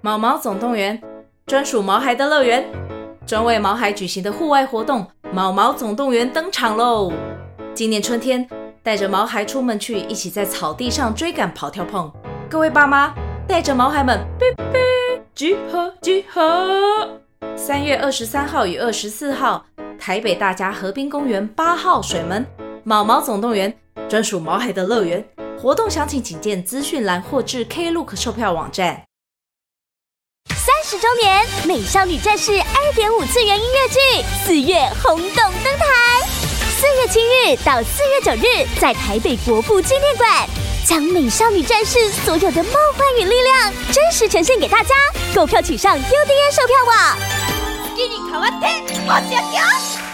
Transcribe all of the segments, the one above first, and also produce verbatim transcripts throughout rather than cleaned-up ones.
毛毛总动员，专属毛孩的乐园，专为毛孩举行的户外活动毛毛总动员登场喽！今年春天，带着毛孩出门去，一起在草地上追赶跑跳碰。各位爸妈，带着毛孩们，哔哔，集合集合！三月二十三号与二十四号，台北大家河滨公园八号水门毛毛总动员，专属毛孩的乐园。活动详情请见资讯栏或至 Klook 售票网站。 三十周年美少女战士二点五次元音乐剧四月轰动登台，四月七日到四月九日，在台北国父纪念馆，将美少女战士所有的梦幻与力量真实呈现给大家。购票请上 U D N 售票网。给你看我天，我想要。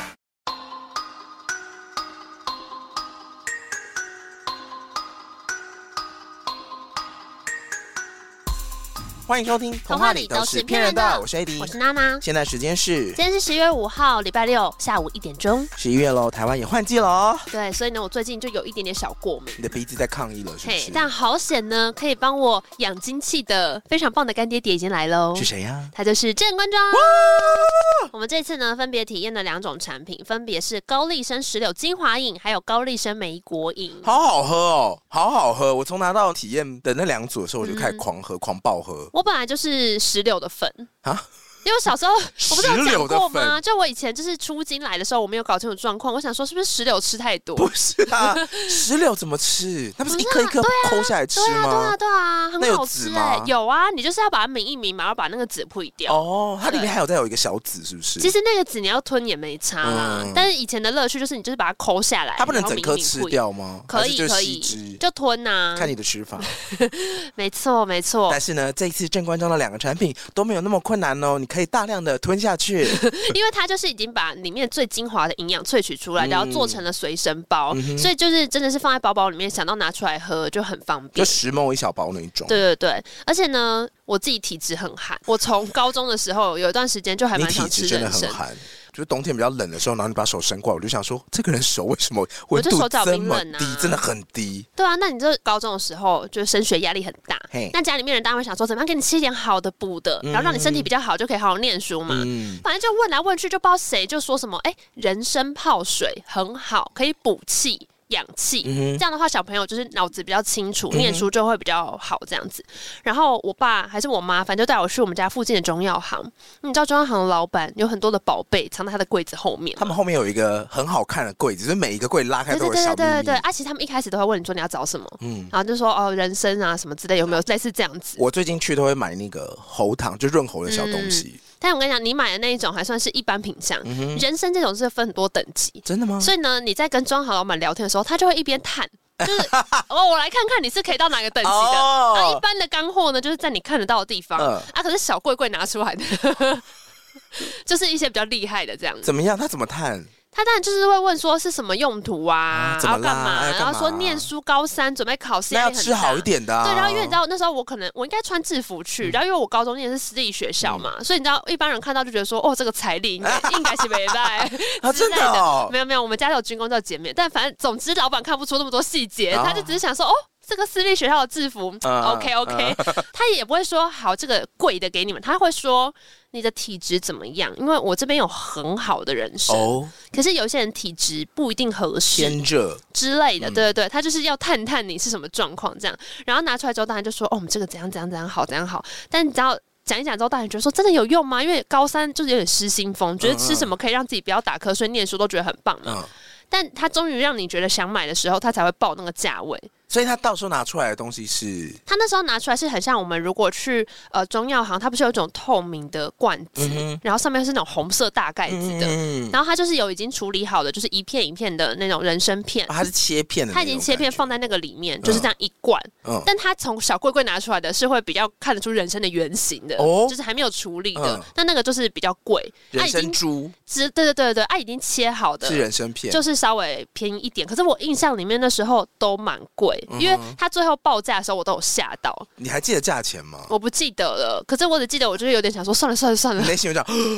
欢迎收听童话里都是骗人的，我是 A D， 我是娜娜。 现在时间是今天是十月五号，礼拜六下午一点钟。 十一月喽，台湾也换季了哦。 对，所以呢，我最近就有一点点小过敏。 你的鼻子在抗议了，是不是？ 但好险呢，可以帮我养精气的非常棒的干爹爹已经来喽。 是谁呀？ 他就是正官庄。我们这次呢，分别体验了两种产品，分别是高丽参石榴精华饮，还有高丽参莓果饮。 好好喝哦，好好喝！我从拿到体验的那两组的时候，我就开始狂喝、嗯、狂爆喝。 我本来就是石榴的粉啊。因为我小时候我不是有讲过吗？就我以前就是初经来的时候，我没有搞清楚状况，我想说是不是石榴吃太多？ 不是啊，石榴怎么吃？它不是一颗一颗抠下来吃吗？ 对啊，对啊，对啊，很好吃哎、欸！有啊，你就是要把它抿一抿嘛，然后把那个籽剥掉。 哦，它里面还有再有一个小籽，是不是？ 其实那个籽你要吞也没差啦，嗯、但是以前的乐趣就是你就是把它抠下来， 它不能整颗吃掉吗？ 可以可以，就吞呐、啊。 看你的吃法。 没错没错。 但是呢，这一次正官庄的两个产品都没有那么困难哦，你可以大量的吞。吞下去， 因为它就是已经把里面最精华的营养萃取出来，然后做成了随身包、嗯，所以就是真的是放在包包里面，想到拿出来喝就很方便， 就十毫升一小包那一种。 对对对，而且呢，我自己体质很寒，我从高中的时候有一段时间就还蛮想吃人参。 你体质真的很寒。就是冬天比较冷的时候，然后你把手伸过来，我就想说，这个人手为什么温度这么低？真的很低。 对啊，那你这高中的时候，就升学压力很大，那家里面人当然会想说，怎么样给你吃一点好的补的、嗯，然后让你身体比较好，就可以好好念书嘛。嗯、反正就问来问去，就不知道谁就说什么，哎、欸，人参泡水很好，可以补气。氧气、嗯，这样的话，小朋友就是脑子比较清楚、嗯，念书就会比较好这样子。然后我爸还是我妈，反正就带我去我们家附近的中药行。你知道中药行的老板有很多的宝贝藏在他的柜子后面， 他们后面有一个很好看的柜子，就是每一个柜拉开都有小秘密。 对对对对对，啊，其实他们一开始都会问你说你要找什么，嗯，然后就说哦人参啊什么之类，有没有类似这样子？ 我最近去都会买那个喉糖，就润喉的小东西。嗯， 但我跟你讲，你买的那一种还算是一般品项、嗯，人参这种是分很多等级。 真的吗？所以呢，你在跟中行老板聊天的时候，他就会一边探，就是哦，我来看看你是可以到哪个等级的。哦、啊，一般的干货呢，就是在你看得到的地方、嗯、啊，可是小柜柜拿出来的，就是一些比较厉害的这样子。 怎么样？他怎么探？ 他当然就是会问说是什么用途啊，然后干嘛？然后说念书高三准备考试， 那要吃好一点的、啊。 对，然后因为你知道那时候我可能我应该穿制服去，嗯、然后因为我高中念的是私立学校嘛、嗯，所以你知道一般人看到就觉得说哦这个财力应该应该是没赖啊，真的哦， 没有没有，我们家有军工叫减免，但反正总之老板看不出那么多细节、哦，他就只是想说哦。这个私立学校的制服、uh,，OK OK， 他也不会说好这个贵的给你们，他会说你的体质怎么样？因为我这边有很好的人参， oh, 可是有些人体质不一定合适， 偏热之类的，对对对，他就是要探探你是什么状况这样，然后拿出来之后，当然就说哦，我们这个怎样怎样怎样好怎样好，但你知道。讲一讲之后，大人觉得说真的有用吗？因为高三就是有点失心疯，觉得吃什么可以让自己不要打瞌睡、念书都觉得很棒嘛。嗯、但他终于让你觉得想买的时候，他才会报那个价位。 所以他到时候拿出来的东西是，他那时候拿出来是很像我们如果去呃中药行，它不是有一种透明的罐子，嗯、然后上面是那种红色大盖子的，嗯、然后它就是有已经处理好的，就是一片一片的那种人参片， 啊、它是切片的， 它已经切片放在那个里面，就是这样一罐。嗯、但它从小柜柜拿出来的是会比较看得出人参的原型的，哦、就是还没有处理的，嗯、但那个就是比较贵， 人参珠， 对对对对，它已经切好的是人参片， 就是稍微便宜一点。可是我印象里面那时候都蛮贵，嗯、因为它最后报价的时候我都有吓到。 你还记得价钱吗？ 我不记得了，可是我只记得我就是有点想说算了算了算了。 内心有讲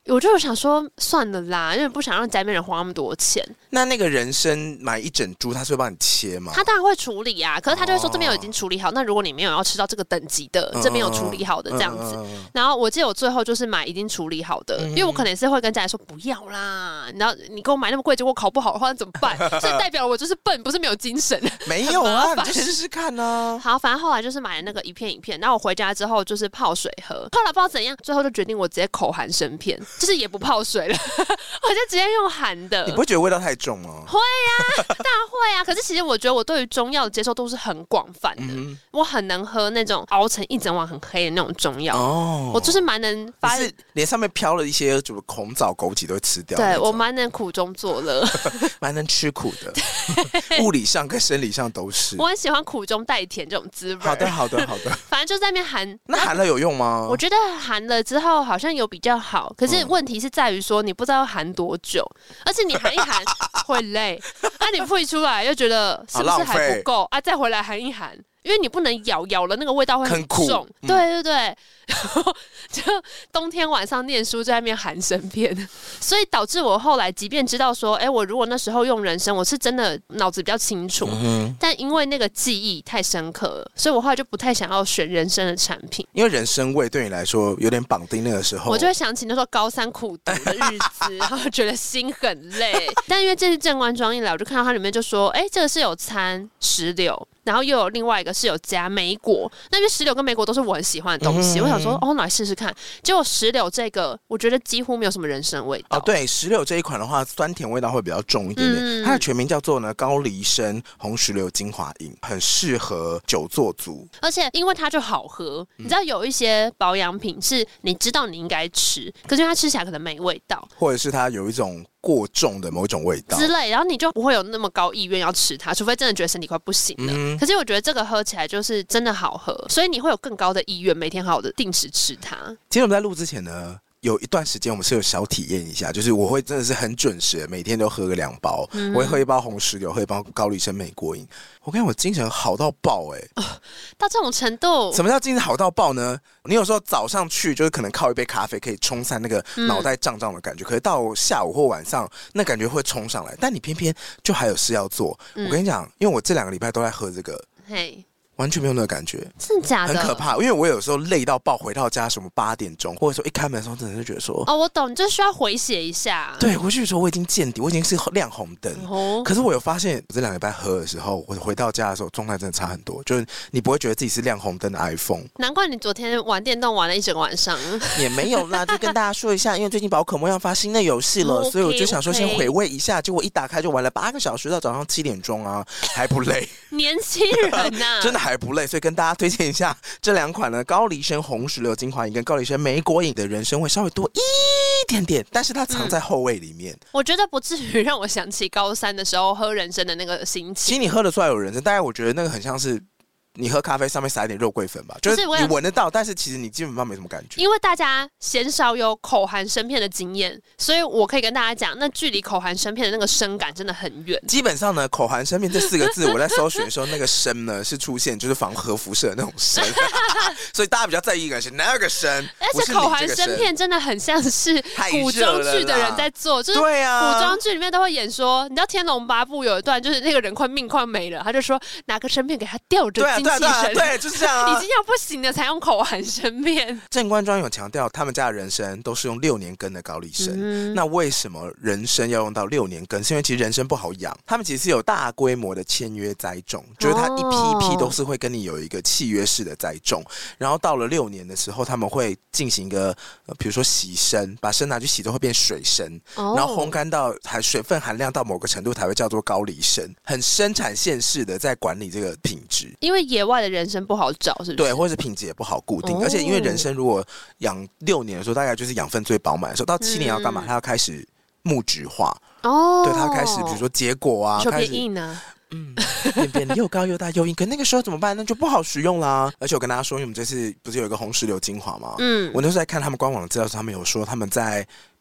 我就想说算了啦，因为不想让家里面人花那么多钱。 那那个人参买一整株，他是会帮你切吗？ 他当然会处理啊，可是他就会说这边有已经处理好，哦、那如果你没有要吃到这个等级的，嗯、这边有处理好的这样子。嗯嗯嗯、然后我记得我最后就是买已经处理好的，嗯、因为我可能也是会跟家里说不要啦，你知道你给我买那么贵，结果考不好的话怎么办？所以代表我就是笨，不是没有精神。 没有啊，你就试试看啊。 好，反正后来就是买了那个一片一片，然后我回家之后就是泡水喝，后来不知道怎样，最后就决定我直接口含生片，就是也不泡水了，我就直接用含的。 你不会觉得味道太重吗？ 会啊，当然会啊。可是其实我觉得我对于中药的接受度是很广泛的，嗯、我很能喝那种熬成一整碗很黑的那种中药。哦，我就是蛮能发现， 连上面飘了一些什么红枣、枸杞都会吃掉。 对我蛮能苦中作乐， 蛮能吃苦的，物理上跟生理上都是。 我很喜欢苦中带甜这种滋味。 好的，好的，好的。 反正就在那边含， 那含了有用吗？ 我觉得含了之后好像有比较好，可是问题是在于说你不知道要含多久，而且你含一含会累，那、啊、你吐出来又觉得是不是还不够啊？再回来含一含。因为你不能咬，咬了那个味道会很重，嗯、对对对，然后就冬天晚上念书在那边含生片，所以导致我后来即便知道说，哎，我如果那时候用人参，我是真的脑子比较清楚，嗯、但因为那个记忆太深刻了，所以我后来就不太想要选人参的产品， 因为人参味对你来说有点绑定，那个时候我就会想起那时候高三苦读的日子，然后觉得心很累，但因为这次正官庄一来，我就看到它里面就说，哎，这个是有掺石榴。然后又有另外一个是有加莓果，那因为石榴跟莓果都是我很喜欢的东西，嗯、我想说哦，来试试看。结果石榴这个，我觉得几乎没有什么人参味道。 哦，对，石榴这一款的话，酸甜味道会比较重一点点。嗯、它的全名叫做呢高梨参红石榴精华饮，很适合久坐族。 而且因为它就好喝，嗯、你知道有一些保养品是你知道你应该吃，可是它吃起来可能没味道， 或者是它有一种过重的某一种味道之类，然后你就不会有那么高意愿要吃它，除非真的觉得身体快不行了。嗯、可是我觉得这个喝起来就是真的好喝，所以你会有更高的意愿每天好好的定时吃它。 今天我们在录之前呢，有一段时间我们是有小体验一下，就是我会真的是很准时，每天都喝个两包，嗯、我会喝一包红石榴，喝一包高梨参莓果饮。我跟你讲，我精神好到爆哎、欸哦！ 到这种程度， 什么叫精神好到爆呢？你有时候早上去就是可能靠一杯咖啡可以冲散那个脑袋胀胀的感觉，嗯、可是到下午或晚上那感觉会冲上来，但你偏偏就还有事要做。嗯、我跟你讲，因为我这两个礼拜都在喝这个，嘿。完全没有那个感觉， 真的假的？ 很可怕，因为我有时候累到爆，回到家什么八点钟，或者说一开门的时候，真的就觉得说， 哦，我懂，你就需要回血一下。 对，回去的时候我已经见底，我已经是亮红灯。哦、可是我有发现，我这两个礼拜喝的时候，我回到家的时候状态真的差很多，就是你不会觉得自己是亮红灯的 iPhone。 难怪你昨天玩电动玩了一整晚上。 也没有啦，就跟大家说一下，因为最近宝可梦要发新的游戏了， okay, 所以我就想说先回味一下。结果一打开就玩了八个小时，到早上七点钟啊，还不累。 年轻人呐、啊， 真的还不累，所以跟大家。大家推荐一下这两款呢，高梨参红石榴精华饮跟高梨参莓果饮的人参会稍微多一点点，但是它藏在后味里面。嗯、 我觉得不至于让我想起高三的时候喝人参的那个心情。 其实你喝得出来有人参，大概我觉得那个很像是。你喝咖啡上面撒一点肉桂粉吧，就是你闻得到，但是其实你基本上没什么感觉。 因为大家鲜少有口含生片的经验，所以我可以跟大家讲，那距离口含生片的那个生感真的很远。 基本上呢，口含生片这四个字，我在搜寻的时候，那个生呢是出现就是防核辐射的那种生，所以大家比较在意的是哪个生。 而且口含生片真的很像是古装剧的人在做，就是古装剧里面都会演说，你知道《天龙八部》有一段就是那个人快命快没了，他就说拿个生片给他吊着。 对啊对啊对，就是这样、啊。 已经要不行了，才用口含生片。 正官庄有强调，他们家的人参都是用六年根的高梨参。嗯、那为什么人参要用到六年根？是因为其实人参不好养，他们其实是有大规模的签约栽种，就是它一批一批都是会跟你有一个契约式的栽种，然后到了六年的时候，他们会进行一个，呃、比如说洗参，把参拿去洗之后会变水参，哦、然后烘干到含水分含量到某个程度才会叫做高梨参，很生产线式的在管理这个品质。 因为野外的人参不好找，是不是？ 对，或者是品质也不好固定，哦、而且因为人参如果养六年的时候，大概就是养分最饱满的时候，到七年要干嘛？它、嗯、要开始木质化哦，对，它开始比如说结果啊， 开始变硬啊。 嗯，变变得又高又大又硬，可那个时候怎么办？那就不好使用啦。而且我跟大家说，因为我们这次不是有一个红石榴精华吗？嗯，我那时候在看他们官网的资料，他们有说他们在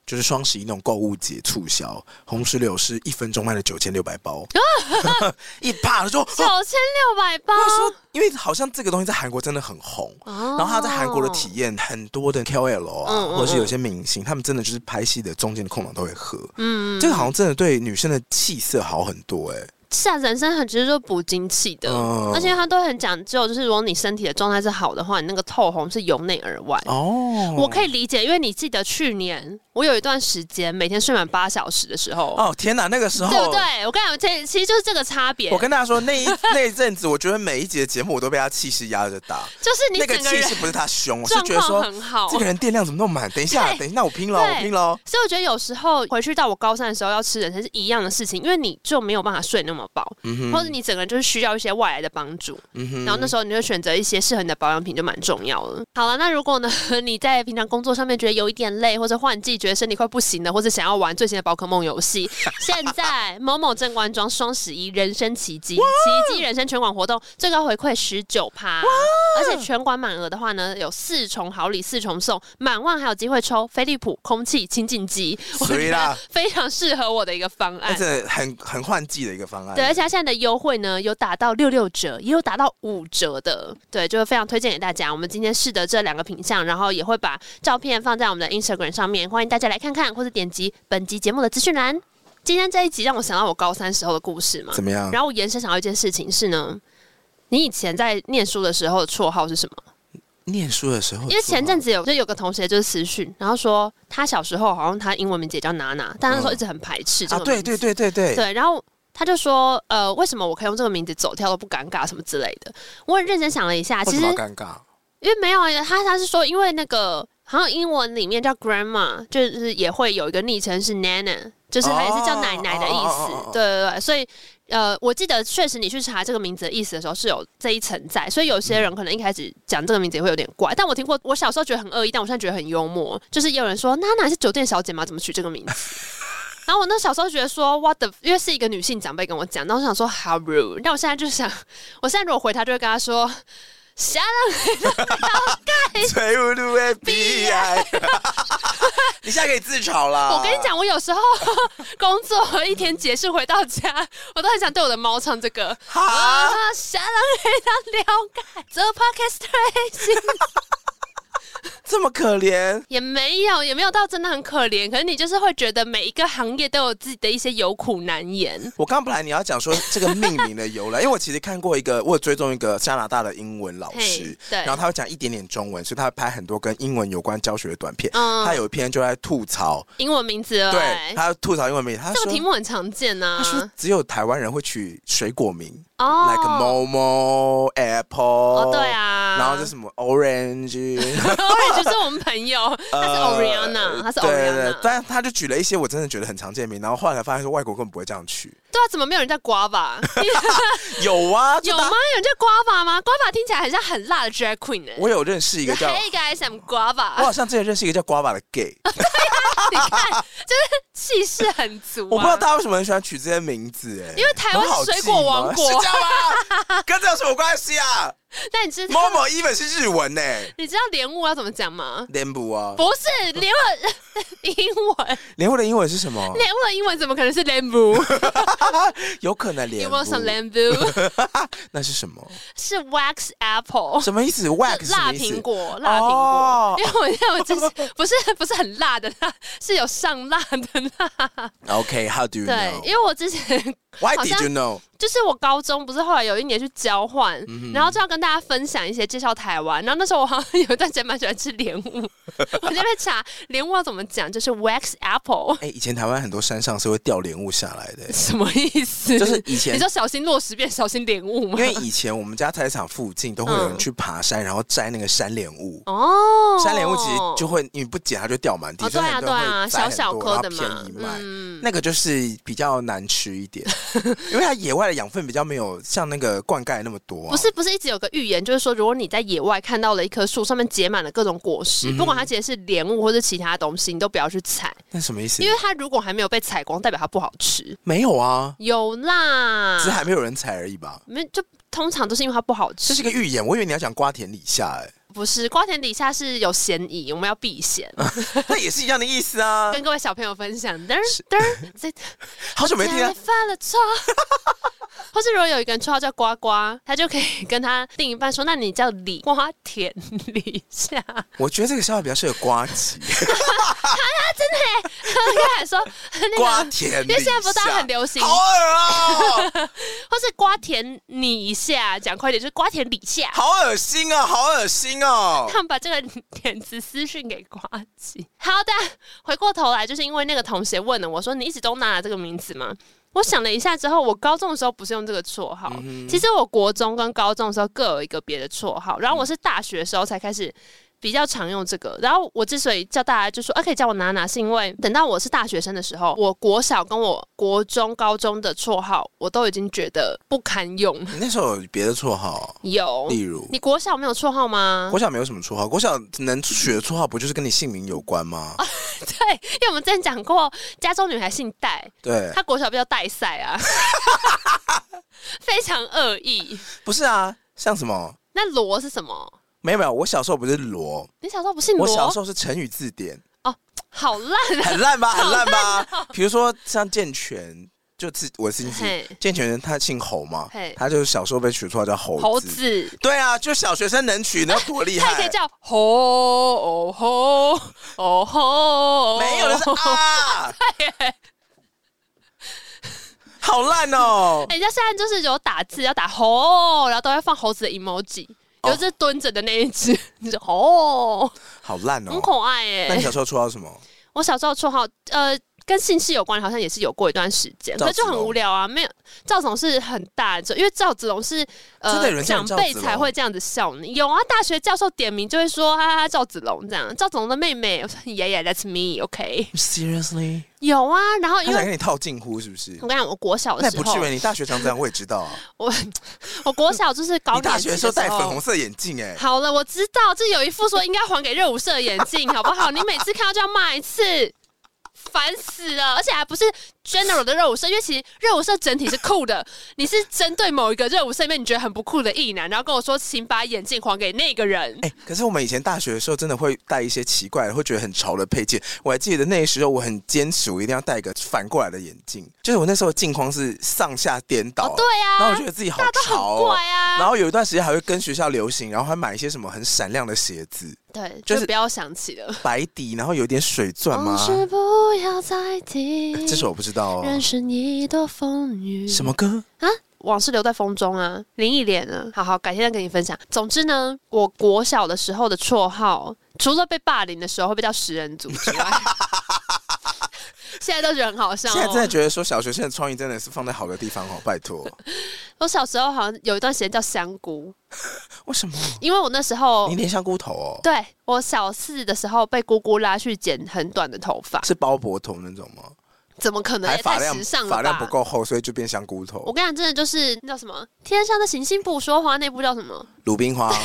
就是双十一那种购物节促销，红石榴是一分钟卖了九千六百包，一啪说九千六百包。 我说，因为好像这个东西在韩国真的很红，哦、然后他在韩国的体验，很多的 K O L 啊，嗯嗯嗯或者是有些明星，他们真的就是拍戏的中间的空档都会喝，嗯，这个好像真的对女生的气色好很多哎、欸。 是啊，人参很其实就是补精气的，嗯、而且它都很讲究，就是如果你身体的状态是好的话，你那个透红是由内而外。哦，我可以理解，因为你记得去年我有一段时间每天睡满八小时的时候， 哦天哪，那个时候对不对？我跟你讲，这其实就是这个差别。 我跟大家说，那一那一阵子，我觉得每一集的节目我都被他气势压着打， 就是你整个人那个气势不是他凶，我是觉得说很好， 这个人电量怎么那么满？等一下，等一下，那我拼了，我拼了。 所以我觉得有时候回去到我高三的时候要吃人参是一样的事情，因为你就没有办法睡那么饱，嗯、或者你整个人就是需要一些外来的帮助，嗯、然后那时候你就选择一些适合你的保养品，就蛮重要的。好了，那如果呢你在平常工作上面觉得有一点累，或者换季觉得身体快不行了，或者想要玩最新的宝可梦游戏，现在某某正官庄双十一人生奇迹，奇迹人生全馆活动最高回馈百分之十九，而且全馆满额的话呢，有四重好礼四重送，满万还有机会抽飞利浦空气清净机， 所以啦， 非常适合我的一个方案， 真的很很换季的一个方案。 对，而且它现在的优惠呢，有打到六六折，也有打到五折的，对，就是非常推荐给大家。我们今天试的这两个品项，然后也会把照片放在我们的 Instagram 上面，欢迎大家来看看，或者点击本集节目的资讯栏。今天这一集让我想到我高三时候的故事嘛， 怎么样？ 然后我延伸想到一件事情是呢，你以前在念书的时候的绰号是什么？ 念书的时候， 因为前阵子有就有个同学就是私讯，然后说他小时候好像他英文名字也叫娜娜，但那时候一直很排斥这个名字、 嗯啊、对对对对对对，然后他就说呃，为什么我可以用这个名字走跳都不尴尬什么之类的？我很认真想了一下，其实尴尬， 因为没有他他是说因为那个好像英文里面叫 grandma， 就是也会有一个昵称是 nana， 就是它也是叫奶奶的意思，哦哦哦哦哦对对对，所以。呃，我记得确实你去查这个名字的意思的时候是有这一层在，所以有些人可能一开始讲这个名字也会有点怪。但我听过，我小时候觉得很恶意，但我现在觉得很幽默。就是也有人说，娜娜是酒店小姐吗？怎么取这个名字？然后我那小时候觉得说 ，what the， 因为是一个女性长辈跟我讲，然后我想说 how rude。但我现在就想，我现在如果回他，就会跟他说。下浪的了解， 最无路的悲哀。你现在可以自嘲啦！ 我跟你讲，我有时候工作一天结束回到家，我都很想对我的猫唱这个。啊，下浪的了解，这 podcast 最新。 这么可怜也没有，也没有到真的很可怜。可是你就是会觉得每一个行业都有自己的一些有苦难言。 我刚本来你要讲说这个命名的由来，因为我其实看过一个，我有追踪一个加拿大的英文老师， 对， 然后他会讲一点点中文，所以他会拍很多跟英文有关教学的短片。嗯、他有一篇就在吐槽英文名字， 对，他吐槽英文名字。他说这个题目很常见啊。 他说只有台湾人会取水果名。哦 ，like Momo Apple， 哦对啊， 然后这什么 Orange，Orange 是我们朋友，他是 Oriana，、呃、他是 Oriana， 对对对，但他就举了一些我真的觉得很常见的名，然后后来才发现说外国根本不会这样取。 对啊，怎么没有人叫 Guava？ 有啊， 有吗？有人叫 Guava 吗 ？Guava 听起来很像很辣的 drag queen 哎、欸。 我有认识一个叫 Hey guys I'm Guava， 我好像之前认识一个叫 Guava 的 gay。 你看，就是气势很足、啊。 我不知道他为什么很喜欢取这些名字哎、欸， 因为台湾是水果王国， 是这样吗？跟这有什么关系啊？ 那你知道 Momo even 是日文呢、欸？ 你知道莲雾要怎么讲吗？ 莲雾啊， 不是莲雾，英文。 莲雾的英文是什么？ 莲雾的英文怎么可能是莲雾？有可能莲雾。 You want some 莲雾？ 那是什么？ 是 wax apple。 什么意思 ？wax 辣苹果，辣苹果。Oh. 因为我因为我之前不是不是很辣的辣，是有上辣的辣。 OK，How、okay, do you know？ 对，因为我之前 Why did you know？ 就是我高中不是后来有一年去交换，嗯、然后就要跟大家分享一些介绍台湾。然后那时候我好像有一段时间蛮喜欢吃莲雾，我就在查莲雾要怎么讲，就是 wax apple。 哎、欸，以前台湾很多山上是会掉莲雾下来的， 什么意思？ 就是以前你说小心落石变小心莲雾吗？ 因为以前我们家菜市场附近都会有人去爬山，嗯、然后摘那个山莲雾。 哦， 山莲雾其实就会你不捡它就掉满地， 哦、对啊对啊，小小颗的嘛， 便宜卖。嗯、那个就是比较难吃一点，因为它野外的养分比较没有像那个灌溉那么多、啊。 不是不是，一直有个预言，就是说，如果你在野外看到了一棵树，上面结满了各种果实，嗯、不管它结的是莲雾或是其他东西，你都不要去采。 那什么意思？ 因为它如果还没有被采光，代表它不好吃。 没有啊， 有啦， 只是还没有人采而已吧？ 没，就通常都是因为它不好吃。 这是个预言，我以为你要讲瓜田李下哎、欸。 不是，瓜田李下是有嫌疑，我们要避嫌。 那也是一样的意思啊。 跟各位小朋友分享，噔噔， 好久没听了。 犯了错。或是如果有一个人绰号叫呱呱，他就可以跟他另一半说：“那你叫李瓜田李下。” 我觉得这个笑话比较适合瓜吉。 啊，真的耶！刚才说那个瓜田李下， 因为现在不大家很流行， 好恶啊！ 或是瓜田你一下，讲快点，就是瓜田李下， 好恶心哦，好恶心哦！ 他们把这个点子私讯给瓜吉。好的，回过头来，就是因为那个同学问了我说：“你一直都拿了这个名字吗？”我想了一下之后，我高中的时候不是用这个绰号、嗯，其实我国中跟高中的时候各有一个别的绰号，然后我是大学的时候才开始比较常用这个。然后我之所以叫大家就说啊可以叫我娜娜，是因为等到我是大学生的时候，我国小跟我国中、高中的绰号我都已经觉得不堪用。 你那时候有别的绰号？ 有， 例如你国小没有绰号吗？ 国小没有什么绰号，国小能取的绰号不就是跟你姓名有关吗？ 啊、对，因为我们之前讲过，加州女孩姓戴， 对， 她国小比较戴赛啊，非常恶意。 不是啊，像什么？ 那罗是什么？ 没有没有，我小时候不是罗， 你小时候不姓罗？ 我小时候是成语字典。 哦，好烂、啊， 很烂吧，很烂吧。比如说像健全，就是我姓氏，健全人他姓侯嘛，他就是小时候被取绰号叫猴子。 猴子， 对啊，就小学生能取，那多厉害！ 他也可以叫吼哦吼哦吼， 没有的是啊，对。好烂哦！ 人家现在就是有打字要打吼，然后都会放猴子的 emoji。有一只蹲着的那一只，你说哦， 好烂哦， 很可爱耶。 那你小时候绰号什么？ 我小时候绰号，呃，跟姓氏有关，好像也是有过一段时间，可是就很无聊啊。没有赵总是很大，因为赵子龙是呃长辈才会这样子笑你。有啊，大学教授点名就会说哈哈赵子龙这样，赵子龙的妹妹。我说 Yeah yeah that's me，OK、okay? Seriously？ 有啊，然后因为他想跟你套近乎是不是？ 我跟你讲，我国小的时候， 那不至于，你大学长这样我也知道啊。 我我国小就是高年级的时候， 你大学的时候戴粉红色眼镜哎、欸。 好了，我知道，这有一副说应该还给热舞社的眼镜，好不好？你每次看到就要骂一次。烦死了，而且还不是 general 的热舞社，因为其实热舞社整体是酷的，你是针对某一个热舞社里面你觉得很不酷的艺男，然后跟我说请把眼镜还给那个人。 哎、欸，可是我们以前大学的时候真的会戴一些奇怪的，会觉得很潮的配件。我还记得那时候我很坚持，我一定要戴一个反过来的眼镜，就是我那时候镜框是上下颠倒、 哦。对啊， 然后我觉得自己好潮、哦， 大家都很怪啊。 然后有一段时间还会跟学校流行，然后还买一些什么很闪亮的鞋子。 对，就是不要想起了白底，然后有点水钻吗？ 往事不要再提、 欸，这首我不知道哦。 人生一朵风雨， 什么歌啊？往事留在风中啊，林忆莲啊。好好，改天再跟你分享。总之呢，我国小的时候的绰号，除了被霸凌的时候会被叫食人族之外。现在都觉得很好笑、哦。 现在真的觉得说小学生的创意真的是放在好的地方哦，拜托。 我小时候好像有一段时间叫香菇， 为什么？ 因为我那时候你连香菇头哦。 对，我小四的时候被姑姑拉去剪很短的头发， 是包脖头那种吗？ 怎么可能？也太时尚了吧！ 发量不够厚，所以就变香菇头。 我跟你讲，真的就是那叫什么？天上的行星不说话，那部叫什么？ 鲁冰花。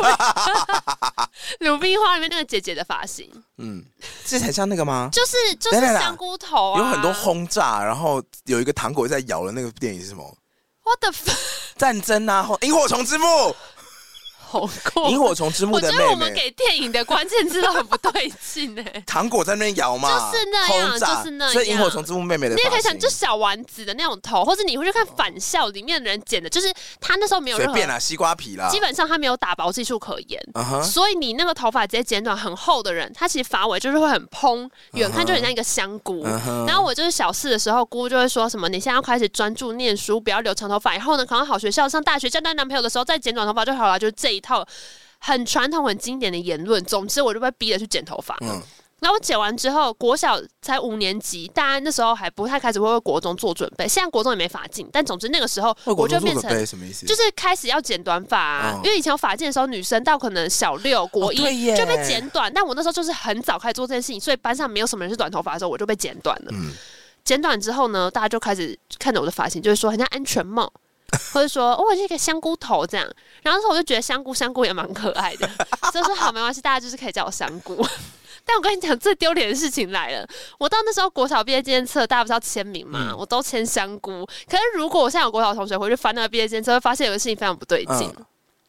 鲁冰花里面那个姐姐的发型， 嗯，这才像那个吗？ 就是就是香菇头啊， 有很多轰炸，然后有一个糖果在咬的那个电影是什么 ？What the fuck？ 战争啊，萤火虫之墓。 好酷！ 萤火虫之墓的妹妹， 我觉得我们给电影的关键字都很不对劲哎、欸。 糖果在那边摇嘛， 就是那样，就是那样。 所以萤火虫之墓妹妹的， 你也可以想，就小丸子的那种头，或者你会去看返校里面的人剪的，就是他那时候没有任何随便啦，西瓜皮啦， 基本上他没有打薄技术可言， uh-huh. 所以你那个头发直接剪短很厚的人，他其实发尾就是会很蓬，远看就很像一个香菇。Uh-huh. 然后我就是小四的时候，姑就会说什么，你现在要开始专注念书，不要留长头发，以后呢考上好学校，上大学，交到男朋友的时候再剪短头发就好了，就是这一套。很传统、很经典的言论。总之，我就被逼着去剪头发。嗯，然后我剪完之后，国小才五年级，大家那时候还不太开始会为国中做准备。现在国中也没发禁，但总之那个时候我就变成什么意思？ 就是开始要剪短发、啊嗯，因为以前有发禁的时候，女生到可能小六、国一、哦、就被剪短。但我那时候就是很早开始做这件事情，所以班上没有什么人是短头发的时候，我就被剪短了。嗯，剪短之后呢，大家就开始看着我的发型，就是说很像安全帽。或者说哦，这个香菇头这样，然后那时候我就觉得香菇香菇也蛮可爱的，所以说好没关系，大家就是可以叫我香菇。但我跟你讲，最丢脸的事情来了，我到那时候国小毕业纪念册，大家不是要签名嘛、嗯，我都签香菇。可是如果我现在有国小同学回去翻那个毕业纪念册，会发现有个事情非常不对劲。嗯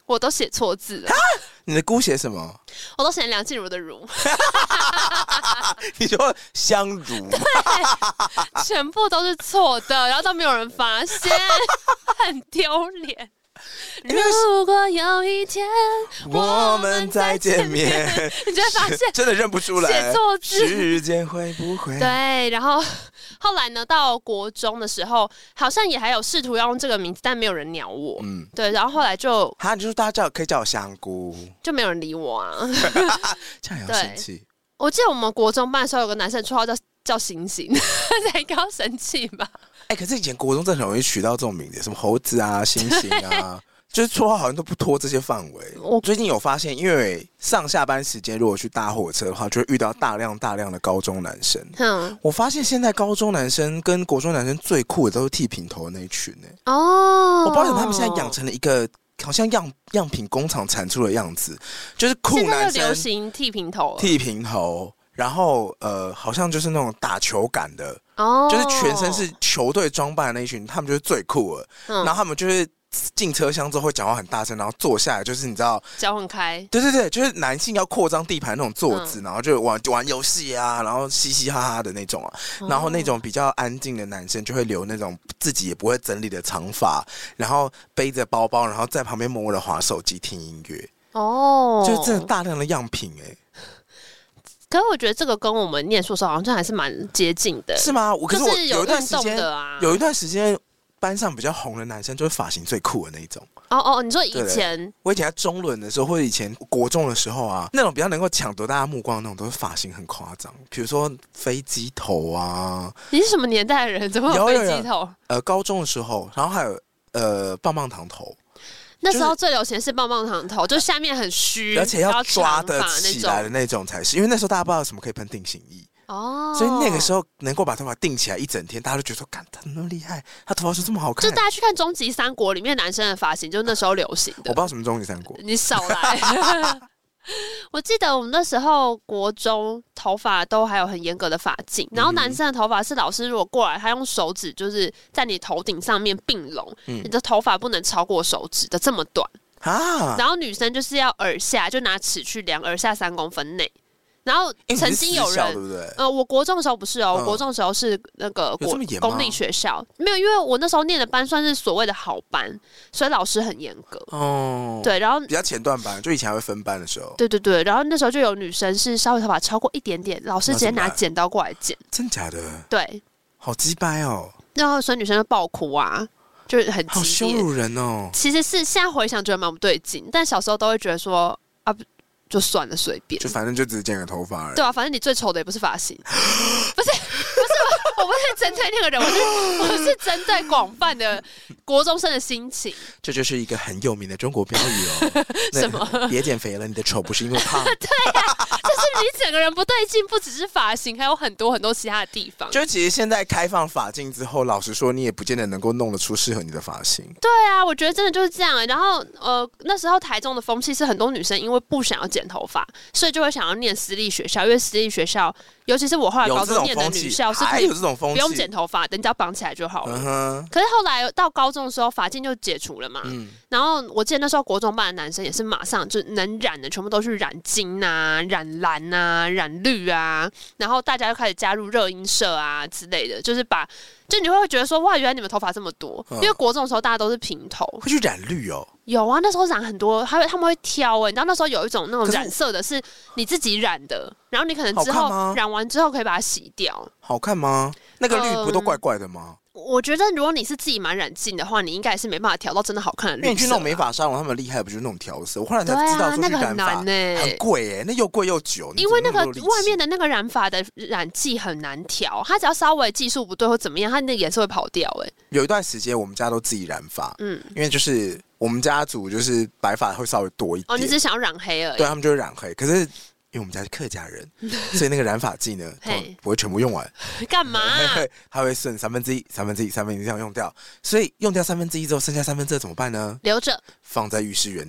我都写错字了。 你的姑写什么？ 我都写梁静茹的茹。 你说香茹？ 对，全部都是错的，然后都没有人发现，很丢脸。如果有一天我们再见面，你就会发现真的认不出来， 写错字。 时间会不会？ 对，然后后来呢，到国中的时候，好像也还有试图要用这个名字，但没有人鸟我。嗯，对，然后后来就， 哈，就是大家叫可以叫我香菇， 就没有人理我啊。 这样也要生气。 我记得我们国中班的时候有个男生绰号叫叫星星，才应该要生气吧？ 哎、欸，可是以前国中真的很容易取到这种名字，什么猴子啊、星星啊，就是绰号好像都不脱这些范围。我最近有发现，因为上下班时间如果去搭火车的话，就会遇到大量大量的高中男生。嗯，我发现现在高中男生跟国中男生最酷的都是剃平头的那一群呢、欸。哦，我不知道怎么他们现在养成了一个好像样样品工厂产出的样子，就是酷男生现在流行剃平头， 剃平头。然后呃，好像就是那种打球感的，哦，就是全身是球队装扮的那一群，他们就是最酷了。嗯、然后他们就是进车厢之后会讲话很大声，然后坐下来就是你知道脚很开， 对对对，就是男性要扩张地盘那种坐姿，嗯、然后就玩玩游戏啊，然后嘻嘻哈哈的那种啊。哦、然后那种比较安静的男生就会留那种自己也不会整理的长发，然后背着包包，然后在旁边默默的滑手机听音乐。哦，就是真的大量的样品哎、欸。 可是我觉得这个跟我们念书的时候好像还是蛮接近的， 是吗？我可是我有一段时间啊， 有一段时间班上比较红的男生就是发型最酷的那一种。 哦哦，你说以前对对我以前在中伦的时候，或者以前国中的时候啊，那种比较能够抢夺大家目光的那种，都是发型很夸张，比如说飞机头啊。 你是什么年代的人？怎么有飞机头？有有有呃，高中的时候，然后还有呃棒棒糖头。 那时候最流行的是棒棒糖头，就下面很虚， 而且要抓得起来的那种才是，因为那时候大家不知道有什么可以喷定型液哦，所以那个时候能够把头发定起来一整天，大家都觉得说，干他那么厉害，他头发是这么好看。 就大家去看《终极三国》里面男生的发型，就是那时候流行的。 我不知道什么《终极三国》， 你少来。我记得我们那时候国中头发都还有很严格的发镜，然后男生的头发是老师如果过来，他用手指就是在你头顶上面并拢，嗯、你的头发不能超过手指的这么短啊。然后女生就是要耳下，就拿尺去量耳下三公分内。然后曾经有人， 欸、对不对？ 呃，我国中的时候不是哦，我国中的时候是那个国公立学校，没有，因为我那时候念的班算是所谓的好班，所以老师很严格哦。对，然后比较前段班，就以前还会分班的时候。 对对对，然后那时候就有女生是稍微头发超过一点点，老师直接拿剪刀过来剪。 真假的？ 对， 好鸡掰哦。 然后所以女生就爆哭啊，就是很好羞辱人哦。 其实是现在回想觉得蛮不对劲，但小时候都会觉得说啊。就算了，随便， 就反正就只是剪个头发而已。 对啊，反正你最丑的也不是发型，不是不是，我不是针对那个人，我是我是针对广泛的国中生的心情。 这就是一个很有名的中国标语哦。 什么？ 别减肥了，你的丑不是因为胖。 对啊，就是你整个人不对劲，不只是发型，还有很多很多其他的地方。 就其实现在开放发镜之后，老实说，你也不见得能够弄得出适合你的发型。 对啊，我觉得真的就是这样、欸。然后呃，那时候台中的风气是很多女生因为不想要剪头发，所以就会想要念私立学校，因为私立学校，尤其是我后来高中念的女校，是可以不用剪头发的，你只要绑起来就好了。嗯、可是后来到高中的时候，发禁就解除了嘛。嗯、然后我记得那时候国中班的男生也是马上就能染的，全部都是染金啊、染蓝啊、染绿啊，然后大家就开始加入热音社啊之类的，就是把。就你会觉得说哇，原来你们头发这么多，嗯、因为国中的时候大家都是平头， 会去染绿哦。 有啊，那时候染很多，他他们会挑哎、欸，你知道那时候有一种那种染色的是你自己染的，然后你可能之后染完之后可以把它洗掉。 好看吗？那个绿不都怪怪的吗？ 嗯我觉得如果你是自己蛮染净的话，你应该是没办法调到真的好看的绿色、啊。 因为你去那种美发沙龙，他们厉害不就是那种调色？我后来才知道说去染发、 啊、那个很难欸、 很贵哎、欸，那又贵又久。 因为那个外面的那个染发的染剂很难调，它只要稍微技术不对或怎么样，它那个颜色会跑掉哎、欸。 有一段时间我们家都自己染发，嗯，因为就是我们家族就是白发会稍微多一点。 哦，你只是想要染黑而已。 对，他们就会染黑，可是。因为我们家是客家人，所以那个染发剂呢，不会全部用完。 干嘛、啊？ 它会剩三分之一、三分之一、三分之一这样用掉。所以用掉三分之一之后，剩下三分之二怎么办呢？ 留着， 放在浴室原地。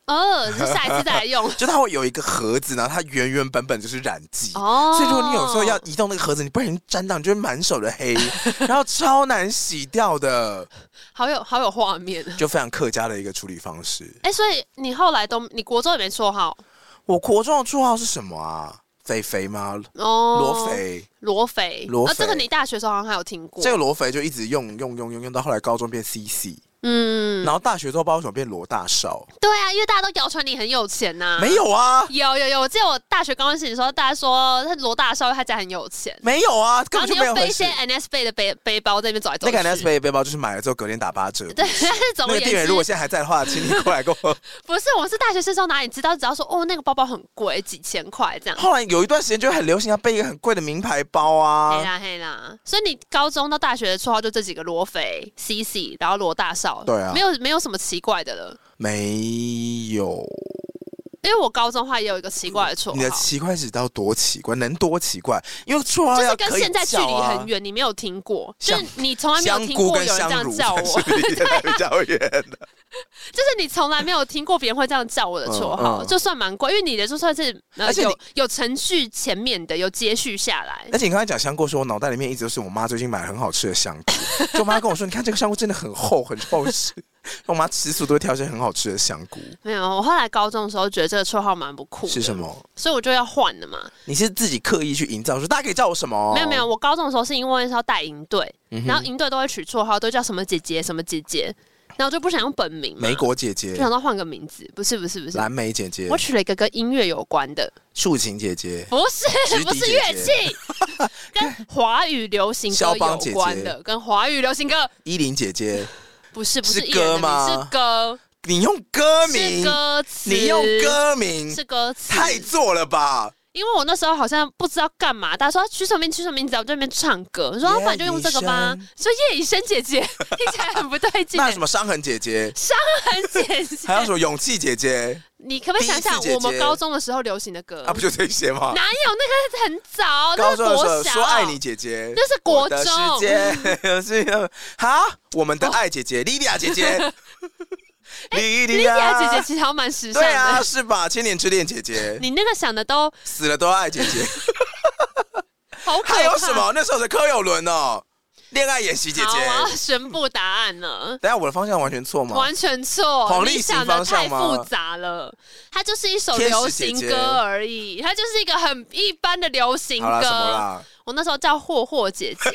呃，就下一次再来用。 就它会有一个盒子，然后它原原本本就是染剂，哦，所以如果你有时候要移动那个盒子，你不小心沾到，你就会满手的黑，然后超难洗掉的。 好有好有画面， 就非常客家的一个处理方式。 哎、欸，所以你后来都你国中也没绰号？ 我国中的绰号是什么啊？肥肥吗？哦，罗肥， 罗肥，罗肥。这个你大学的时候好像还有听过。 这个罗肥就一直用用用用用到后来高中变 C C。嗯，然后大学之后不知道为什么变罗大少。 对啊，因为大家都谣传你很有钱呐、啊。 没有啊， 有有有，我记得我大学刚认识的时候，大家说他罗大少，他家很有钱。 没有啊，根本就没有。 然后你又背一些 N S 背的背背包在那边走来走去。 那个 N S 背的背包就是买了之后隔天打八折。 对，但是总而言之， 那个店员如果现在还在的话，请你过来跟我。 不是，我是大学生时候哪里知道，只要说哦那个包包很贵，几千块这样。 后来有一段时间就很流行要背一个很贵的名牌包啊。 黑啦黑啦，所以你高中到大学的绰号就这几个：罗肥、C C， 然后罗大少。 对啊， 没有。没有什么奇怪的了， 没有， 因为我高中的话也有一个奇怪的绰号。 你的奇怪是到多奇怪，能多奇怪？因为绰号要可以叫啊， 就是跟现在距离很远，你没有听过，就是你从来没有听过有人这样叫我， 比较远的。 就是你从来没有听过别人会这样叫我的绰号，嗯嗯、就算蛮怪，因为你的就算是呃有有程序前面的，有接续下来。 而且你刚才讲香菇，说我脑袋里面一直都是我妈最近买了很好吃的香菇，就我妈跟我说，你看这个香菇真的很厚很厚实。我妈吃素都会挑一些很好吃的香菇。 没有，我后来高中的时候觉得这个绰号蛮不酷的。 是什么？ 所以我就要换了嘛。你是自己刻意去营造说大家可以叫我什么？ 没有没有，我高中的时候是因为是要带营队，嗯、然后营队都会取绰号，都叫什么姐姐什么姐姐。然后我就不想用本名嘛， 梅果姐姐， 就想到换个名字，不是不是不是， 蓝莓姐姐， 我取了一个跟音乐有关的， 竖琴姐姐， 不是不是乐器，跟华语流行歌有关的，跟华语流行歌， 依林姐姐， 不是不是是歌吗？ 是歌， 你用歌名， 是歌词， 你用歌名是歌词， 太做了吧？ 因为我那时候好像不知道干嘛，大家说取什么名取什么名字，我在那边唱歌，我说不然就用这个吧。说叶以琛姐姐听起来很不对劲。 那什么伤痕姐姐？ 伤痕姐姐。 还有什么勇气姐姐？ 你可不可以想想我们高中的时候流行的歌啊？不就这些吗？ 哪有那个很早？ 高中的时候那是国小说爱你姐姐， 那是国中。 我的世界好，我们的爱姐姐莉莉娅姐姐。莉莉娅姐姐其实还蛮时尚的， 对啊，是吧？千年之恋姐姐， 你那个想的都死了都要爱姐姐， 好可怕。 还有什么？那时候的柯有伦哦，恋爱演习姐姐。 好，我要宣布答案了。 等一下我的方向完全错吗？ 完全错， 黄立行方向吗？ 太复杂了，它就是一首流行歌而已，它就是一个很一般的流行歌。 好啦，什么啦？ 我那时候叫霍霍姐姐。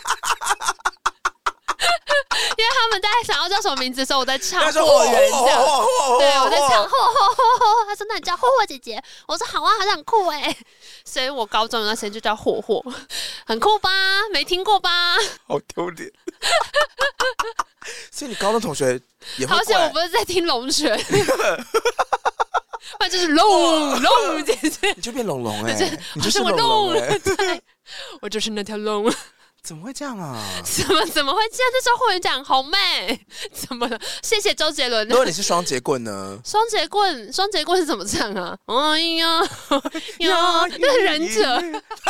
因为他们在想要叫什么名字的时候，我在唱霍元这样，对，我在唱霍霍霍霍。他说：“那你叫霍霍姐姐。”我说：“好啊，好像很酷哎。”所以我高中有段时间就叫霍霍，很酷吧？没听过吧？ 好丢脸。所以你高中同学也会怪？ 好险我不是在听龙泉，那就是龙龙姐姐， 你就变龙龙哎，你就是我龙哎， 对，我就是那条龙。 怎么会这样啊？ 怎么怎么会这样？那时候霍元甲很红妹，怎么了？谢谢周杰伦。 如果你是双节棍呢？ 双节棍，双节棍是怎么唱啊？哎呀呀，那是忍者，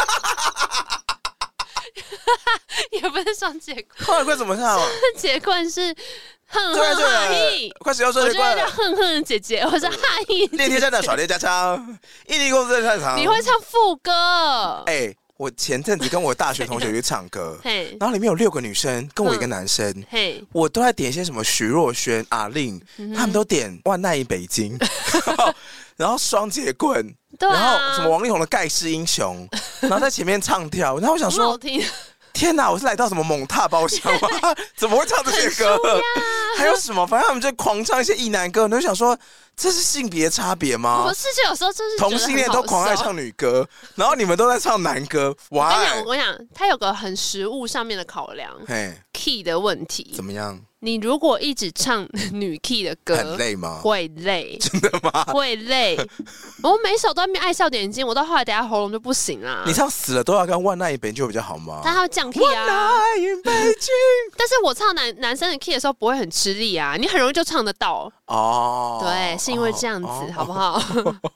也不是双节棍。 双节棍怎么唱？ 双节棍是哼哼哈嘿， 快使用双节棍。 我就叫哼哼姐姐，我是哈嘿。 练天站长耍练家枪，印尼公司在战场。 你会唱副歌？ 哎、欸。我前阵子跟我大学同学去唱歌，然后里面有六个女生，跟我一个男生，我都在点一些什么徐若瑄、阿令，他们都点万奈北京，然后双节棍，然后什么王力宏的盖世英雄，然后在前面唱跳，然后我想说，天哪，我是来到什么猛踏包厢吗？怎么会唱这些歌？还有什么？反正他们就狂唱一些异男歌，我就想说。这是性别差别吗？ 不是，就有时候就是同性恋都狂爱唱女歌，然后你们都在唱男歌。 我跟你讲，我跟你讲，它有个很实务上面的考量 ，key 的问题。 怎么样？ 你如果一直唱女 key 的歌， 很累吗？ 会累， 真的吗？ 会累。我每首都在那边爱笑点睛，我到后来等下喉咙就不行啦。 你唱死了都要跟万籁北京就比较好吗？ 但它会降 key 啊。 万籁北京。 但是我唱男男生的 key 的时候不会很吃力啊，你很容易就唱得到。哦，对，是因为这样子，哦、好不好？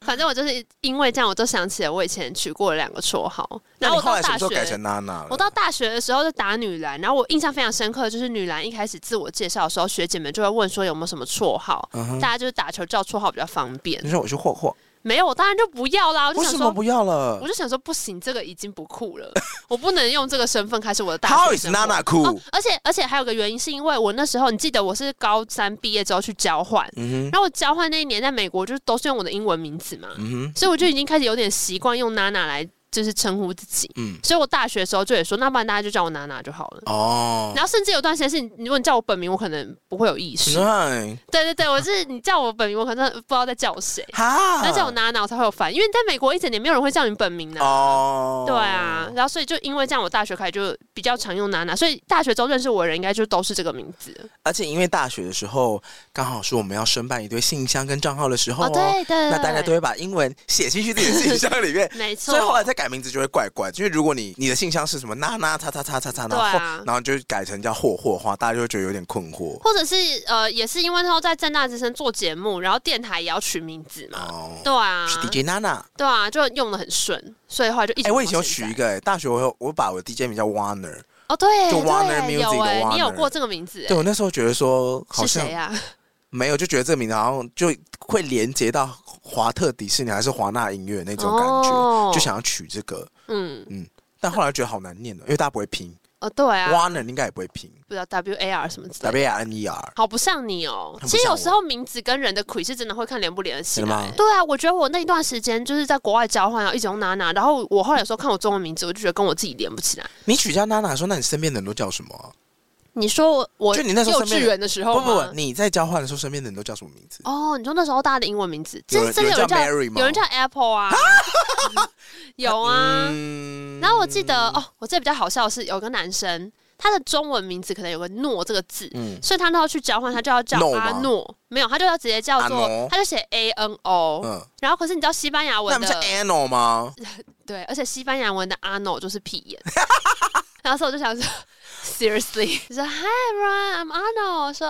反正我就是因为这样，我就想起了我以前取过了两个绰号。然后我到大学改成娜娜了。 我到大学的时候就打女篮，然后我印象非常深刻，就是女篮一开始自我介绍的时候，学姐们就会问说有没有什么绰号，嗯、大家就是打球叫绰号比较方便。 你说我是霍霍。 没有，我当然就不要啦。我就想说为什么不要了？ 我就想说不行，这个已经不酷了，我不能用这个身份开始我的大学生活。 How is Nana cool？、 哦、而且而且还有个原因，是因为我那时候你记得我是高三毕业之后去交换，嗯、然后我交换那一年在美国，就都是用我的英文名字嘛，嗯、所以我就已经开始有点习惯用 Nana 来。就是称呼自己，嗯，所以我大学的时候就也说，那不然大家就叫我娜娜就好了。哦，然后甚至有段时间是，如果你叫我本名，我可能不会有意识。对对对，我是你叫我本名，我可能不知道在叫谁。哈，那叫我娜娜我才会有反应，因为在美国一整年没有人会叫你本名的、啊。哦，对啊，然后所以就因为这样，我大学开始就比较常用娜娜，所以大学之后认识我的人应该就都是这个名字。 而且因为大学的时候刚好是我们要申办一堆信箱跟账号的时候、哦， 哦对 对, 对， 那大家都会把英文写进去自己的信箱里面， 没错。 所以后来再改名字就会怪怪。因为如果你你的信箱是什么娜娜叉叉叉叉叉，然后、啊、然后就改成叫霍霍的话，大家就会觉得有点困惑。 或者是呃，也是因为那时候在政大之声做节目，然后电台也要取名字嘛，哦、对啊， 是 D J 娜娜， 对啊，就用得很顺，所以后来就一直。 哎、欸，我以前有取一个、欸，大学我有我把我的 D J 名叫 Warner。 哦，对， 就 Warner Music 的 Warner，、 欸、你有过这个名字、欸？ 对，我那时候觉得说，好像是谁啊？ 没有，就觉得这个名字好像就会连接到华特迪士尼还是华纳音乐那种感觉，哦、就想要取这个，嗯嗯。但后来觉得好难念的，因为大家不会拼。 哦，对啊 ，Warner 应该也不会拼， 不知道 W A R 什么之类的 ，W A R N E R， 好不像你哦。其实有时候名字跟人的魁是真的会看连不连得起来。对啊，我觉得我那一段时间就是在国外交换，然后一直用娜娜，然后我后来有时候看我中文名字，我就觉得跟我自己连不起来。 你取叫娜娜的时候，那你身边的人都叫什么、啊？ 你说我我就你那时候幼稚园的时候不不不，你在交换的时候，身边的人都叫什么名字？ 哦，你说那时候大家的英文名字， 有人真的有人叫 Mary 吗？ 有人叫 Apple 啊，有啊。嗯、然后我记得哦，我记得比较好笑的是有个男生，他的中文名字可能有个诺这个字，嗯、所以他那时候去交换，他就要叫阿诺，没有，他就要直接叫做，他就写 A N O，、嗯、然后可是你知道西班牙文的， 那不是 Ano 吗？ 对，而且西班牙文的阿诺就是屁眼，然后所以我就想说。Seriously， 就说 Hi everyone, I'm Ano。说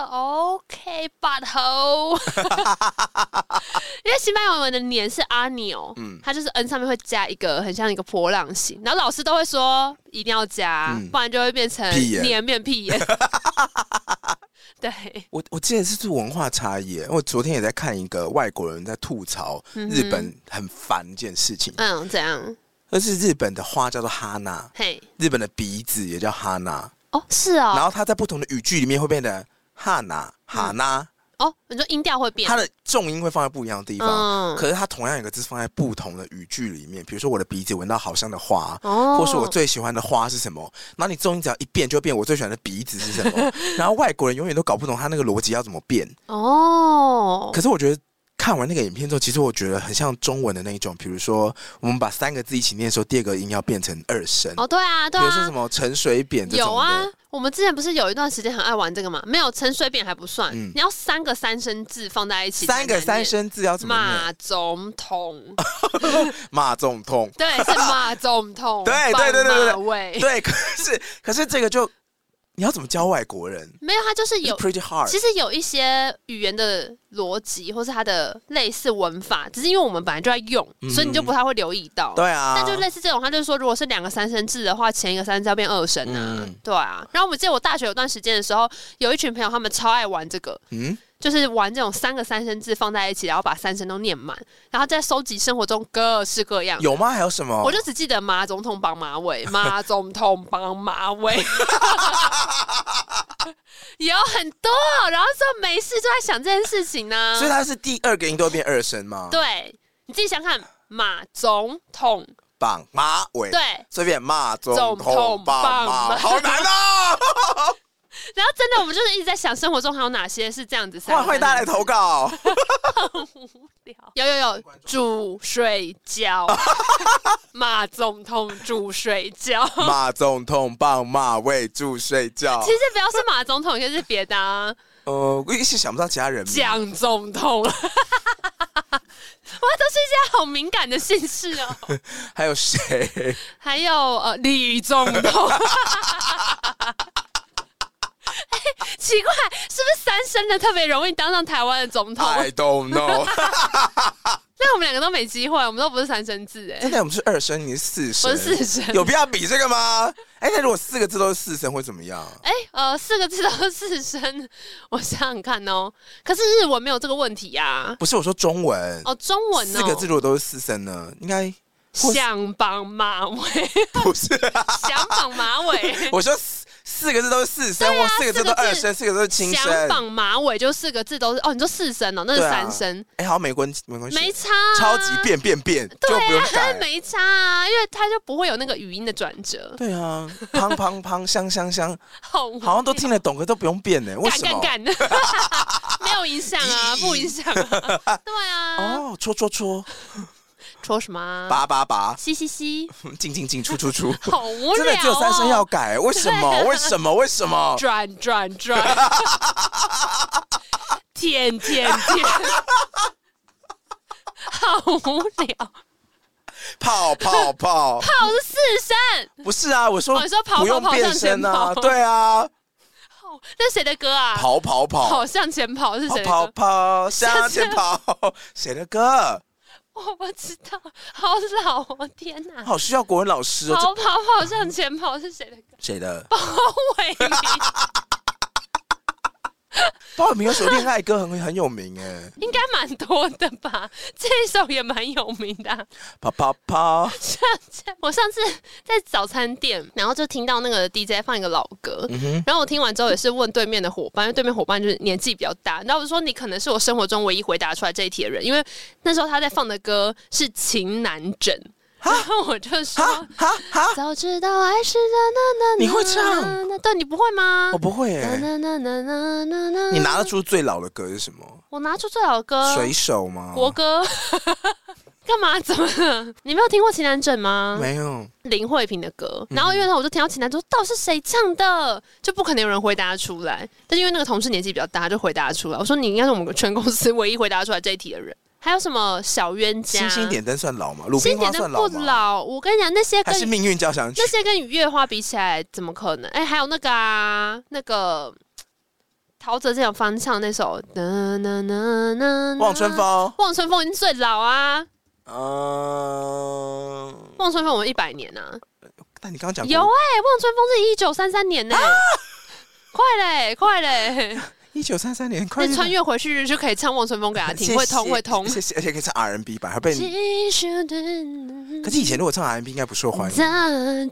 OK, butthole。因为西班牙文的年是阿纽，嗯，它就是 N 上面会加一个很像一个波浪形，然后老师都会说一定要加，嗯、不然就会变成年变屁眼。对， 我我记得这是文化差异。我昨天也在看一个外国人在吐槽日本很烦一件事情。 嗯，怎样？ 那是日本的花叫做哈娜， 嘿， 日本的鼻子也叫哈娜。 哦，是哦。 然后它在不同的语句里面会变成哈娜、哈娜。 哦，你说音调会变， 它的重音会放在不一样的地方。嗯、可是它同样有个字放在不同的语句里面，比如说我的鼻子闻到好香的花，哦、或是我最喜欢的花是什么。然后你重音只要一变，就会变我最喜欢的鼻子是什么。然后外国人永远都搞不懂他那个逻辑要怎么变。哦。可是我觉得。看完那个影片之后，其实我觉得很像中文的那一种，比如说我们把三个字一起念的时候，第二个音要变成二声。 哦，对啊，对啊。 比如说什么陈水扁这种的。 有啊，我们之前不是有一段时间很爱玩这个吗？没有陈水扁还不算，嗯、你要三个三声字放在一起。 三个三声字要怎么念？ 马总统。 马总统。 对，是马总统。 对对对对对。 对，可是可是这个就。你要怎么教外国人？ 没有，他就是有 pretty hard。 其实有一些语言的逻辑，或是它的类似文法，只是因为我们本来就在用，嗯、所以你就不太会留意到。 对啊。 但就类似这种，他就是说，如果是两个三声字的话，前一个三声要变二声啊。嗯、对啊。然后我记得我大学有段时间的时候，有一群朋友他们超爱玩这个。嗯。就是玩这种三个三声字放在一起，然后把三声都念满，然后再收集生活中各式各样。 有吗？还有什么？ 我就只记得马总统绑马尾，马总统绑马尾，有很多。然后之后没事就在想这件事情呢、啊。 所以它是第二个音都会变二声吗？ 对，你自己想看，马总统绑马尾， 对， 随便马总统绑马，好难哦。 然后真的，我们就是一直在想生活中还有哪些是这样子。 欢迎大家来投稿。 很无聊。有有有，煮水饺。马总统煮水饺。 马总统帮马尾煮水饺。 其实不要是马总统，也是别的啊。 呃，我一时想不到其他人名。 蒋总统。哇，都是一些好敏感的姓氏哦。 还有谁？ 还有呃，李总统。奇怪，是不是三声的特别容易当上台湾的总统 ？I don't know 。 那我们两个都没机会，我们都不是三声字哎。 真的，我们是二声，你是四声， 我是四声， 有必要比这个吗？哎，那如果四个字都是四声会怎么样？ 哎，呃，四个字都是四声，我想想看哦。可是日文没有这个问题呀、啊。 不是，我说中文哦，中文哦， 四个字如果都是四声呢，应该想绑马尾， 不是、啊， 想绑马尾。 我说四个字都是四声，或、啊、四个字都二声，四个字都是轻声。 想绑马尾就四个字都是哦，你说四声哦，那是三声。 哎、啊，好，没关系，没关系， 没差、啊， 超级变变变， 对啊、 就不用改， 没差啊，因为它就不会有那个语音的转折。 对啊，砰砰砰，香香香， 好， 好像都听得懂，可都不用变呢，为什么？ 干干干没有影响啊，不影响啊，对啊。 哦，戳戳戳。 戳什么、啊？ 拔拔拔， 吸吸吸， 进进进，出出出， 好无聊、哦， 真的只有三声要改，为什么？为什么？为什么？ 转转转，舔舔舔，好无聊。 泡泡泡， 泡是四声， 不是啊？我说， 哦、你说跑不用变声啊？对啊。 那谁的歌啊？ 跑跑跑， 跑向前跑是谁的歌？ 跑跑向前跑，谁的歌？ 我不知道，好老哦！天哪， 好需要国文老师哦。 跑跑跑向前跑是谁的歌？ 谁的？ 包伟明。 包伟明有首恋爱歌很很有名哎， 应该蛮多的吧？这一首也蛮有名的、啊。 跑跑跑！ 我上次在早餐店，然后就听到那个 D J 放一个老歌，嗯、然后我听完之后也是问对面的伙伴，因为对面伙伴就是年纪比较大，然后我就说你可能是我生活中唯一回答出来这一题的人，因为那时候他在放的歌是《情难枕》。然后我就说，早知道爱是那那那， 你会唱？ 对，你不会吗？ 我不会耶、欸。你拿得出最老的歌是什么？ 我拿出最老的歌， 水手吗？ 国歌。干嘛？怎么了？你没有听过《情难枕》吗？ 没有。 林慧萍的歌，然后因为呢，我就听到《情难枕》，到底是谁唱的？就不可能有人回答出来。但是因为那个同事年纪比较大，他就回答出来。我说你应该是我们全公司唯一回答出来这一题的人。还有什么小冤家？ 星星点灯算老吗？鲁冰花算老吗？ 不老。我跟你讲，那些跟还是命运交响曲， 那些跟雨月花比起来，怎么可能？哎、欸，还有那个啊，那个陶喆这种翻唱那首《 望春风》， 望春风已经最老啊。 嗯， 望春风我们一百年啊。 但你刚刚讲有哎、欸，望春风是一九三三年呢、欸啊，快嘞，快嘞。 一九三三年，快穿越回去就可以唱《望春风》给他听，会通会通， 谢谢，而且可以唱 R and B 版，还被你。可是以前如果唱 R and B 应该不受欢迎。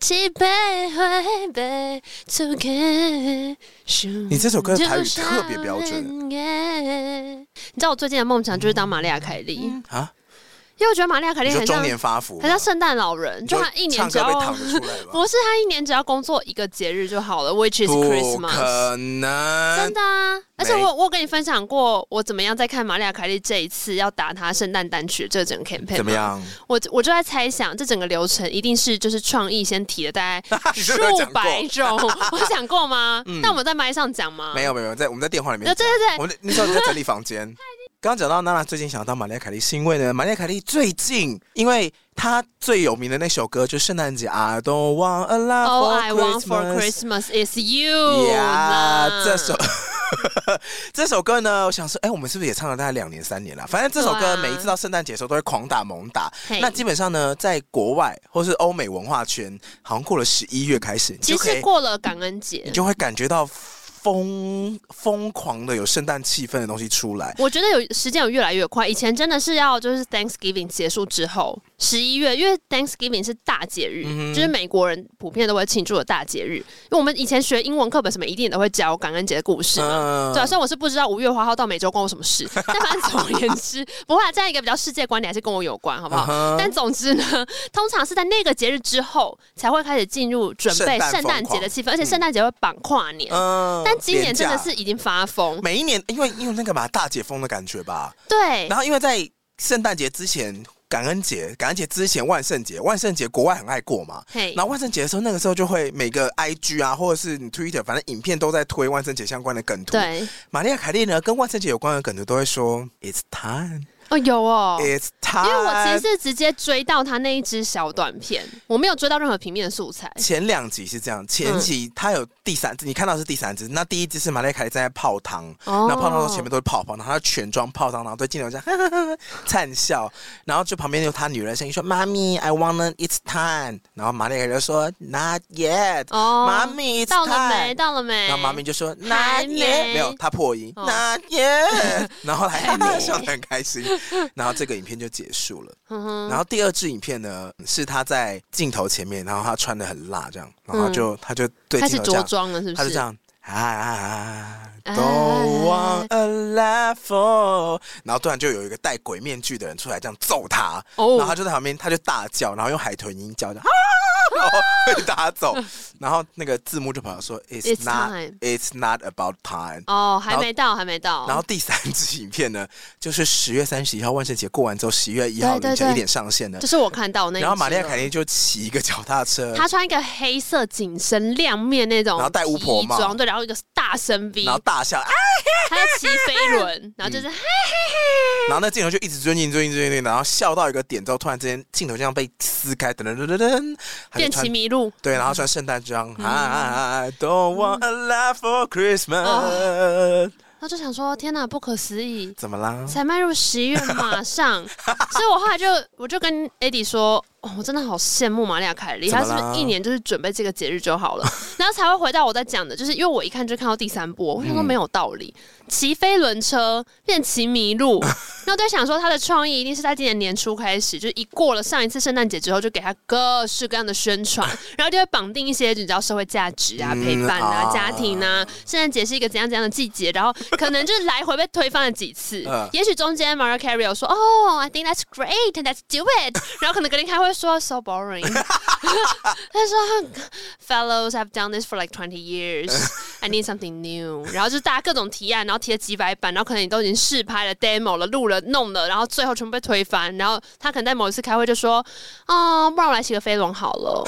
你这首歌的台语特别标准。 你知道我最近的梦想就是当玛丽亚凯莉啊。因为我觉得玛丽亚凯莉很像中年发福， 很像圣诞老人，就他一年只要不是他一年只要工作一个节日就好了 ，which is Christmas。 不可能， 真的啊！而且我我跟你分享过，我怎么样在看玛丽亚凯莉这一次要打她圣诞单曲这整个 campaign 怎么样？ 我我就在猜想，这整个流程一定是就是创意先提了大概数百种，我讲过吗？嗯、那我们在麦上讲吗？ 没有没有，在我们在电话里面。 对对对， 我们那时候你在整理房间。刚刚讲到娜娜最近想要当玛丽亚凯莉，是因为呢，玛丽亚凯莉最近，因为她最有名的那首歌就是圣诞节 I don't want a lot for All I want for Christmas is you。 呀，这首这首歌呢，我想说，哎、欸，我们是不是也唱了大概两年三年了？反正这首歌每一次到圣诞节的时候都会狂打猛打。那基本上呢，在国外或是欧美文化圈，好像过了十一月开始， 其实过了感恩节， 你就会感觉到。疯疯狂的有圣诞气氛的东西出来， 我觉得有时间有越来越快。以前真的是要就是 Thanksgiving 结束之后，十一月，因为 Thanksgiving 是大节日、嗯，就是美国人普遍都会庆祝的大节日。因为我们以前学英文课本什么，一定都会教感恩节的故事嘛。嗯、对啊，虽然我是不知道五月花号到美洲关我什么事，但反正总而言之，不会啊，这样一个比较世界观点还是跟我有关，好不好？嗯、但总之呢，通常是在那个节日之后才会开始进入准备圣诞节的气氛，而且圣诞节会绑跨年。嗯但今年真的是已经发疯， 每一年因为因为那个嘛大解封的感觉吧， 对。 然后因为在圣诞节之前、感恩节、感恩节之前、万圣节，万圣节国外很爱过嘛，然后万圣节的时候，那个时候就会每个 I G 啊，或者是你 Twitter， 反正影片都在推万圣节相关的梗图。 对， 玛丽亚凯莉呢，跟万圣节有关的梗图都会说 It's time。 哦，有哦 ，It's time。 因为我其实是直接追到他那一支小短片，我没有追到任何平面的素材。 前两集是这样，前集他有第三支，嗯、你看到是第三支，那第一支是马丽凯莉站在泡汤，哦、然后泡汤的时候前面都是泡泡，然后他全装泡汤，然后对镜头这样呵呵呵灿笑，然后就旁边有他女儿的声音说：“妈咪 ，I wanna it's time。”然后马丽凯莉就说 ：“Not yet。”哦，妈咪 ，it's time。 到了没？到了没？ 然后妈咪就说 ：“Not yet。”没有，他破音、哦、，Not yet。然后还笑得很开心，然后这个影片就结束了。嗯、然后第二支影片呢，是他在镜头前面，然后他穿得很辣，这样，然后就、嗯、他就对镜头这样， 开始着装了，是不是？ 他就这样。I don't want a laugh， 然后突然就有一个戴鬼面具的人出来这样揍他，哦、然后他就在旁边，他就大叫，然后用海豚音叫，啊，然后被打走，然后那个字幕就跑来说 It's, It's not time. It's not about time。 哦，还没到，还没到。 然后第三支影片呢，就是十月三十一号万圣节过完之后，十一月一号凌晨一点上线的， 就是我看到那一。 然后玛丽亚凯莉就骑一个脚踏车， 她穿一个黑色紧身亮面那种， 然后戴巫婆帽， 对，然后一个大深 V， 然后大笑， 她要骑飞轮，然后就是、嗯、嘿嘿嘿，然后那镜头就一直追进追进追进，然后笑到一个点之后，突然之间镜头这样被撕开，噔噔噔噔噔， 变骑麋鹿， 对，然后穿圣诞装、嗯、I don't want a laugh for Christmas。 哦，我就想说，天哪，不可思议！ 怎么啦？ 才迈入十一月，马上，所以我后来就我就跟 Eddie 说，哦，我真的好羡慕玛丽亚凯莉，她是不是一年就是准备这个节日就好了，然后才会回到我在讲的，就是因为我一看就看到第三波，我想说没有道理，骑飞轮车变骑麋鹿，然后在想说他的创意一定是在今年年初开始，就一过了上一次圣诞节之后，就给他各式各样的宣传，然后就会绑定一些你知道社会价值啊、陪伴啊、家庭啊，圣诞节是一个怎样怎样的季节，然后可能就是来回被推翻了几次，也许中间 Mariah Carey 有说哦 I think that's great let's do it， 然后可能隔天开会说 so boring， 他说 fellows have done this for like twenty years I need something new， 然后就是大家各种提案，然后提了几百版，然后可能你都已经试拍了 demo 了录了弄了，然后最后全部被推翻，然后他可能在某一次开会就说哦不然我来骑个飞轮好了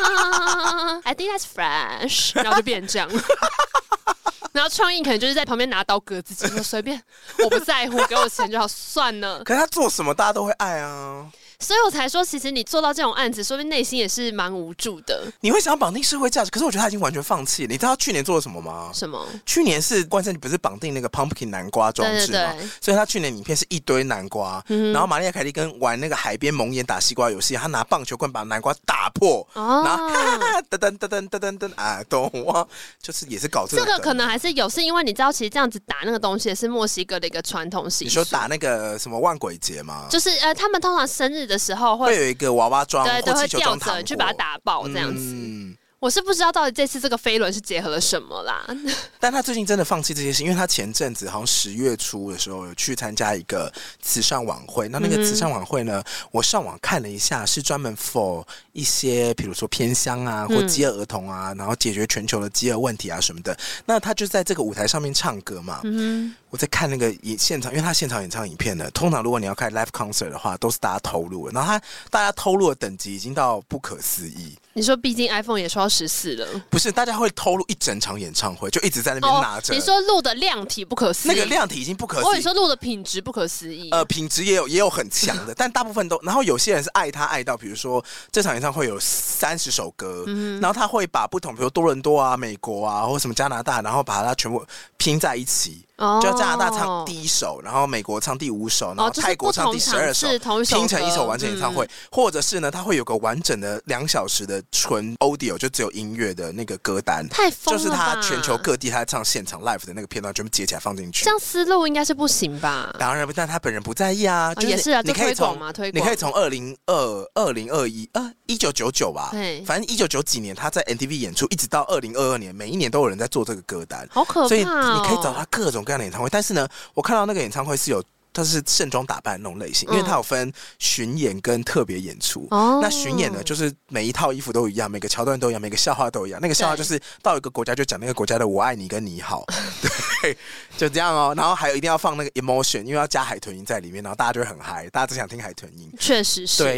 I think that's fresh， 然后就变成这样然后创意可能就是在旁边拿刀割自己，说随便，我不在乎，给我钱就好，算了。 可是他做什么大家都会爱啊， 所以我才说，其实你做到这种案子，说明内心也是蛮无助的。 你会想要绑定社会价值，可是我觉得他已经完全放弃了。你知道他去年做了什么吗？ 什么？ 去年是万圣节不是绑定那个 pumpkin 南瓜装置吗？对对对，所以他去年影片是一堆南瓜，嗯、然后玛丽亚凯莉跟玩那个海边蒙眼打西瓜游戏，他拿棒球棍把南瓜打破，哦、然后哈哈噔噔噔噔噔噔噔啊，懂哇，就是也是搞这个。 这个可能还是有，是因为你知道，其实这样子打那个东西是墨西哥的一个传统习俗。 你说打那个什么万鬼节吗？ 就是呃，他们通常生日的时候会会有一个娃娃装， 对对，会吊着去把它打爆这样子。 嗯， 我是不知道到底这次这个飞轮是结合了什么啦。 但他最近真的放弃这些事，因为他前阵子好像十月初的时候有去参加一个慈善晚会。那那个慈善晚会呢，嗯、我上网看了一下，是专门 for 一些比如说偏乡啊或饥饿儿童啊，嗯、然后解决全球的饥饿问题啊什么的。那他就在这个舞台上面唱歌嘛。嗯，我在看那个现场，因为他现场演唱影片呢，通常如果你要看 live concert 的话，都是大家偷录的，然后他大家偷录的等级已经到不可思议。 你说，毕竟 iPhone 也说到十四了， 不是？大家会偷录一整场演唱会，就一直在那边拿着。 哦、你说录的量体不可思议， 那个量体已经不可思议。 我跟你说录的品质不可思议。 呃，品质也有也有很强的，但大部分都。然后有些人是爱他爱到，比如说这场演唱会有三十首歌，嗯、然后他会把不同，比如多伦多啊、美国啊，或什么加拿大，然后把它全部拼在一起。哦、就加拿大唱第一首，然后美国唱第五首，然后泰国唱第十二首，拼成一首完整演唱会。嗯、或者是呢，它会有个完整的两小时的纯 audio， 就只有音乐的那个歌单， 太疯了吧， 就是他全球各地他在唱现场 live 的那个片段，全部截起来放进去。 这样思路应该是不行吧？ 当然不，但他本人不在意啊。就是哦、也是啊， 你可以从你可以从二零二二零二一呃一九九九吧，反正一九九几年他在 M T V 演出，一直到二零二二年，每一年都有人在做这个歌单， 好可怕、哦。 所以你可以找他各种各样的演唱会，但是呢。我看到那个演唱会是有，它是盛装打扮那种类型，因为它有分巡演跟特别演出。哦、那巡演呢，就是每一套衣服都一样，每个桥段都一样，每个笑话都一样。那个笑话就是到一个国家就讲那个国家的我爱你跟你好，对，就这样哦。然后还有一定要放那个 emotion， 因为要加海豚音在里面，然后大家就会很嗨，大家只想听海豚音。 确实是。 对，那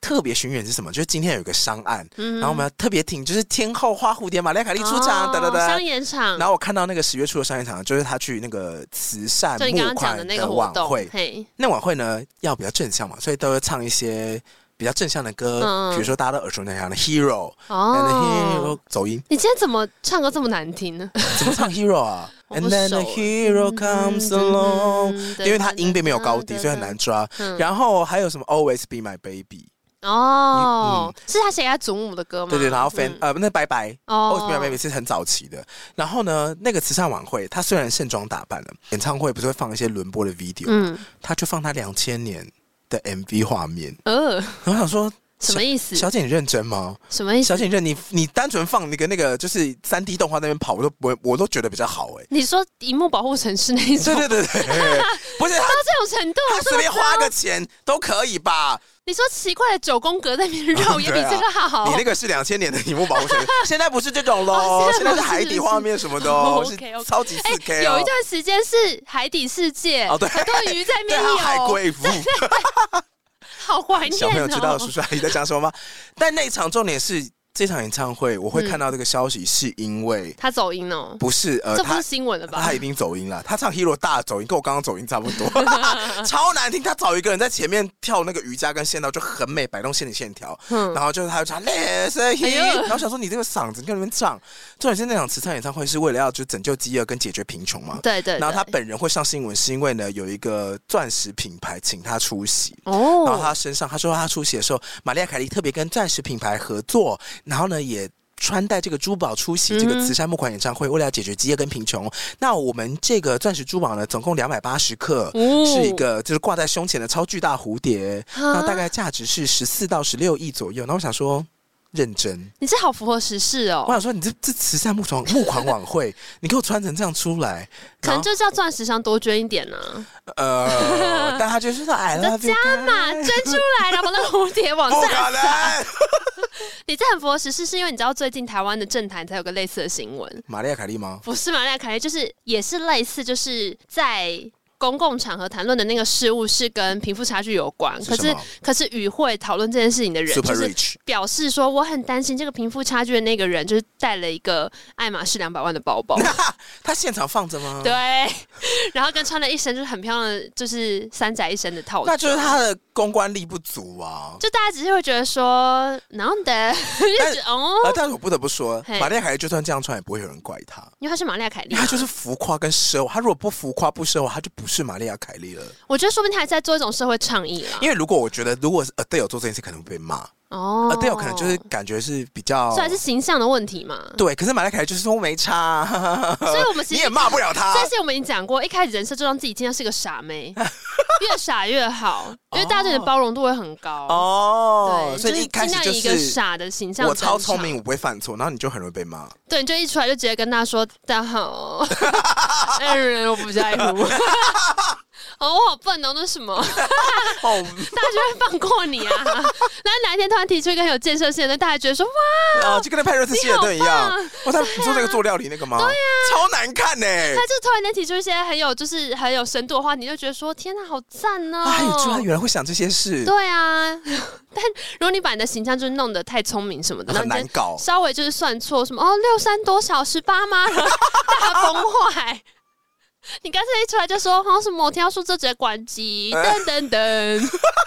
特别巡演是什么？就是今天有一个商案，嗯、然后我们要特别挺，就是天后花蝴蝶玛丽亚凯莉出场，等等等。 商演场。 然后我看到那个十月初的商演场，就是他去那个慈善募款的晚会。那晚会呢要比较正向嘛，所以都会唱一些比较正向的歌，嗯、比如说大家都耳熟能详的 Hero， 哦 ，Hero 走音。 你今天怎么唱歌这么难听呢？ 怎么唱 Hero 啊？And then the hero comes along，、嗯、因为他音并没有高低，所以很难抓。嗯、然后还有什么 Always Be My Baby。 哦、嗯，是他写给他祖母的歌吗？ 对对，然后 fan、嗯、呃，那拜拜，哦 ，Always Be My Baby 是很早期的。然后呢，那个慈善晚会，他虽然盛装打扮了，演唱会不是会放一些轮播的 video，嗯，他就放他两千年的 M V 画面。呃，然后想说。 什么意思？ 小姐，你认真吗？ 什么意思？ 小姐，你认你你单纯放那个那个就是三 D 动画那边跑，我都不会，我都觉得比较好哎、欸。 你说荧幕保护城市那一种？ 对对对对，不是他到这种程度， 他随便花个钱都可以吧？ 你说奇怪的九宫格在那边绕也比这个好。 啊、你那个是两千年的荧幕保护城市，现在不是这种喽、哦，现在是海底画面什么的哦，是超级四 K、哦欸。 有一段时间是海底世界，哦对，很多鱼在那边游， 海龟夫。 好怀念、哦、 小朋友知道叔叔阿姨在讲什么吗？但那一场重点是这场演唱会，我会看到这个消息，是因为、 嗯、他走音哦， 不是，呃， 这不是新闻了吧？ 他一定走音了，他唱 Hero 大走音，跟我刚刚走音差不多，超难听。他找一个人在前面跳那个瑜伽跟线道，就很美，摆动线体线条，嗯、然后就是他就唱 Listen Here，、哎、然后想说你这个嗓子你跟那边唱，重点是那场慈善演唱会是为了要就拯救饥饿跟解决贫穷嘛， 对 对, 对。 然后他本人会上新闻，是因为呢有一个钻石品牌请他出席，哦，然后他身上他说他出席的时候，玛丽亚凯莉特别跟钻石品牌合作，然后呢也。穿戴这个珠宝出席这个慈善募款演唱会，为了要解决饥饿跟贫穷。那我们这个钻石珠宝呢，总共两百八十克，哦、是一个就是挂在胸前的超巨大蝴蝶，那大概价值是十四到十六亿左右。那我想说。认真， 你这好符合时事哦！ 我想说，你这这慈善募款募款晚会，你给我穿成这样出来， 可能就是要钻石商多捐一点呢、啊。 呃，但他就是说，哎， 的加码捐出来，然后把那个蝴蝶往下撒。你这很符合时事，是因为你知道最近台湾的政坛才有个类似的新闻。 玛丽亚凯莉吗？ 不是玛丽亚凯莉，就是也是类似，就是在。公共场合谈论的那个事物是跟贫富差距有关，可是可是与会讨论这件事情的人，就是表示说我很担心这个贫富差距的那个人，就是带了一个爱马仕两百万的包包， 他现场放着吗？ 对，然后跟穿了一身就是很漂亮的，就是三宅一生的套装， 那就是他的公关力不足啊。 就大家只是会觉得说，然后的， 哦，但是我不得不说，玛丽亚凯莉就算这样穿，也不会有人怪他， 因为他是玛丽亚凯莉， 他就是浮夸跟奢华。他如果不浮夸不奢华，他就不是玛丽亚凯莉了。 我觉得说不定他还在做一种社会倡议啦。 因为如果我觉得，如果是 Adele 做这件事，可能会被骂。哦 ，Adele 可能就是感觉是比较， 所以还是形象的问题嘛。 对，可是玛丽亚凯莉就是说没差， 所以我们其实你也骂不了他。 这些我们已经讲过，一开始人设就让自己尽量是个傻妹，越傻越好，因为大家对你的包容度会很高。哦，对，所以一开始就是一个傻的形象。 我超聪明，我不会犯错，然后你就很容易被骂。 对，你就一出来就直接跟他说：“大家好，爱人我不在乎。”哦，我好笨哦，那是什么？大家就会放过你啊。然后哪一天突然提出一个很有建设性的，大家觉得说哇， 啊，就跟那派瑞斯希尔顿一样。哇，他你说那个做料理那个吗？ 对呀、啊， 超难看呢、欸。 他就突然间提出一些很有就是很有深度的话，你就觉得说天哪，好赞哦！ 哎，居然原来会想这些事。 对啊，但如果你把你的形象就是弄得太聪明什么的， 很难搞。 稍微就是算错什么哦，六三多少十八吗？大崩坏。你干脆一出来就说好像什么，我听到说这直接关机，噔噔噔，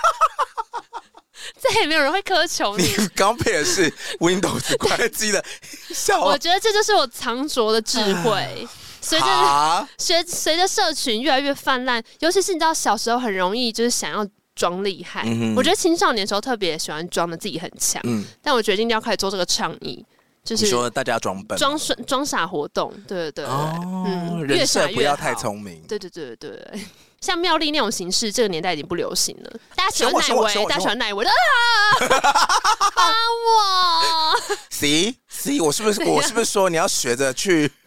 再也没有人会苛求你。 你刚配的是 Windows 关机的笑话， 我觉得这就是我藏拙的智慧。随着随随着社群越来越泛滥，尤其是你知道小时候很容易就是想要装厉害、嗯，我觉得青少年的时候特别喜欢装的自己很强、嗯，但我决定要开始做这个倡议。就是你说大家装笨、 装傻、装傻活动，对对对，哦、 嗯，人设不要太聪明， 对对对对对。像妙丽那种形式，这个年代已经不流行了。大家喜欢奈维，大家喜欢奈维的啊！帮我 ，see see， 我是不是我是不是说你要学着去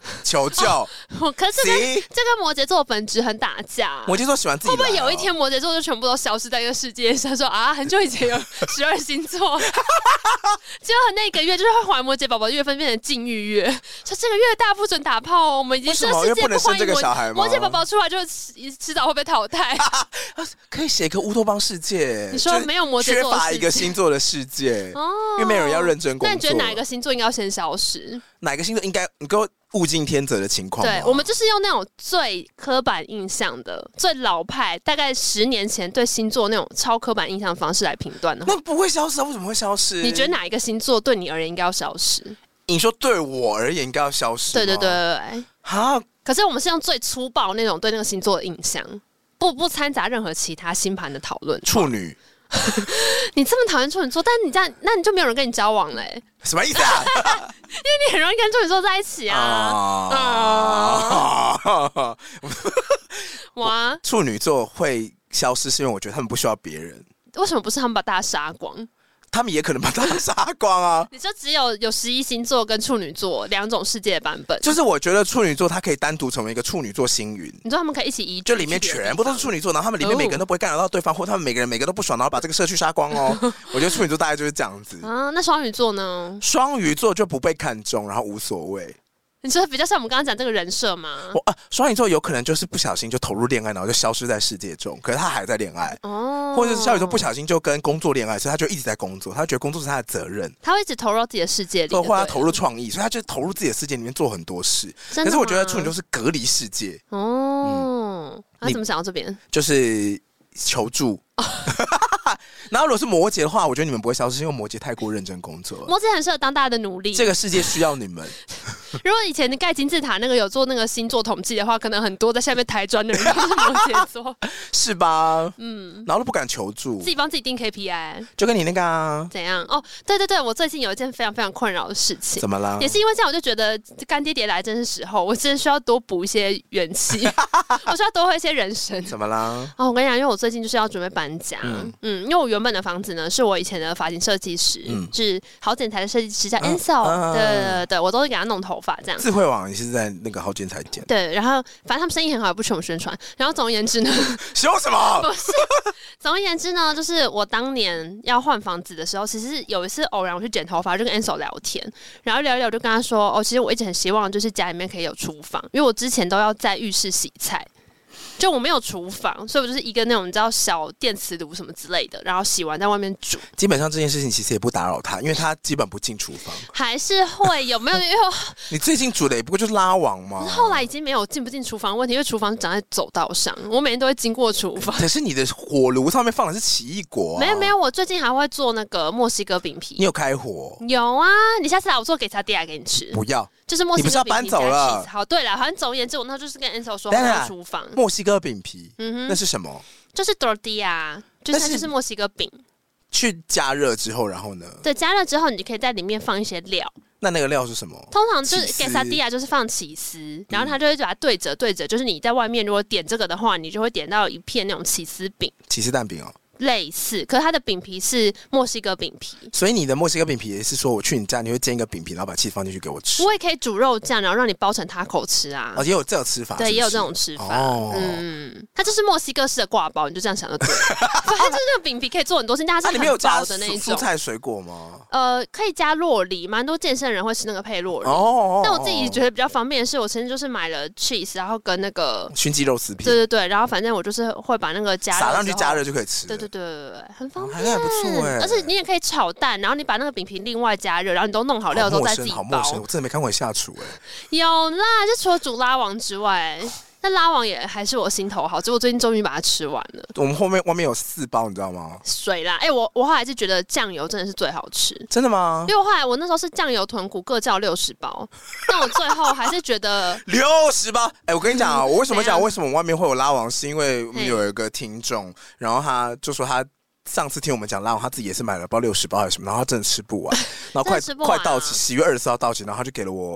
求救。 哦、可是这跟这跟摩羯座本质很打架。 摩羯座喜欢自己、哦， 会不会有一天摩羯座就全部都消失在这个世界上？说啊，很久以前有十二星座，结果那个月就是会怀摩羯宝宝的月份变成禁欲月，说这个月大家不准打炮哦，我们已经这个世界不欢迎摩摩羯宝宝出来，就迟迟早会被淘汰。 可以写一个乌托邦世界， 你说没有摩羯座的世界， 缺乏一个星座的世界，哦、因为没有人要认真工作。 那你觉得哪一个星座应该要先消失？ 哪个星座应该你给我物竞天择的情况？ 对，我们就是用那种最刻板印象的、最老派，大概十年前对星座那种超刻板印象的方式来评断的话， 那不会消失啊？为什么会消失？ 你觉得哪一个星座对你而言应该要消失？ 你说对我而言应该要消失？ 对对对对对。 好， 可是我们是用最粗暴那种对那个星座的印象，不不掺杂任何其他星盘的讨论。 处女。 你这么讨厌处女座，但是你这样，那你就没有人跟你交往嘞、欸？ 什么意思啊？ 因为你很容易跟处女座在一起啊。 啊哇！ 处女座会消失，是因为我觉得他们不需要别人。 为什么不是他们把大家杀光？ 他们也可能把大家杀光啊！ 你说只有有十一星座跟处女座两种世界的版本， 就是我觉得处女座它可以单独成为一个处女座星云。 你说他们可以一起移居， 就里面全部都是处女座，然后他们里面每个人都不会干扰到对方，哦、或他们每个人每个都不爽，然后把这个社区杀光哦。我觉得处女座大概就是这样子啊。那双鱼座呢？ 双鱼座就不被看中，然后无所谓。 你说比较像我们刚刚讲这个人设吗？ 我啊，双鱼座有可能就是不小心就投入恋爱，然后就消失在世界中，可是他还在恋爱哦。或者是双鱼座不小心就跟工作恋爱，所以他就一直在工作，他觉得工作是他的责任， 他会一直投入自己的世界里， 或者他投入创意，所以他就投入自己的世界里面做很多事。可是我觉得处女座是隔离世界哦。嗯、他怎么想到这边？ 就是求助。然后如果是摩羯的话，我觉得你们不会消失，因为摩羯太过认真工作了。 摩羯很适合当大家的奴隶， 这个世界需要你们。 如果以前你盖金字塔那个有做那个星座统计的话，可能很多在下面抬砖的人都是摩羯座， 是吧？嗯，然后都不敢求助， 自己帮自己定 K P I， 就跟你那个、啊、 怎样？哦，对对对，我最近有一件非常非常困扰的事情， 怎么了？ 也是因为这样，我就觉得干爹爹来真是时候，我真的需要多补一些元气，我需要多喝一些人参。 怎么啦？ 哦，我跟你讲，因为我最近就是要准备搬家，嗯，嗯因为我原本的房子呢是我以前的发型设计师，嗯、是好剪裁的设计师叫 Ansel，、嗯、对对对对，我都是给他弄头发这样。 智慧网你是在那个好剪裁剪？ 对，然后反正他们生意很好，也不缺我们宣传。然后总而言之呢， 凶什么？ 不是，总而言之呢，就是我当年要换房子的时候，其实有一次偶然我去剪头发，就跟 Ansel 聊天，然后聊一聊，我就跟他说，哦，其实我一直很希望就是家里面可以有厨房，因为我之前都要在浴室洗菜。就我没有厨房，所以我就是一个那种你知道小电磁炉什么之类的，然后洗完在外面煮。 基本上这件事情其实也不打扰他，因为他基本不进厨房。 还是会有没有？因为你最近煮的也不过就是拉网吗？ 后来已经没有进不进厨房问题，因为厨房是长在走道上，我每天都会经过厨房。 可是你的火炉上面放的是奇异果、啊。 没有没有，我最近还会做那个墨西哥饼皮。 你有开火？ 有啊，你下次来我做给他爹给你吃。 不要。 就是墨西哥饼皮， 你不是要搬走了？ 好，对了，反正总而言之，我那就是跟 Ansel 说，我要厨房。 墨西哥饼皮，嗯哼，那是什么？ 就是 tortilla， 就是它就是墨西哥饼。 去加热之后，然后呢？ 对，加热之后，你可以在里面放一些料。 那那个料是什么？ 通常就是 quesadilla 就是放起司，然后它就会把它对折对折，就是你在外面如果点这个的话，你就会点到一片那种起司饼， 起司蛋饼哦。 类似，可是它的饼皮是墨西哥饼皮， 所以你的墨西哥饼皮也是说我去你家你会煎一个饼皮，然后把起司放进去给我吃。 我也可以煮肉酱，然后让你包成taco吃啊。 哦，也有这种吃法是不是？ 对，也有这种吃法。哦，嗯，它就是墨西哥式的挂包，你就这样想就对了。反正就是那个饼皮可以做很多事，但它是很薄的那一种。 蔬菜水果吗？ 呃，可以加酪梨，蛮多健身人会吃那个配酪梨。哦，但我自己觉得比较方便的是，我曾经就是买了 cheese， 然后跟那个熏鸡肉丝片。 对对对，然后反正我就是会把那个加热撒上去加热就可以吃。 对对对对对，很方便， 还不错哎。 而且你也可以炒蛋，然后你把那个饼皮另外加热，然后你都弄好料之后再自己包。 好陌生，我真的没看过你下厨哎。 有啦，就除了煮拉王之外。那拉网也还是我心头好，结果最近终于把它吃完了。 我们后面外面有四包，你知道吗？ 水啦，哎、欸，我我后来是觉得酱油真的是最好吃。 真的吗？ 因为我后来我那时候是酱油豚骨各叫六十包，但我最后还是觉得六十包。哎、欸，我跟你讲啊，我为什么讲为什么外面会有拉网，是因为我们有一个听众，然后他就说他。上次听我们讲拉网，他自己也是买了包六十包还是什么，然后他真的吃不完，然后快不完、啊、 快到期，十月二十四号到期，然后他就给了我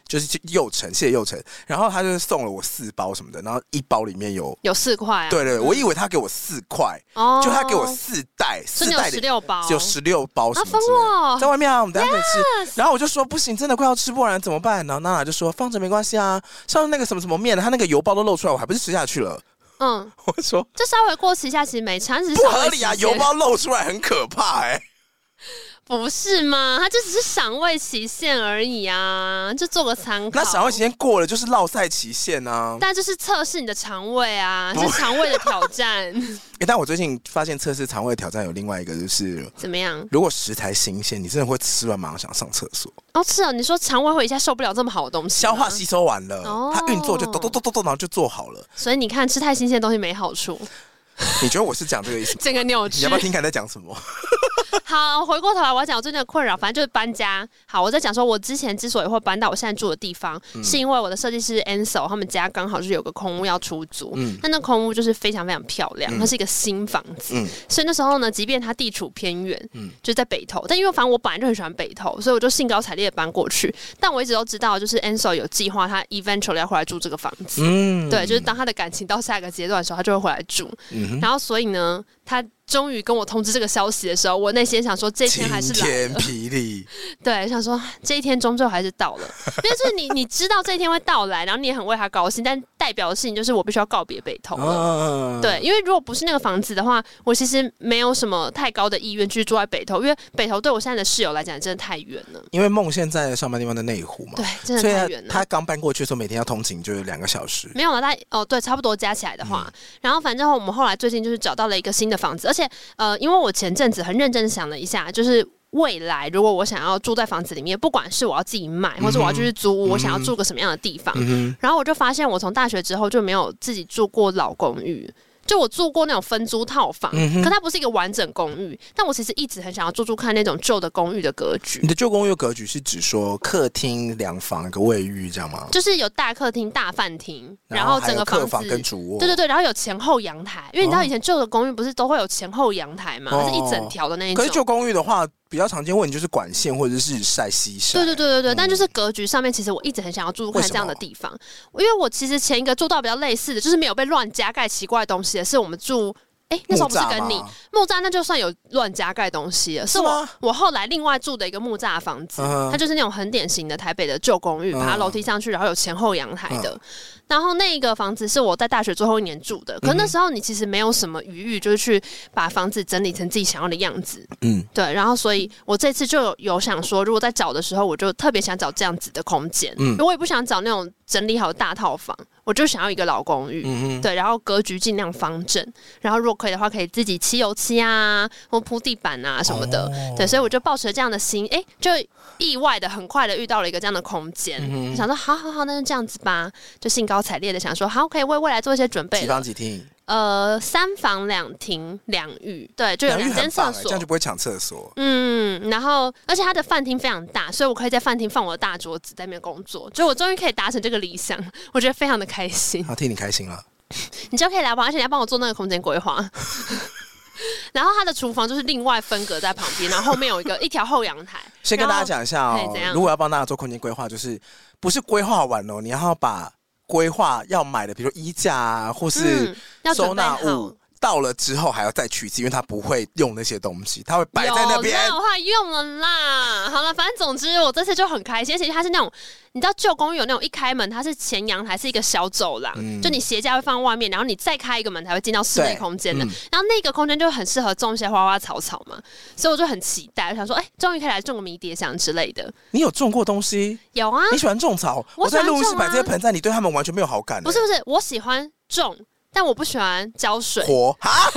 就是幼橙，谢谢幼橙。然后他就送了我四包什么的，然后一包里面有有四块、啊。 对对，我以为他给我四块，哦，就他给我四袋，四袋有十六包， 有十六包什么之类的， 啊、 在外面啊，我们等一下可以吃。Yes! 然后我就说不行，真的快要吃不完怎么办？然后娜娜就说放着没关系啊，像那个什么什么面，他那个油包都露出来，我还不是吃下去了。嗯，我说就稍微过期一下，其实没差，只是不合理啊，油包露出来很可怕哎、欸。 不是吗？它就只是赏味期限而已啊，就做个参考。 那赏味期限过了就是落赛期限啊。 但就是测试你的肠胃啊，是肠胃的挑战。 欸、但我最近发现测试肠胃挑战有另外一个就是怎么样？ 如果食材新鲜，你真的会吃完马上想上厕所。 哦，是哦，你说肠胃会一下受不了这么好的东西， 消化吸收完了，哦、它运作就咚咚咚咚咚，然后就做好了。 所以你看，吃太新鲜的东西没好处。 你觉得我是讲这个意思吗？ 整个扭曲。 你要不要听看在讲什么？ 好，回过头来，我要讲我最近的困扰，反正就是搬家。好，我在讲说，我之前之所以会搬到我现在住的地方，嗯、是因为我的设计师 Ansel 他们家刚好就是有个空屋要出租，嗯，那那空屋就是非常非常漂亮，嗯、它是一个新房子，嗯，所以那时候呢，即便它地处偏远，嗯，就在北投，但因为反正我本来就很喜欢北投，所以我就兴高采烈的搬过去。但我一直都知道，就是 Ansel 有计划，他 eventually 要回来住这个房子，嗯，对，就是当他的感情到下一个阶段的时候，他就会回来住，嗯，然后所以呢，他终于跟我通知这个消息的时候，我内心想说这一天还是来了， 晴天霹雳。对， 想说这一天终究还是到了，因为就是你你知道这一天会到来，然后你也很为他高兴，但代表的事情就是我必须要告别北投了。嗯、对，因为如果不是那个房子的话，我其实没有什么太高的意愿去住在北投，因为北投对我现在的室友来讲真的太远了。 因为梦现在上班地方在内湖嘛， 对，真的太远了。 他刚搬过去的时候，每天要通勤就是两个小时。 没有了，大概哦对，差不多加起来的话，嗯、然后反正我们后来最近就是找到了一个新的房子，而且呃，因为我前阵子很认真的想了一下，就是未来如果我想要住在房子里面，不管是我要自己买，或者我要就是租屋，嗯、我想要住个什么样的地方，嗯、然后我就发现我从大学之后就没有自己住过老公寓。就我住过那种分租套房，嗯、可它不是一个完整公寓，但我其实一直很想要住住看那种旧的公寓的格局。 你的旧公寓的格局是指说客厅、两房、一个卫浴这样吗？ 就是有大客厅、大饭厅，然后整个房子客房跟主卧， 对对对，然后有前后阳台，因为你知道以前旧的公寓不是都会有前后阳台嘛，它、哦、是一整条的那一种。 可是旧公寓的话，比较常见问题就是管线或者是日晒西晒。 对对对对对，嗯、但就是格局上面，其实我一直很想要住看这样的地方，因为我其实前一个住到比较类似的，就是没有被乱加盖奇怪的东西的，是我们住。哎、欸，那时候不是跟你木栅，那就算有乱加盖东西了。是我我后来另外住的一个木栅房子，嗯、它就是那种很典型的台北的旧公寓，爬楼梯上去，然后有前后阳台的。嗯、然后那个房子是我在大学最后一年住的，可是那时候你其实没有什么余裕，就是去把房子整理成自己想要的样子。嗯，对。然后所以我这次就有有想说，如果在找的时候，我就特别想找这样子的空间。嗯，我也不想找那种整理好的大套房。我就想要一个老公寓，嗯、对，然后格局尽量方正，然后如果可以的话，可以自己漆油漆啊，或铺地板啊什么的，哦、对，所以我就抱持了这样的心，哎，就意外的很快的遇到了一个这样的空间，嗯、想说好好好，那就这样子吧，就兴高采烈的想说，好，可以为未来做一些准备了。 几房几厅？ 呃，三房两厅两浴，对，就有两间厕所， 这样就不会抢厕所。 嗯，然后而且它的饭厅非常大，所以我可以在饭厅放我的大桌子在那边工作，就我终于可以达成这个理想，我觉得非常的开心。 好，替你开心了。 你就可以来吧，而且你要帮我做那个空间规划。然后它的厨房就是另外分隔在旁边，然后后面有一个一条后阳台。 先跟大家讲一下哦，如果要帮大家做空间规划，就是不是规划完哦，你要把规划要买的，比如说衣架啊，或是收纳物，嗯、到了之后还要再取次，因为他不会用那些东西，他会摆在那边。 有的话用了啦。好了，反正总之我这次就很开心，而且它是那种你知道旧公寓有那种一开门，它是前阳台是一个小走廊，嗯、就你鞋架会放外面，然后你再开一个门才会进到室内空间的。嗯、然后那个空间就很适合种一些花花草草嘛，所以我就很期待，我想说，哎、欸，终于可以来种个迷迭香之类的。 你有种过东西？ 有啊。 你喜欢种草？我, 我在录音室摆这些盆栽，你对他们完全没有好感、欸。 不是不是，我喜欢种，但我不喜欢浇水。 活哈？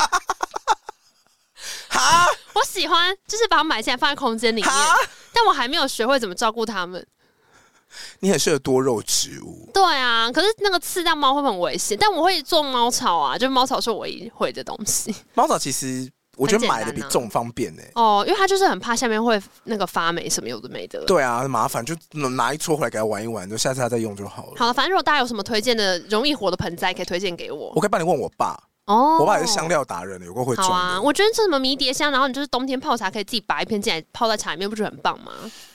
哈？ 我喜欢就是把它买进来放在空间里面，但我还没有学会怎么照顾它们。 你很适合多肉植物。 对啊，可是那个刺到猫会很危险，但我会种猫草啊，就猫草是我唯一会的东西。 猫草其实我觉得买的比种方便哎、欸。 哦，因为它就是很怕下面会那个发霉什么有的没的。 对啊，麻烦，就拿一撮回来给它玩一玩，就下次它再用就好了。 好了，反正如果大家有什么推荐的容易活的盆栽，可以推荐给我。 我可以帮你问我爸。哦，我爸也是香料达人，有够会种的。 好啊，我觉得这什么迷迭香，然后你就是冬天泡茶可以自己拔一片进来泡在茶里面，不是很棒吗？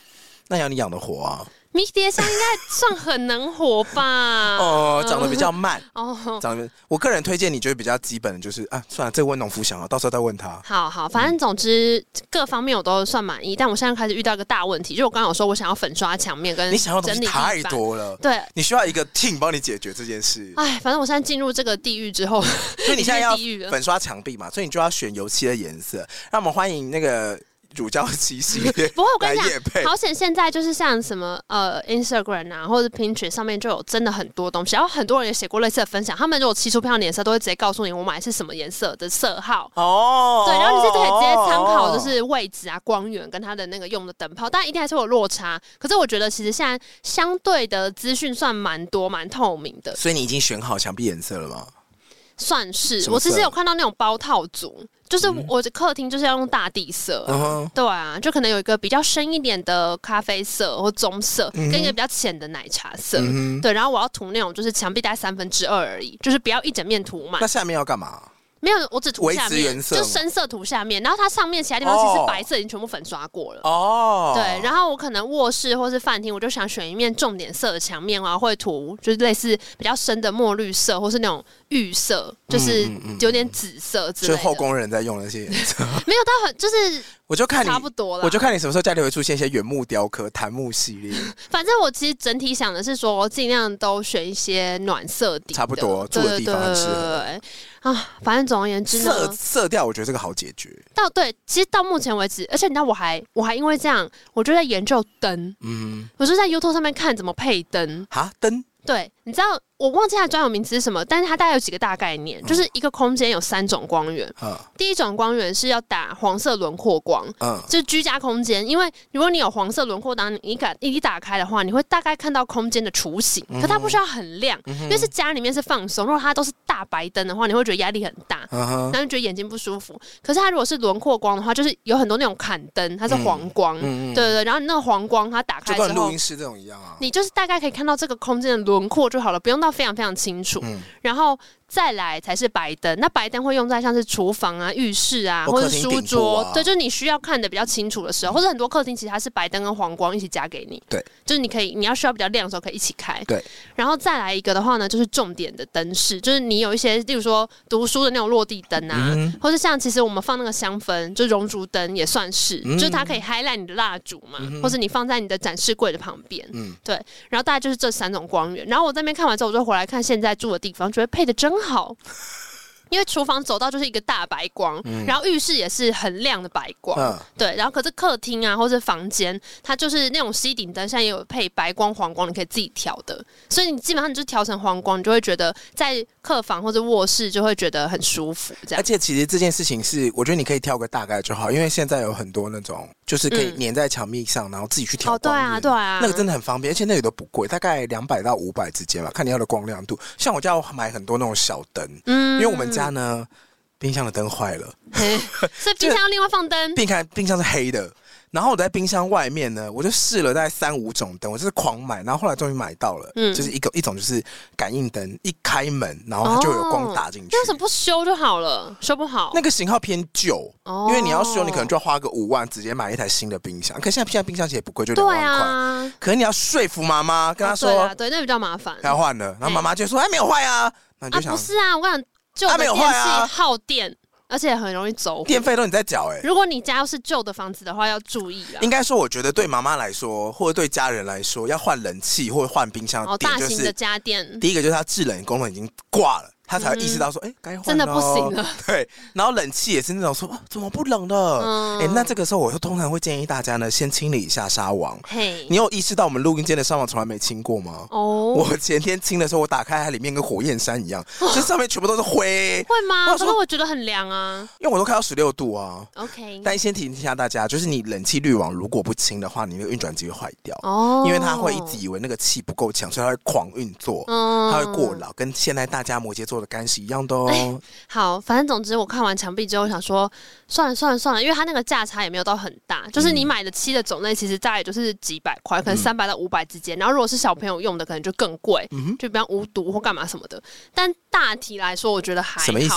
那要你养得活啊。 迷迭香应该算很能活吧？ 哦，长得比较慢。哦，长得我个人推荐你觉得比较基本的就是啊，算了，这个问农夫想了，到时候再问他。 好好，反正总之、嗯、各方面我都算满意，但我现在开始遇到一个大问题，就我刚刚有说我想要粉刷墙面跟你想要的东西太多了，对，你需要一个 team 帮你解决这件事。 哎，反正我现在进入这个地狱之后， 所以你现在要粉刷墙壁嘛，所以你就要选油漆的颜色。让我们欢迎那个。乳胶漆系列， 不会，我跟你讲，好险现在就是像什么呃 Instagram 啊，或者 Pinterest 上面就有真的很多东西，然后很多人也写过类似的分享，他们如果漆出漂亮的颜色，都会直接告诉你我买的是什么颜色的色号哦，对，然后你是可以直接参考就是位置啊、光源跟它的那个用的灯泡，当然一定还是会有落差，可是我觉得其实现在相对的资讯算蛮多、蛮透明的。 所以你已经选好墙壁颜色了吗？ 算是，我其实有看到那种包套组，就是我的客厅就是要用大地色、啊嗯，对啊，就可能有一个比较深一点的咖啡色或棕色，嗯、跟一个比较浅的奶茶色、嗯，对，然后我要涂那种就是墙壁大概三分之二而已，就是不要一整面涂满。 那下面要干嘛？ 没有，我只涂下面，就深色涂下面，然后它上面其他地方其实白色已经全部粉刷过了。哦，对，然后我可能卧室或是饭厅，我就想选一面重点色的墙面啊，会涂就是类似比较深的墨绿色，或是那种玉色，就是有点紫色之类的。 就是后宫人在用的那些颜色， 没有到很就是。 我就看你差不多了， 我就看你什么时候家里会出现一些原木雕刻、檀木系列。 反正我其实整体想的是说，尽量都选一些暖色底的， 差不多住的地方很适合。 啊，反正总而言之呢， 色色调我觉得这个好解决。 到对，其实到目前为止，而且你知道我还我还因为这样，我就在研究灯。嗯，我就在 YouTube 上面看怎么配灯。 哈，灯？ 对，你知道我忘记它专有名词是什么，但是它大概有几个大概念，嗯、就是一个空间有三种光源。嗯、第一种光源是要打黄色轮廓光，嗯、就是居家空间，因为如果你有黄色轮廓灯，你打一打开的话，你会大概看到空间的雏形，嗯、可它不需要很亮，嗯、因为是家里面是放松。如果它都是大白灯的话，你会觉得压力很大，嗯、然后你觉得眼睛不舒服。可是它如果是轮廓光的话，就是有很多那种砍灯，它是黄光，嗯、对对对，然后你那个黄光它打开之后， 就跟录音室这种一样啊， 你就是大概可以看到这个空间的轮廓就好了，不用到非常非常清楚。嗯、然后再来才是白灯，那白灯会用在像是厨房啊、浴室啊，或者书桌，啊、对，就是你需要看的比较清楚的时候，或者很多客厅其实它是白灯跟黄光一起加给你，对，就是你可以你要需要比较亮的时候可以一起开，对。然后再来一个的话呢，就是重点的灯饰，就是你有一些，例如说读书的那种落地灯啊，嗯、或者像其实我们放那个香氛，就熔烛灯也算是，嗯、就是它可以 highlight 你的蜡烛嘛，嗯、或者你放在你的展示柜的旁边，嗯，对。然后大概就是这三种光源。然后我在那边看完之后，我就回来看现在住的地方，觉得配的真好。因为厨房走道就是一个大白光，嗯、然后浴室也是很亮的白光，嗯、对，然后可是客厅啊或者房间，它就是那种吸顶灯，现在也有配白光、黄光，你可以自己调的，所以你基本上你就调成黄光，你就会觉得在客房或者卧室就会觉得很舒服，这样。 而且其实这件事情是，我觉得你可以挑个大概就好，因为现在有很多那种就是可以粘在墙壁上，嗯、然后自己去调光源，哦，对啊，对啊，那个真的很方便，而且那个都不贵，大概两百到五百之间吧，看你要的光亮度。像我家要买很多那种小灯，嗯，因为我们家呢。冰箱的灯坏了， 所以冰箱要另外放灯。 冰箱冰箱是黑的，然后我在冰箱外面呢，我就试了大概三五种灯，我就是狂买，然后后来终于买到了，嗯、就是一个一种就是感应灯，一开门然后它就有光打进去。 那为什么不修就好了？修不好？ 那个型号偏旧，哦、因为你要修，你可能就要花个五万，直接买一台新的冰箱。可是现在现在冰箱其实也不贵，就两万块。啊、可是你要说服妈妈，跟她说， 哦、对, 啊、对，那比较麻烦。 要换了，然后妈妈就说：“哎，没有坏啊。”那你就想， 啊，不是啊，我跟你讲，旧的电器耗电。而且很容易走火， 电费都你在缴哎。 如果你家要是旧的房子的话，要注意啊。 应该说，我觉得对妈妈来说，或者对家人来说，要换冷气或者换冰箱的点就是， 大型的家电， 第一个就是它制冷功能已经挂了。他才会意识到说，哎、嗯，该换了， 真的不行了。 对，然后冷气也是那种说，啊、怎么不冷了？哎、嗯，那这个时候我通常会建议大家呢，先清理一下纱网。嘿，你有意识到我们录音间的纱网从来没清过吗？哦，我前天清的时候，我打开它里面跟火焰山一样，哦、就上面全部都是灰。 会吗？可是我觉得很凉啊， 因为我都开到十六度啊。 OK， 但先提醒一下大家，就是你冷气滤网如果不清的话，你那个运转机会坏掉。哦，因为它会一直以为那个气不够强，所以它会狂运作，嗯、它会过劳，跟现在大家摩羯座的干是一样的。欸、 好，反正总之我看完墙壁之后想说，算了算了算了，因为它那个价差也没有到很大，就是你买的漆的种类其实大概就是几百块，可能三百到五百之间。然后如果是小朋友用的，可能就更贵，嗯、就比方无毒或干嘛什么的。但大体来说，我觉得还好。 什么意思？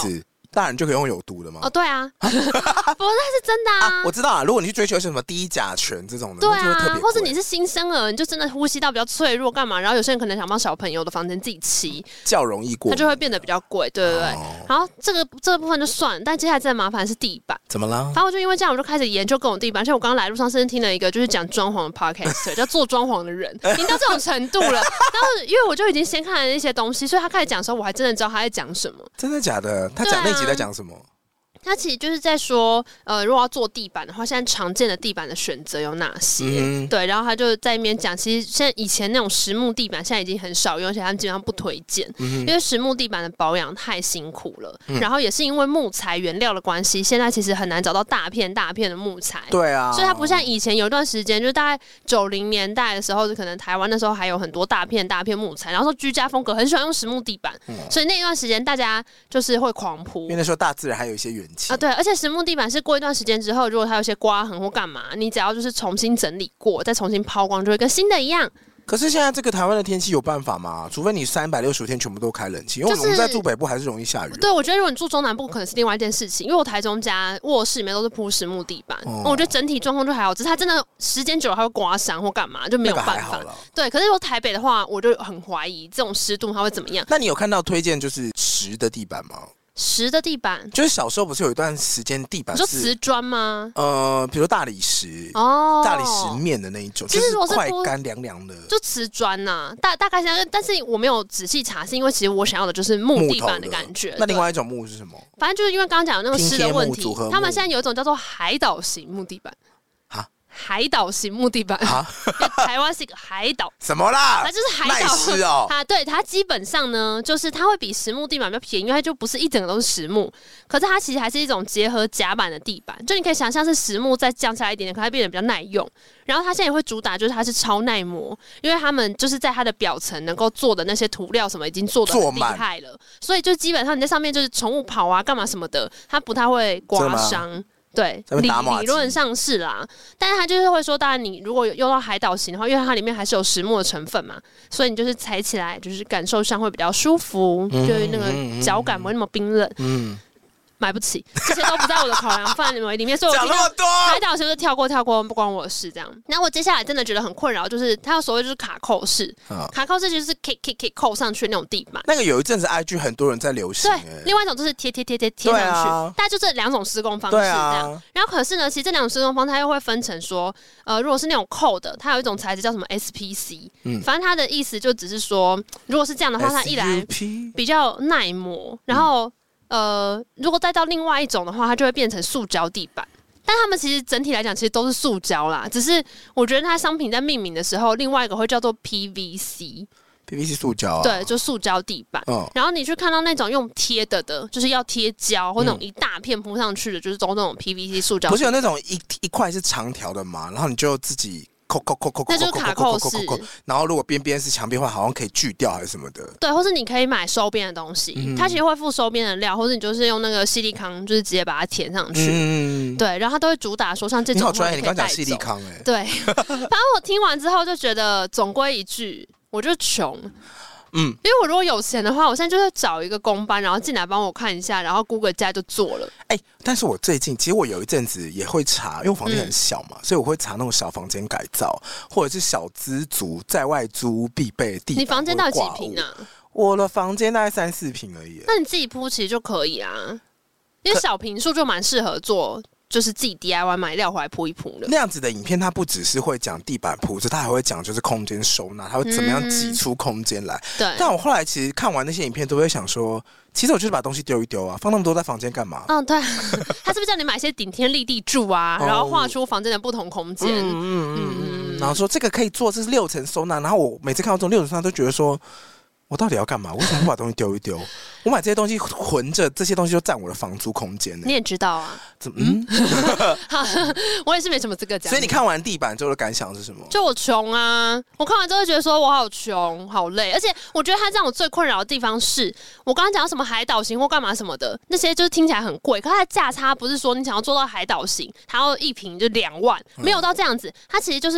大人就可以用有毒的吗？ 哦，对啊，不，那是真的 啊, 啊。 我知道啊，如果你去追求什么低甲醛这种的， 对啊， 就会特别贵， 或是你是新生儿，你就真的呼吸道比较脆弱，干嘛？然后有些人可能想帮小朋友的房间自己漆， 较容易过， 它就会变得比较贵，对对对。哦、然后这个这个部分就算了，但接下来最麻烦是地板。 怎么了？ 反正我就因为这样，我就开始研究各种地板。而且我刚刚来路上甚至听了一个就是讲装潢的 podcast， 叫做装潢的人，已经到这种程度了。然后因为我就已经先看了一些东西，所以他开始讲的时候，我还真的知道他在讲什么。 真的假的？他讲那集在讲什么？ 他其实就是在说，呃，如果要做地板的话，现在常见的地板的选择有哪些？嗯、对，然后他就在那边讲，其实现在以前那种实木地板现在已经很少用，而且他们基本上不推荐，嗯、因为实木地板的保养太辛苦了。嗯、然后也是因为木材原料的关系，现在其实很难找到大片大片的木材。 对啊， 所以它不像以前有一段时间，就是大概九零年代的时候，可能台湾那时候还有很多大片大片木材，然后说居家风格很喜欢用实木地板，嗯、所以那一段时间大家就是会狂铺， 因为那时候大自然还有一些元气啊，对，而且实木地板是过一段时间之后，如果它有些刮痕或干嘛，你只要就是重新整理过，再重新抛光，就会跟新的一样。 可是现在这个台湾的天气有办法吗？除非你三百六十五天全部都开冷气，因为我们在住北部还是容易下雨。 对，我觉得如果你住中南部，可能是另外一件事情。因为我台中家卧室里面都是铺实木地板，哦、我觉得整体状况就还好，只是它真的时间久了它会刮伤或干嘛，就没有办法。对，可是如果台北的话，我就很怀疑这种湿度它会怎么样。 那你有看到推荐就是实的地板吗？ 实的地板， 就是小时候不是有一段时间地板是， 你说瓷砖吗？ 呃，比如大理石哦，大理石面的那一种，就是快干凉凉的， 就瓷砖呐、啊。大大概是，但是我没有仔细查，是因为其实我想要的就是木地板的感觉。 那另外一种木是什么？ 反正就是因为刚刚讲的那个湿的问题，他们现在有一种叫做海岛型木地板。海岛型木地板，台湾是一个海岛， 什么啦？ 它就是海岛湿哦。 它对它基本上呢，就是它会比实木地板比较便宜，因为它就不是一整个都是实木，可是它其实还是一种结合甲板的地板，就你可以想象是实木再降下来一点点，可它变得比较耐用。然后它现在也会主打就是它是超耐磨，因为他们就是在它的表层能够做的那些涂料什么已经做得很厉害了，所以就基本上你在上面就是宠物跑啊干嘛什么的，它不太会刮伤。对，理理论上是啦，但是他就是会说，当然你如果有用到海岛型的话，因为它里面还是有实木的成分嘛，所以你就是踩起来就是感受上会比较舒服，嗯、就是那个脚感不会那么冰冷。嗯。买不起，这些都不在我的考量范围里面，所以我听到海岛是不是跳过跳过，不关我的事这样。那我接下来真的觉得很困扰，就是它有所谓就是卡扣式，嗯、卡扣式就是 kick kick kick 扣上去那种地板。 那个有一阵子 I G 很多人在流行、欸，对。 另外一种就是贴贴贴贴贴上去，啊、大概就这两种施工方式这样。啊、然后可是呢，其实这两种施工方式它又会分成说，呃，如果是那种扣的，它有一种材质叫什么 S P C，嗯，反正它的意思就只是说，如果是这样的话，它一来比较耐磨，然后。嗯呃，如果再到另外一种的话，它就会变成塑胶地板。但他们其实整体来讲，其实都是塑胶啦。只是我觉得它商品在命名的时候，另外一个会叫做 P V C。P V C 塑胶啊， 对，就塑胶地板。哦、然后你去看到那种用贴的的，就是要贴胶或那种一大片铺上去的，嗯、就是都那种 P V C 塑胶。 不是有那种一一块是长条的嘛？然后你就自己。扣扣扣扣扣， 那就是卡扣式。 然后如果边边是墙壁的话，好像可以锯掉还是什么的。 对，或是你可以买收边的东西，嗯、它其实会附收边的料，或者你就是用那个矽利康，就是直接把它填上去。嗯，对，然后它都会主打说像这种， 你好专业，你刚讲矽利康哎、欸。 对，反正我听完之后就觉得，总归一句，我就穷。嗯，因为我如果有钱的话，我现在就是找一个工班，然后进来帮我看一下，然后估个价就做了。 哎、欸，但是我最近其实我有一阵子也会查，因为我房间很小嘛，嗯、所以我会查那种小房间改造，或者是小资族在外租必备的地板。 你房间到底几平啊？ 我的房间大概三四平而已。 那你自己铺其实就可以啊，因为小平数就蛮适合做。就是自己 D I Y 买料回来铺一铺的那样子的影片，它不只是会讲地板铺，它还会讲就是空间收纳，它会怎么样挤出空间来。对、嗯。但我后来其实看完那些影片，都会想说，其实我就是把东西丢一丢啊，放那么多在房间干嘛？ 嗯，对。他是不是叫你买一些顶天立地柱啊，然后画出房间的不同空间？嗯嗯嗯嗯。然后说这个可以做，这是六层收纳。然后我每次看到这种六层收纳，都觉得说。我到底要干嘛？为什么不把东西丢一丢？我买这些东西混着，这些东西就占我的房租空间、欸。 你也知道啊？ 怎么？嗯， 我也是没什么资格讲。 所以你看完地板之后的感想是什么？ 就我穷啊！我看完之后觉得说我好穷、好累，而且我觉得它让我最困扰的地方是，我刚刚讲到什么海岛型或干嘛什么的，那些就是听起来很贵，可它的价差不是说你想要做到海岛型，它要一坪就两万，没有到这样子，它其实就是。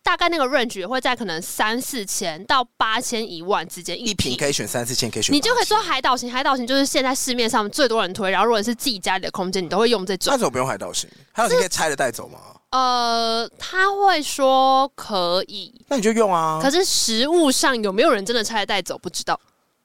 大概那个 range 也会在可能三四千到八千一万之间， 一瓶可以选三四千，可以选， 你就可以做海岛型。海岛型就是现在市面上最多人推，然后如果是自己家里的空间，你都会用这种。 那怎么不用海岛型？海岛型可以拆了带走吗？ 呃，他会说可以， 那你就用啊。 可是实物上有没有人真的拆了带走，不知道。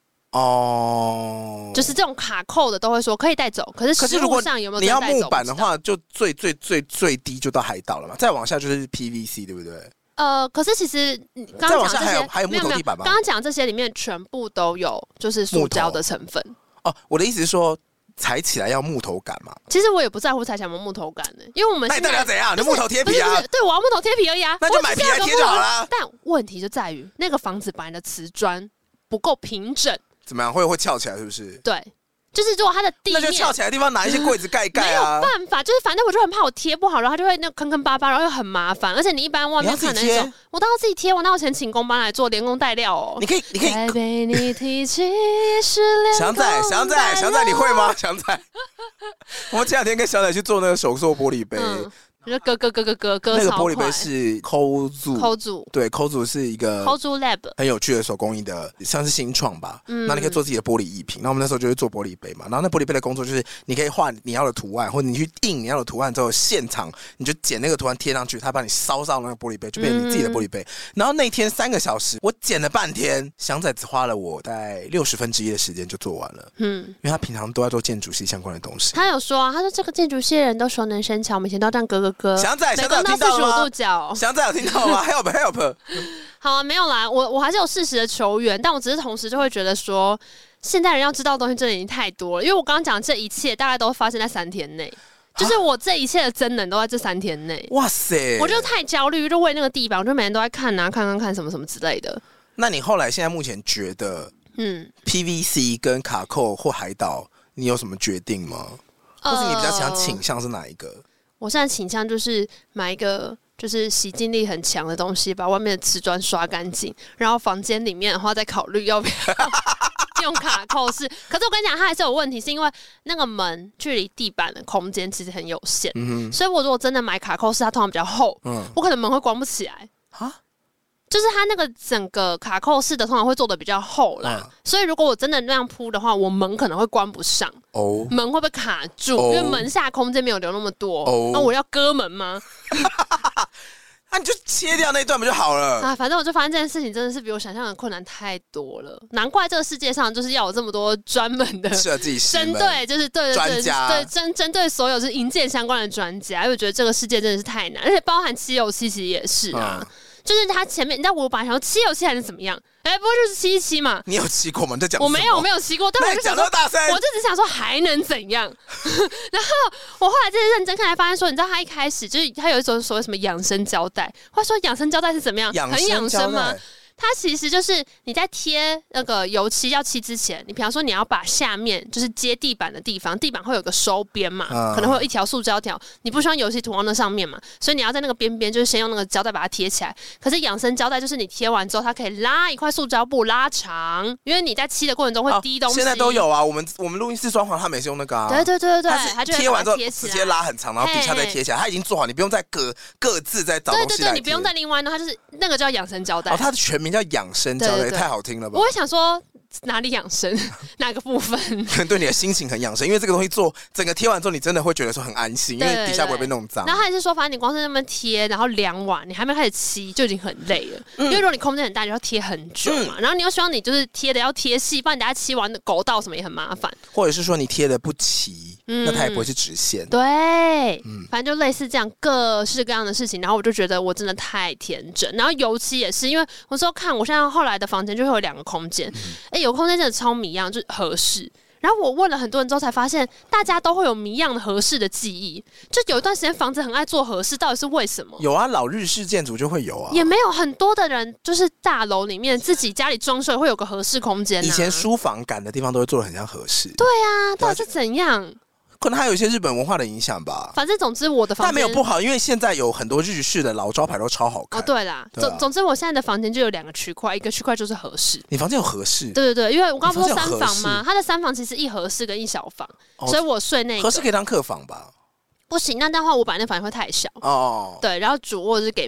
哦，就是这种卡扣的都会说可以带走，可是实物上有没有真的带走？ 你要木板的话，就最最最最低就到海岛了嘛，再往下就是 P V C， 对不对？ 呃，可是其实你刚刚讲这些还有还有木头地板吗？ 刚刚讲这些里面全部都有就是塑胶的成分。 哦，我的意思是说，踩起来要木头感嘛。 其实我也不在乎踩起来有没有木头感的，因为我们那你到底要怎样？你木头贴皮啊？ 对，我要木头贴皮而已啊。 那就买皮来贴就好了。 但问题就在于那个房子本来的瓷砖不够平整。 怎么样会会翘起来？是不是？ 对，就是如果它的地面那就翘起来的地方拿一些柜子盖盖啊。 没有办法，就是反正我就很怕我贴不好，然后它就会那坑坑巴巴，然后又很麻烦。而且你一般外面看那种，我都要自己贴，我哪有钱请工班来做，连工带料哦。 你可以，你可以。 再被你提起是连翔仔，翔仔，翔仔，你会吗？翔仔，我们前两天跟翔仔去做那个手做玻璃杯。嗯， 就割割割割割割， 那个玻璃杯是抠组， 抠组对，抠组是一个抠组 lab 很有趣的手工艺的，像是新创吧。嗯，那你可以做自己的玻璃艺品。那我们那时候就会做玻璃杯嘛。然后那玻璃杯的工作就是，你可以画你要的图案，或者你去印你要的图案之后，现场你就剪那个图案贴上去，它帮你烧上那个玻璃杯，就变成你自己的玻璃杯。嗯、然后那天三个小时，我剪了半天，翔仔只花了我大概六十分之一的时间就做完了。嗯，因为他平常都在做建筑系相关的东西。 他有说啊，他说这个建筑系的人都熟能生巧，我们以前都要这样割割割。 翔仔，翔仔。 到四十五度角， 翔仔有听到吗？Help help！ 好啊，没有啦，我我还是有适时的求援，但我只是同时就会觉得说，现代人要知道的东西真的已经太多了，因为我刚刚讲这一切大概都发生在三天内，就是我这一切的真能都在这三天内。 哇塞！ 我就太焦虑，就为那个地板，我就每天都在看啊，看看看什么什么之类的。 那你后来现在目前觉得，嗯 ，P V C 跟卡扣或海岛，你有什么决定吗？或是你比较想倾向是哪一个？ 我现在倾向就是买一个就是洗净力很强的东西，把外面的瓷砖刷干净，然后房间里面的话再考虑要不要用卡扣式。可是我跟你讲，它还是有问题，是因为那个门距离地板的空间其实很有限，嗯、所以我如果真的买卡扣式，它通常比较厚，嗯、我可能门会关不起来啊。就是它那个整个卡扣式的通常会做的比较厚啦，嗯、所以如果我真的那样铺的话，我门可能会关不上，哦、门会被卡住，哦、因为门下空间没有留那么多。哦、那我要割门吗？ 那、啊、你就切掉那一段不就好了？ 啊，反正我就发现这件事情真的是比我想象的困难太多了，难怪这个世界上就是要有这么多专门的适合自己针对，就是对对对对针针对所有就是营建相关的专家，因为我觉得这个世界真的是太难，而且包含漆油漆其实也是啊。嗯，就是他前面，你知道我本来想说漆油漆还是怎么样？哎、欸，不过就是漆一漆嘛。 你有漆过吗？你在讲？ 我没有，我没有漆过。但我就想说， 大声， 我就只想说还能怎样？然后我后来真的认真看，才发现说，你知道他一开始就是他有一种所谓什么养生胶带，或者说养生胶带是怎么样？很养生吗？它其实就是你在贴那个油漆要漆之前，你比方说你要把下面就是接地板的地方，地板会有个收边嘛，嗯、可能会有一条塑胶条，你不希望油漆涂到那上面嘛，所以你要在那个边边就是先用那个胶带把它贴起来。可是养生胶带就是你贴完之后，它可以拉一块塑胶布拉长，因为你在漆的过程中会滴东西。 哦、现在都有啊，我们我们录音室装潢，他们也是用那个啊。 对对对对对， 它贴完之后直接拉很长，然后底下再贴起来，它已经做好，你不用再各各自再找东西来贴。对对对， 你不用再另外弄，它就是那个叫养生胶带。 哦，它的全名叫养生胶带。对对对，太好听了吧！ 我会想说哪里养生，哪个部分？ 可能对你的心情很养生，因为这个东西做整个贴完之后，你真的会觉得说很安心，因为底下不会被弄脏。 然后还是说，反正你光是那么贴，然后两瓦，你还没开始漆就已经很累了。嗯、因为如果你空间很大，你要贴很久嘛。嗯、然后你又希望你就是贴的要贴细，不然你等下漆完的勾到什么也很麻烦。 或者是说你贴的不齐，嗯、那它也不会是直线。 对，嗯、反正就类似这样各式各样的事情。然后我就觉得我真的太天真。然后油漆也是，因为我说看我现在后来的房间就会有两个空间，哎、嗯，有空间真的超迷样，就是合适。然后我问了很多人之后才发现，大家都会有迷样的合适的记忆。就有一段时间房子很爱做合适，到底是为什么？ 有啊，老日式建筑就会有啊。 也没有很多的人，就是大楼里面自己家里装修会有个合适空间、啊。 以前书房感的地方都会做得很像合适。 对啊，到底是怎样？ 可能还有一些日本文化的影响吧。 反正总之我的房间， 但没有不好，因为现在有很多日式的老招牌都超好看。 哦，对啦，对啊、总总之我现在的房间就有两个区块，一个区块就是合适。 你房间有合适？ 对对对，因为我刚刚不是说三房吗？它的三房其实一合适跟一小房，哦、所以我睡那个合适可以当客房吧？ 不行，那这样的话我把那房间会太小哦。对，然后主卧是给梦。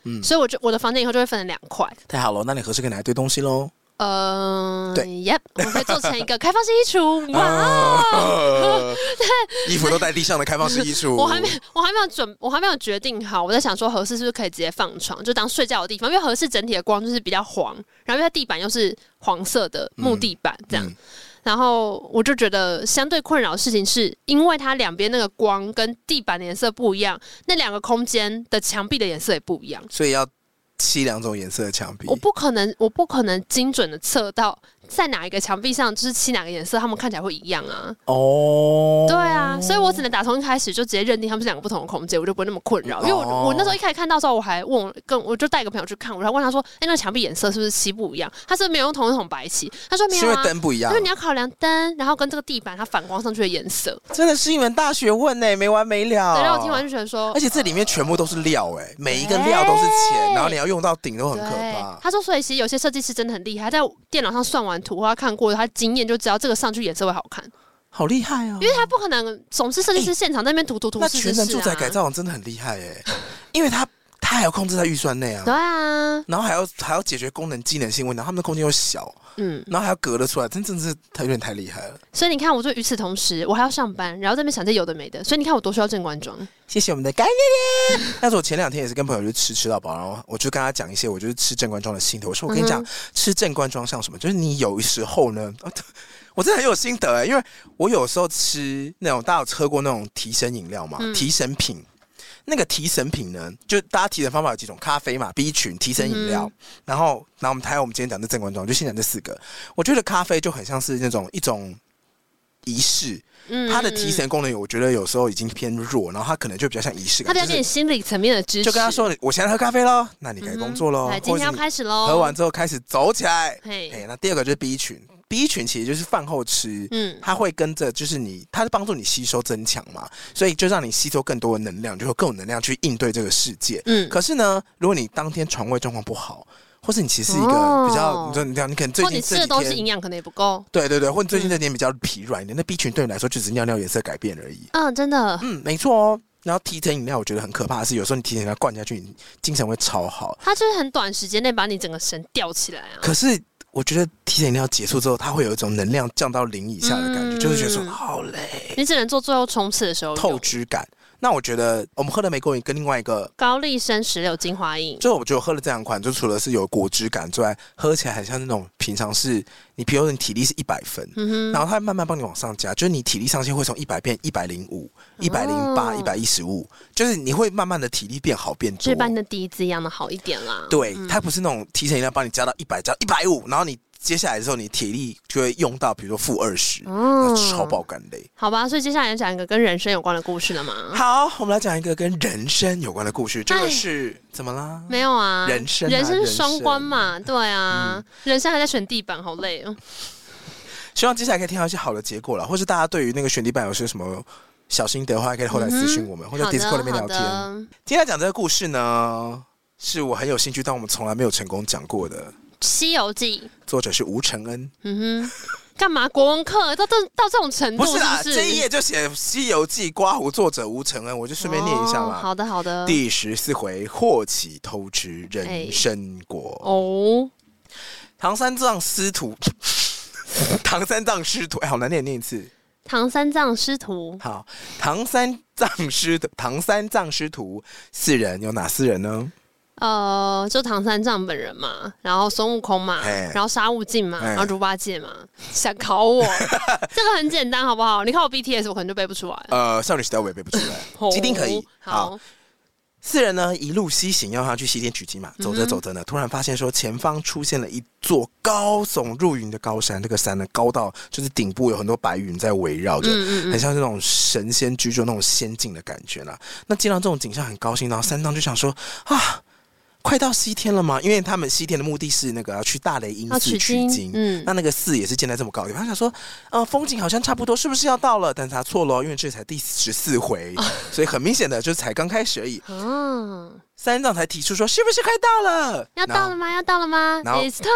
嗯，所以我就我的房间以后就会分成两块。 太好了，那你合适可以拿来堆东西喽。 呃， 对 ，Yep， 我们会做成一个开放式衣橱，哇、 呃，衣服都在地上的开放式衣橱。 我还没，我还没有准，我还没有决定好。我在想说，合适是不是可以直接放床，就当睡觉的地方？因为合适整体的光就是比较黄，然后因为它地板又是黄色的木地板，这样。嗯嗯然后我就觉得相对困扰的事情是，因为它两边那个光跟地板的颜色不一样，那两个空间的墙壁的颜色也不一样， 所以要漆两种颜色的墙壁。 我不可能，我不可能精准的测到在哪一个墙壁上就是漆哪个颜色，他们看起来会一样啊。 哦， 对啊，所以我只能打从一开始就直接认定他们是两个不同的空间，我就不会那么困扰。因为我、哦、我那时候一开始看到的时候，我还问跟我就带一个朋友去看，我还问他说：“哎、欸，那个墙壁颜色是不是漆不一样？他是不是没有用同一种白漆？”他说：“没有啊， 是因为灯不一样。” 因为你要考量灯，然后跟这个地板它反光上去的颜色， 真的是一门大学问呢、欸，没完没了。 对，然后我听完就觉得说， 而且这里面全部都是料哎、欸，每一个料都是钱，然后你要用到顶都很可怕。 他说，所以其实有些设计师真的很厉害，在电脑上算完图或他看过，他经验就知道这个上去颜色会好看。 好厉害哦！ 因为他不可能总是设计师现场在那边涂涂涂。 那全能住宅改造网真的很厉害哎，因为他他还要控制在预算内啊， 对啊， 然后还要还要解决功能机能性问题，他们的空间又小，嗯，然后还要隔得出来，真真是他有点太厉害了。 所以你看，我就与此同时，我还要上班，然后在那边想这有的没的，所以你看我多需要正官庄。 谢谢我们的干爹爹。但是我前两天也是跟朋友去吃吃到饱，然后我就跟他讲一些我就是吃正官庄的心得。我说我跟你讲，嗯、吃正官庄像什么？就是你有时候呢。我真的很有心得哎、欸，因为我有时候吃那种大家有喝过那种提神饮料嘛，嗯、提神品。那个提神品呢，就大家提神方法有几种，咖啡嘛 ，B 群提神饮料，嗯、然后，然后我们还有我们今天讲的正官庄，就先讲这四个。我觉得咖啡就很像是那种一种仪式，嗯、它的提神功能，我觉得有时候已经偏弱，然后它可能就比较像仪式感， 它比较点心理层面的支持。 就跟他说，我现在喝咖啡咯，那你该工作咯， 嗯、今天要开始咯， 喝完之后开始走起来。嘿，那第二个就是 B 群。B 群其实就是饭后吃，嗯，它会跟着就是你，它是帮助你吸收增强嘛，所以就让你吸收更多的能量，就会更有能量去应对这个世界。嗯，可是呢，如果你当天肠胃状况不好，或是你其实是一个比较，哦、你说你这样，你可能最近这几天或你吃的东西营养可能也不够， 对对对，或者最近这几天比较疲软一点，嗯、那 B 群对你来说就只是尿尿颜色改变而已。 嗯，真的， 嗯，没错哦。然后提神饮料，我觉得很可怕的是，有时候你提神饮料灌下去，你精神会超好， 它就是很短时间内把你整个神吊起来啊。 可是我觉得提神饮料结束之后，它会有一种能量降到零以下的感觉，嗯、就是觉得说好累， 你只能做最后冲刺的时候透支感。那我觉得我们喝的玫瑰饮跟另外一个高丽参石榴精华饮， 就我觉得我喝了这两款，就除了是有果汁感之外，喝起来很像那种平常是你，比如说你体力是一百分，嗯、然后它慢慢帮你往上加，就是你体力上限会从一百变一百零五、一百零八、一百一十五，就是你会慢慢的体力变好变多， 就是把你的底子养的好一点啦。 对，嗯、它不是那种提神饮料帮你加到一百，加一百五，然后你。接下来的时候，你体力就会用到，比如说负二十，嗯，超爆肝累。 好吧，所以接下来要讲一个跟人生有关的故事了吗？ 好，我们来讲一个跟人生有关的故事。这个是怎么啦？ 没有啊， 人生、啊， 人生是双关嘛，对啊，嗯、人生还在选地板，好累哦。 希望接下来可以听到一些好的结果了，或是大家对于那个选地板有些什么小心得的话，可以后台私讯我们，嗯、或者 Discord 那边聊天。今天讲这个故事呢，是我很有兴趣，但我们从来没有成功讲过的。 《西游记》 作者是吴承恩。 嗯哼，干嘛国文课到到这种程度是不是？ 不是啦，这一页就写《西游记》刮胡作者吴承恩，我就顺便念一下嘛。 哦、好的，好的。 第十四回，祸起偷吃人参果。 哦， 唐三藏师徒，唐三藏师徒，哎，好难念，念一次。 唐三藏师徒。 好，唐三藏师徒，唐三藏师徒四人，有哪四人呢？ 呃，就唐三藏本人嘛，然后孙悟空嘛，然后沙悟净嘛，然后猪八戒嘛，想考我？这个很简单，好不好？你看我 B T S， 我可能就背不出来。 呃，少女时代我也背不出来，基丁可以。好。好四人呢一路西行，要他去西天取经嘛。走着走着呢，突然发现说前方出现了一座高耸入云的高山，这个山呢高到就是顶部有很多白云在围绕着，嗯嗯嗯很像这种神仙居住那种仙境的感觉啦。那见到这种景象很高兴，然后三藏就想说啊。快到西天了吗？因为他们西天的目的是那个要去大雷音寺取经，嗯，那那个寺也是建在这么高的地方。他想说，呃，风景好像差不多，是不是要到了？但是他错了，因为这才第十四回，所以很明显的就是才刚开始而已。嗯，三藏才提出说，是不是快到了？ 要到了吗？要到了吗 ？It's time 。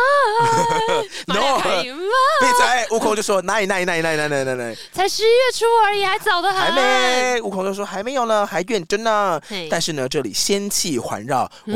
No， 闭嘴！悟空就说哪里哪里哪里哪里哪里哪里， 才十月初而已，还早得很。 还没。悟空就说还没有呢，还远着呢。但是呢，这里仙气环绕，我们可以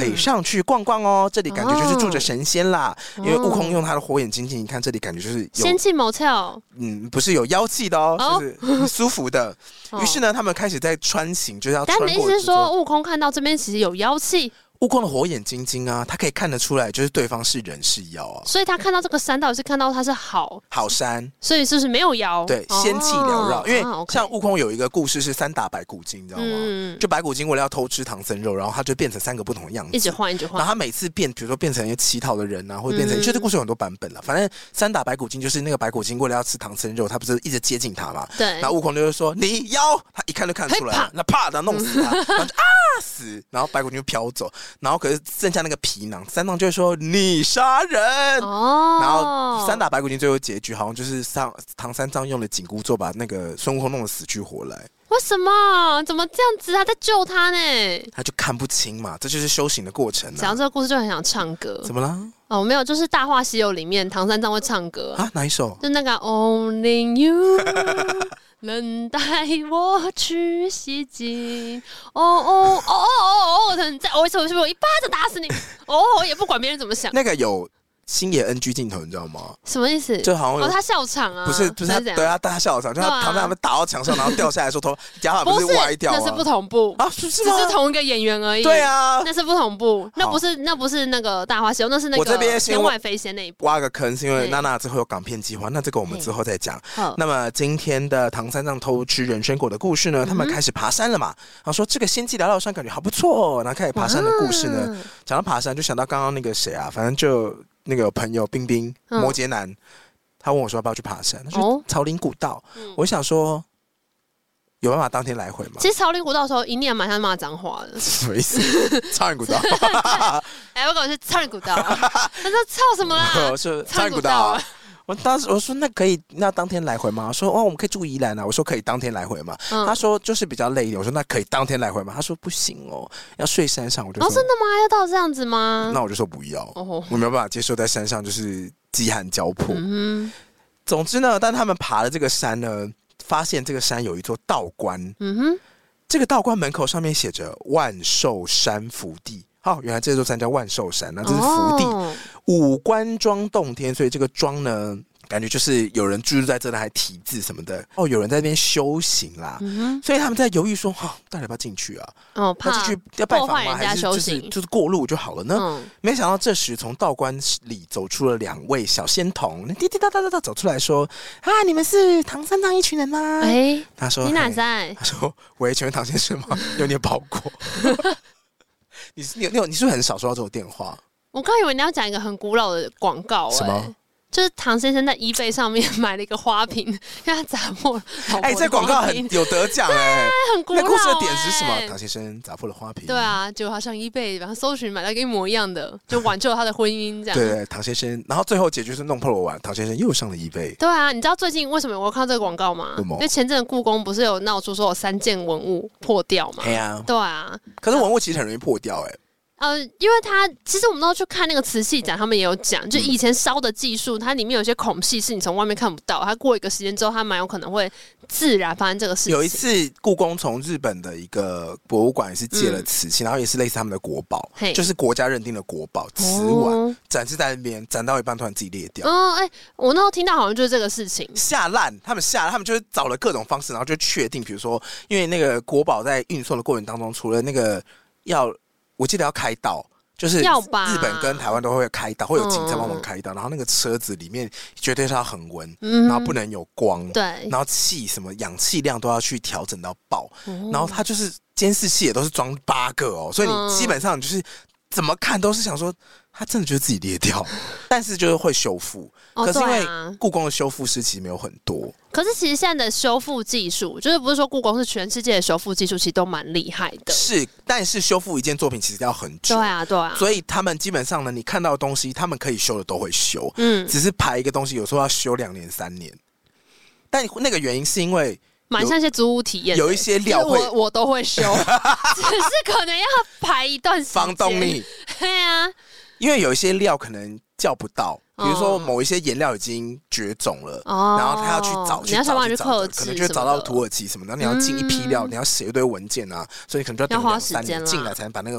以上去逛逛哦，这里感觉就是住着神仙啦。哦、因为悟空用他的火眼金睛，你看这里感觉就是有仙气motel， 嗯，不是有妖气的哦，哦就是舒服的。于是呢，他们开始在穿行，就是要穿过。 但你的意思是说，悟空看到这边其实有妖气？ 悟空的火眼金睛啊，他可以看得出来，就是对方是人是妖啊。 所以他看到这个山，到底是看到它是好好山， 所以是不是没有妖？ 对，仙气缭绕。因为像悟空有一个故事是三打白骨精，你知道吗？嗯、就白骨精为了要偷吃唐僧肉，然后他就变成三个不同的样子， 一直换一直换。 然后他每次变，比如说变成一个乞讨的人啊，或者变成，嗯、其实这故事有很多版本了。反正三打白骨精就是那个白骨精为了要吃唐僧肉，他不是一直接近他嘛？ 对。 然后悟空就说你妖，他一看就看出来了，那啪的弄死他，然后就啊死，然后白骨精就飘走，然后可是。剩下那个皮囊，三藏就会说你杀人哦，然后三打白骨精最后结局好像就是上唐三藏用了紧箍咒把那个孙悟空弄得死去活来。 为什么？怎么这样子？他在救他呢？ 他就看不清嘛，这就是修行的过程、啊。 讲到这个故事就很想唱歌。 怎么了？ 哦，没有，就是《大话西游》里面唐三藏会唱歌啊，哪一首？ 就那个 Only You 能带我去西京。哦哦哦哦哦哦！等再哦一次，我是不是我一巴掌打死你？哦，我也不管别人怎么想。 那个有。星爷 N G 镜头，你知道吗？ 什么意思？ 就好像哦，他笑场啊， 不是不是他，对啊，他笑场，就他唐三藏打到墙上，然后掉下来说头假发不是歪掉、啊， 那是不同步啊，是是吗？ 只是同一个演员而已。 对啊， 那是不同步，那不是那不是那个大话西游，那是那个我这边天外飞仙那一部。 挖个坑是因为娜娜之后有港片计划，那这个我们之后再讲。那么今天的唐三藏偷吃人参果的故事呢，他们开始爬山了嘛？然后说这个仙气缭绕山感觉好不错，然后开始爬山的故事呢，讲到爬山就想到刚刚那个谁啊，反正就。那个朋友冰冰摩羯男，嗯、他问我说要不要去爬山？他说草岭古道，嗯、我想说有办法当天来回吗？ 其实草岭古道的时候，一念蛮像骂脏话的， 什么意思？草岭古道， 哎，我搞是草岭古道，他说操什么啦？ 我说草岭古道。我当时我说那可以，那当天来回吗？我说哦，我们可以住宜兰啊。我说可以当天来回吗？嗯、他说就是比较累一点。我说那可以当天来回吗？他说不行哦，要睡山上。我就说、 哦、真的吗？要到这样子吗？ 那我就说不要，哦、我没有办法接受在山上就是饥寒交迫。嗯、总之呢，当他们爬了这个山呢，发现这个山有一座道观。嗯哼，这个道观门口上面写着万寿山福地。哦，原来这座山叫万寿山，那这是福地，哦、五官庄洞天，所以这个庄呢，感觉就是有人居住在这里，还题字什么的。哦，有人在那边修行啦，嗯、所以他们在犹豫说，哦，到底要不要进去啊？ 哦，怕进去要拜访吗？还是就是就是过路就好了呢？嗯、没想到这时从道观里走出了两位小仙童，滴滴答答答答走出来说：“啊，你们是唐三藏一群人吗？”哎、欸，他说：“ 你哪在？” 他说：“喂，请问唐先生吗？有你跑过？”你是你有你是不是很少收到这种电话？ 我刚以为你要讲一个很古老的广告、欸，什么？就是唐先生在 eBay 上面买了一个花瓶，因为他砸破了。 哎、欸，这广告很有得奖哎、欸， 很古老、欸。 那故事的点是什么？唐先生砸破了花瓶。 对啊，结果他上 eBay 然后搜寻买到一个一模一样的，就挽救了他的婚姻这样。 对对，唐先生，然后最后结局是弄破了碗，唐先生又上了 eBay。 对啊，你知道最近为什么我看到这个广告吗？因为前阵故宫不是有闹出说有三件文物破掉嘛？ 对啊， 对啊。 可是文物其实很容易破掉哎、欸。 呃，因为它其实我们都去看那个瓷器展，他们也有讲，就以前烧的技术，它里面有些孔隙是你从外面看不到，它过一个时间之后，它蛮有可能会自然发生这个事情。 有一次，故宫从日本的一个博物馆也是借了瓷器，嗯、然后也是类似他们的国宝，就是国家认定的国宝瓷碗，哦、展示在那边，展到一半突然自己裂掉。 哦，哎、欸，我那时候听到好像就是这个事情， 下烂，他们下烂，他们就是找了各种方式，然后就确定，比如说，因为那个国宝在运送的过程当中，除了那个要，我记得要开道。就是日本跟台湾都会开刀，会有警察帮忙开刀，嗯、然后那个车子里面绝对是要恒温，嗯、然后不能有光， 对， 然后气什么氧气量都要去调整到爆，嗯、然后它就是监视器也都是装八个哦，所以你基本上就是怎么看都是想说它真的就是自己裂掉，但是就是会修复。 哦、 可是因为故宫的修复师其实没有很多。 可是其实现在的修复技术，就是不是说故宫是全世界的修复技术，其实都蛮厉害的。 是，但是修复一件作品其实要很久。 对啊，对啊。 所以他们基本上呢，你看到的东西，他们可以修的都会修。嗯。只是排一个东西，有时候要修两年、三年。但那个原因是因为蛮像一些租屋体验， 有一些料会我我都会修，只是可能要排一段时间。 房东你对啊， 因为有一些料可能叫不到。比如说某一些颜料已经绝种了，哦、然后他要去找， 你要想办法去克制，可能就会找到土耳其什么的。你要进一批料，嗯、你要写一堆文件啊，所以可能就要等两三年进来才能把那个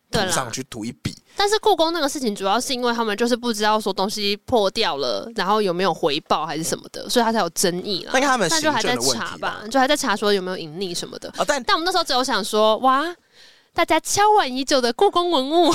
涂上去涂一笔。 但是故宫那个事情主要是因为他们就是不知道说东西破掉了，然后有没有回报还是什么的，所以他才有争议啦。 那他们但就还在查吧，就还在查说有没有隐匿什么的。 哦、但但我们那时候只有想说，哇，大家敲碗已久的故宫文物。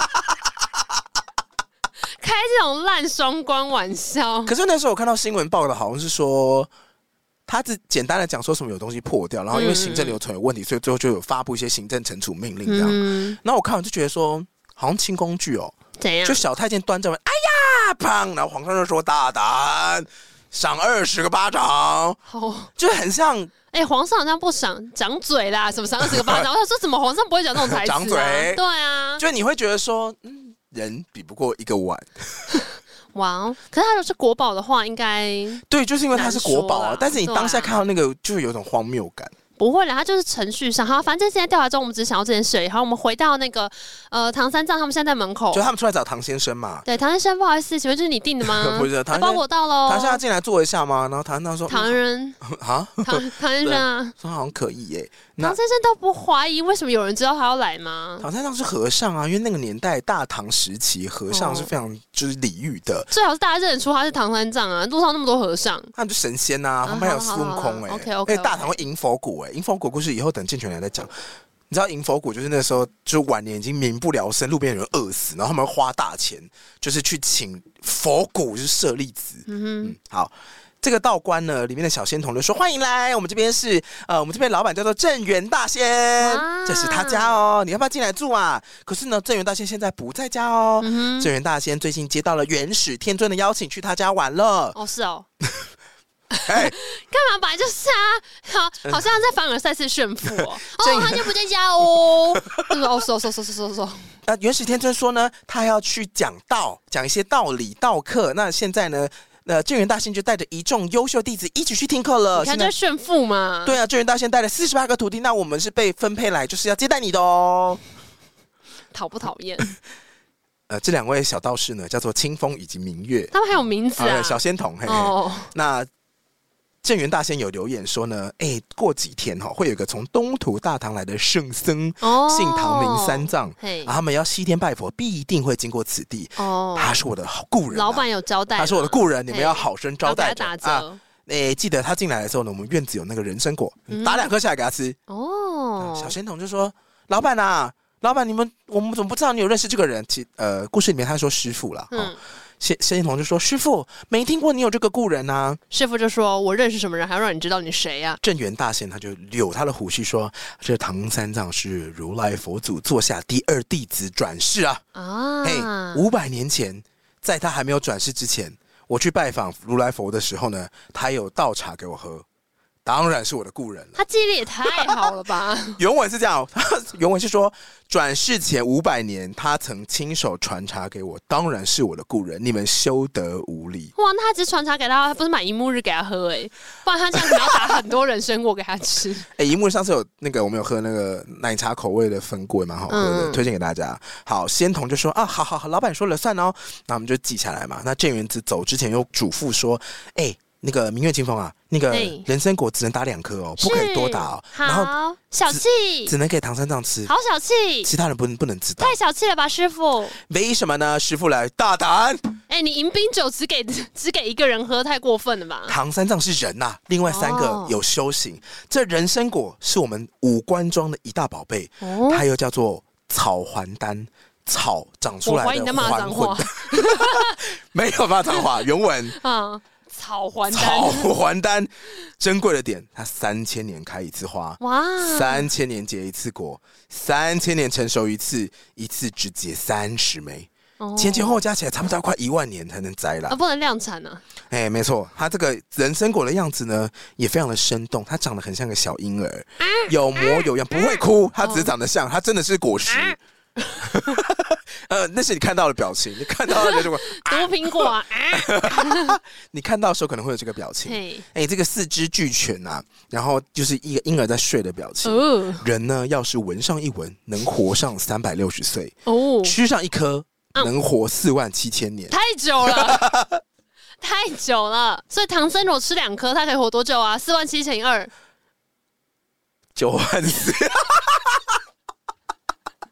开这种烂双关玩笑。 可是那时候我看到新闻报的，好像是说他只简单的讲说什么有东西破掉，然后因为行政流程有问题，所以最后就有发布一些行政惩处命令这样。嗯、然后我看完就觉得说，好像轻工具哦， 怎样？ 就小太监端着碗，哎呀，砰！然后皇上就说大胆，赏二十个巴掌，哦、就很像。 哎、欸，皇上好像不赏掌嘴啦，什么赏二十个巴掌？我想说，怎么皇上不会讲这种台词、啊？ 掌嘴， 对啊， 就你会觉得说，嗯，人比不过一个碗。 哇、wow, 可是他如果是国宝的话，应该对，就是因为他是国宝啊。但是你当下看到那个，就有种荒谬感。 不会啦，它就是程序上。好，反正现在调查中，我们只是想要这件事而已。好，我们回到那个呃唐三藏，他们现在在门口， 就他们出来找唐先生嘛。 对，唐先生，不好意思，请问这是你订的吗？ 不是，唐包裹到喽。 唐先生进来坐一下吗？然后唐先生说：“ 唐人啊，唐唐先生啊， 说好像可以耶。” 唐先生都不怀疑，为什么有人知道他要来吗？ 唐三藏是和尚啊，因为那个年代大唐时期，和尚是非常就是礼遇的。 最好是大家认得出他是唐三藏啊，路上那么多和尚， 他们就神仙啊，旁边还有孙悟空哎。 OK OK， 而且大唐会迎佛骨哎，迎佛骨故事以后等健全来再讲。你知道迎佛骨就是那时候就晚年已经民不聊生，路边有人饿死，然后他们花大钱就是去请佛骨，就是舍利子。嗯哼，嗯，好。这个道观呢，里面的小仙童就说：“欢迎来，我们这边是呃，我们这边老板叫做镇元大仙，这是他家哦，你要不要进来住啊？”可是呢，镇元大仙现在不在家哦。嗯、镇元大仙最近接到了元始天尊的邀请，去他家玩了。 哦，是哦。哎，干嘛？本来就是啊，好，好像在凡尔赛式炫富哦。哦，他就不在家哦。哦，说说说说说说。 呃，元始天尊说呢，他要去讲道，讲一些道理道课。那现在呢？呃，镇元大仙就带着一众优秀弟子一起去听课了。 你看这炫富嘛？ 对啊，镇元大仙带了四十八个徒弟，那我们是被分配来就是要接待你的哦。 讨不讨厌？ 呃，这两位小道士呢，叫做清风以及明月， 他们还有名字啊， 呃、小仙童。嘿嘿哦，那镇元大仙有留言说呢，哎、欸，过几天哈、哦、会有一个从东土大唐来的圣僧，哦、姓唐名三藏，啊，他们要西天拜佛，必定会经过此地。哦，他是我的故人、啊， 老板有交代， 他是我的故人，你们要好生招待着。 打折。啊哎、欸，记得他进来的时候呢，我们院子有那个人参果，嗯、打两颗下来给他吃。哦，小仙童就说：“老板啊，老板，你们我们怎么不知道你有认识这个人？”其呃，故事里面他说师父啦。嗯。哦仙仙童就说：“师父，没听过你有这个故人啊。” 师父就说：“我认识什么人，还要让你知道你谁呀、啊？” 镇元大仙他就扭他的胡须说：“这唐三藏是如来佛祖座下第二弟子转世啊！啊，嘿，五百年前，在他还没有转世之前，我去拜访如来佛的时候呢，他有倒茶给我喝。”当然是我的故人了。 他记忆力也太好了吧？ 原文是这样，原文是说转世前五百年，他曾亲手传茶给我，当然是我的故人。你们休得无礼。 哇，那他只是传茶给他，他不是买一幕日给他喝哎、欸，不然他这样子要打很多人参果给他吃。 哎、欸，一幕日上次有那个我们有喝那个奶茶口味的粉果，也蛮好喝的，嗯、推荐给大家。好，仙童就说啊，好好好，老板说了算哦，那我们就记下来嘛。那镇元子走之前又嘱咐说，哎、欸。那个明月清风啊，那个人参果只能打两颗哦，不可以多打哦。 然后小气， 只能给唐三藏吃。 好小气， 其他人不能不能知道。 太小气了吧，师傅？ 为什么呢？师傅来大胆！ 哎、欸，你迎宾酒只给只给一个人喝，太过分了吧？ 唐三藏是人呐、啊，另外三个有修行。哦、这人参果是我们五官庄的一大宝贝，哦、它又叫做草还丹。草长出来的还魂，我怀疑你在骂脏话，没有骂脏话，原文啊。草还丹， 草还丹，珍贵的点，它三千年开一次花，哇，三千年结一次果，三千年成熟一次，一次只结三十枚，哦、前前后后加起来差不多快一万年才能摘啦， 啊，不能量产啊。 哎、欸，没错，它这个人参果的样子呢，也非常的生动，它长得很像个小婴儿，啊、有模有样，不会哭，它只是长得像，它真的是果实。啊呃，那是你看到的表情，你看到的这个毒苹果啊， 你看到的时候可能会有这个表情。哎、欸，这个四肢俱全啊，然后就是一个婴儿在睡的表情。哦、人呢，要是闻上一闻，能活上三百六十岁；哦，吃上一颗，能活四万七千年。 太久了，太久了。所以唐僧如果吃两颗，他可以活多久啊？四万七乘以二， 九万四。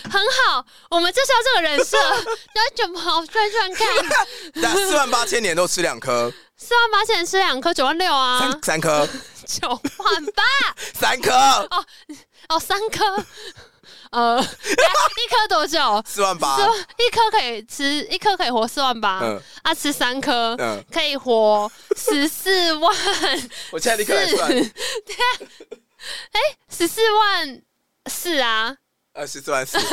很好，我们就是要这个人设。然后卷毛转转看， 那四万八千年都吃两颗， 四万八千年吃两颗，九万六啊， 三三颗， 九万八， 三颗， 哦哦，三颗。呃，一颗多久？ 四万八， 一颗可以吃，一颗可以活四万八，嗯，啊，吃三颗，嗯，可以活十四万。 我现在立刻来算， 对啊，哎，十四万四啊， 呃，十四万四。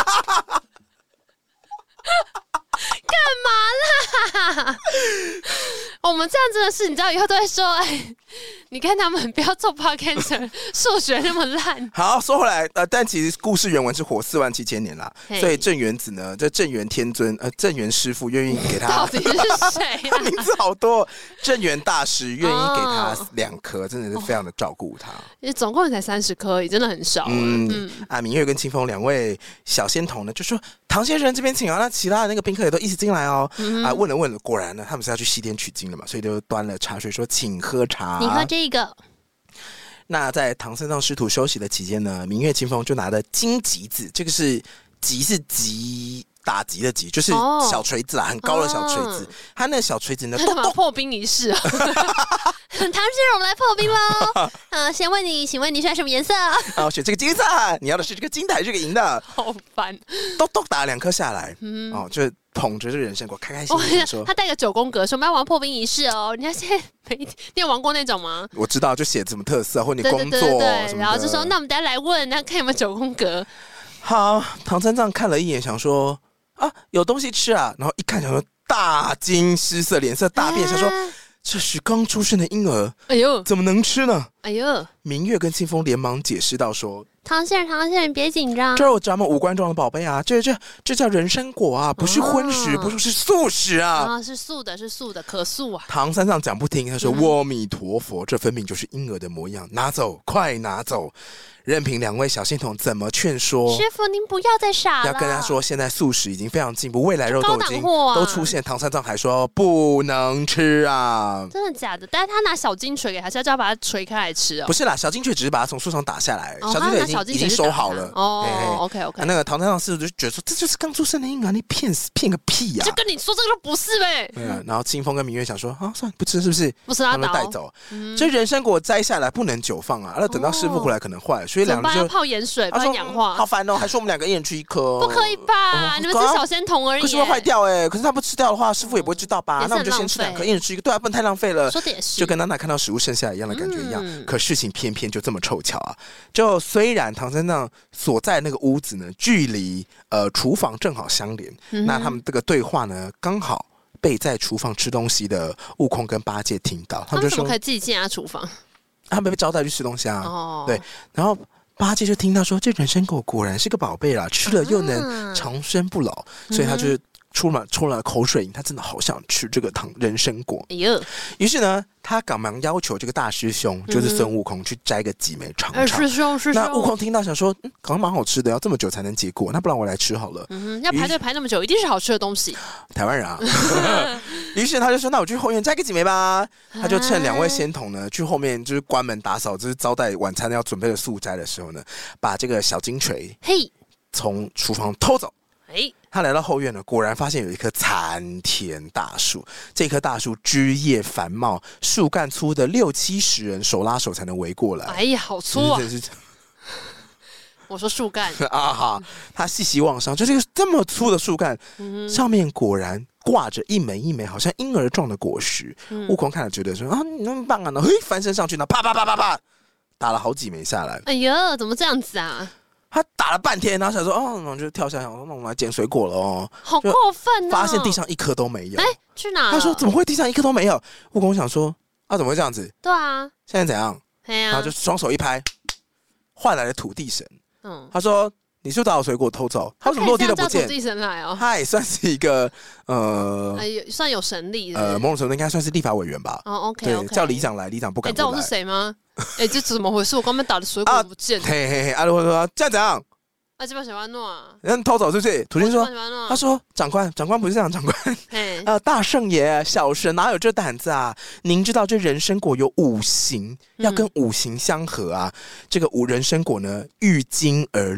干嘛啦？我们这样真的是，你知道以后都会说，哎，你看他们不要做 podcast， 数学那么烂。 好，说回来，呃，但其实故事原文是活四万七千年啦，所以镇元子呢，这镇元天尊，呃，镇元师傅愿意给他， 到底是谁、啊？ 他名字好多，镇元大师愿意给他两颗，真的是非常的照顾他。 也、哦、总共才三十颗，也真的很少。嗯嗯啊，明月跟清风两位小仙童呢，就说唐先生这边请啊，那其他的那个宾客也都一起进来哦。嗯、啊，问了问了，果然呢，他们是要去西天取经的嘛，所以就端了茶水说，请喝茶。 你喝这个。 那在唐三藏师徒休息的期间呢，明月清风就拿着金棘子，这个是棘是棘打击的棘，就是小锤子啦，很高的小锤子。哦、他那个小锤子呢， 他干嘛破冰仪式啊？唐先生，我们来破冰喽！呃，先问你，请问你选什么颜色？ 啊，选这个金色。你要的是这个金的还是这个银的？ 好烦！ 都都打两颗下来，嗯、哦，就捧着这个人参果，开开心心说。 他带个九宫格，说我们要玩破冰仪式哦。人家现在没，你有玩过那种吗？ 我知道，就写什么特色或你工作对对对对对，然后就说，那我们等一下来问，那看有没有九宫格。 好，唐三藏看了一眼，想说啊，有东西吃啊，然后一看，想说大惊失色，脸色大变，想说。这是刚出生的婴儿，哎呦，怎么能吃呢？哎呦，明月跟清风连忙解释道说：“ 唐先生，唐先生，别紧张， 这是我咱们五官中的宝贝啊，这这这叫人参果啊，不是荤食，哦、不是是素食啊， 啊，是素的，是素的，可素啊。” 唐三藏讲不听，他说：“阿弥陀佛，这分明就是婴儿的模样，拿走，快拿走！”任凭两位小仙童怎么劝说， 师傅您不要再傻了， 要跟他说现在素食已经非常进步，未来肉都已经都出现。唐三藏还说不能吃啊， 真的假的？但是他拿小金锤给他，是要叫他把它锤开来吃哦。 不是啦，小金锤只是把它从树上打下来，哦、小金锤已经已经收好了。 哦嘿嘿 ，OK OK、啊。 那个唐三藏师傅就觉得说这就是刚出生的婴儿，你骗死骗个屁呀、啊！ 就跟你说这个都不是呗。 对啊，然后清风跟明月想说啊，算了，不吃是不是？ 不吃他们带走。嗯、这人参果摘下来不能久放啊，那等到师傅回来可能坏，所以两个就泡盐水不然氧化、 嗯，好烦哦！还说我们两个一人吃一颗， 不可以吧？哦、你们是小仙童而已， 可是会坏掉哎。可是他不吃掉的话，师傅也不会知道吧？那我们就先吃两颗，一人吃一个，对啊，不能太浪费了。 说的也是， 就跟娜娜看到食物剩下一样的感觉一样。嗯、可事情偏偏就这么凑巧啊！就虽然唐三藏所在那个屋子呢，距离呃厨房正好相连，嗯、那他们这个对话呢，刚好被在厨房吃东西的悟空跟八戒听到， 他们就说：“怎么可以自己进他厨房？” 他们被招待去吃东西啊。哦，对，然后。八戒就听到说，这人参果果然是个宝贝啦，吃了又能长生不老，啊、所以他就出了出了口水，他真的好想吃这个糖人参果。哎呦！于是呢，他赶忙要求这个大师兄，就是孙悟空，去摘个几枚尝尝。 师兄，师兄。 那悟空听到想说，嗯，好像蛮好吃的，要这么久才能结果，那不然我来吃好了。 嗯，要排队排那么久，一定是好吃的东西。 台湾人啊。于是他就说，那我去后院摘个几枚吧。他就趁两位仙童呢去后面就是关门打扫，就是招待晚餐要准备的素斋的时候呢，把这个小金锤嘿从厨房偷走。哎。他来到后院呢，果然发现有一棵参天大树。这棵大树枝叶繁茂，树干粗的六七十人手拉手才能围过来。 哎呀，好粗啊！我说树干啊哈，他细细望上，就这个这么粗的树干，嗯、上面果然挂着一枚一枚好像婴儿状的果实。嗯、悟空看了觉得说啊，你那么棒啊！然后嘿翻身上去，然后啪啪啪啪啪打了好几枚下来。 哎呀，怎么这样子啊？ 他打了半天，然后想说哦，然后就跳下来，想说那我们来捡水果了哦。 好过分哦！ 发现地上一颗都没有。 哎，去哪了？ 他说怎么会地上一颗都没有？悟空想说啊，怎么会这样子？ 对啊， 现在怎样？ 哎呀， 然后就双手一拍，换来了土地神。嗯，他说你是不是把我水果偷走？他怎么落地都不见？ 土地神来哦， 他也算是一个呃， 哎，算有神力的， 呃，某种程度应该算是立法委员吧。 哦 ，OK， 对，叫里长来，里长不敢不来。 你知道我是谁吗？哎，这怎么回事？我刚刚打的水果不见了。 嘿嘿嘿，阿罗说这样怎样？ 啊，这边小万诺啊， 人偷走是不是？土地说，他说长官，长官不是这样，长官，呃，大圣爷，小神哪有这胆子啊？您知道这人参果有五行，要跟五行相合啊。嗯、这个五人参果呢，遇金而落，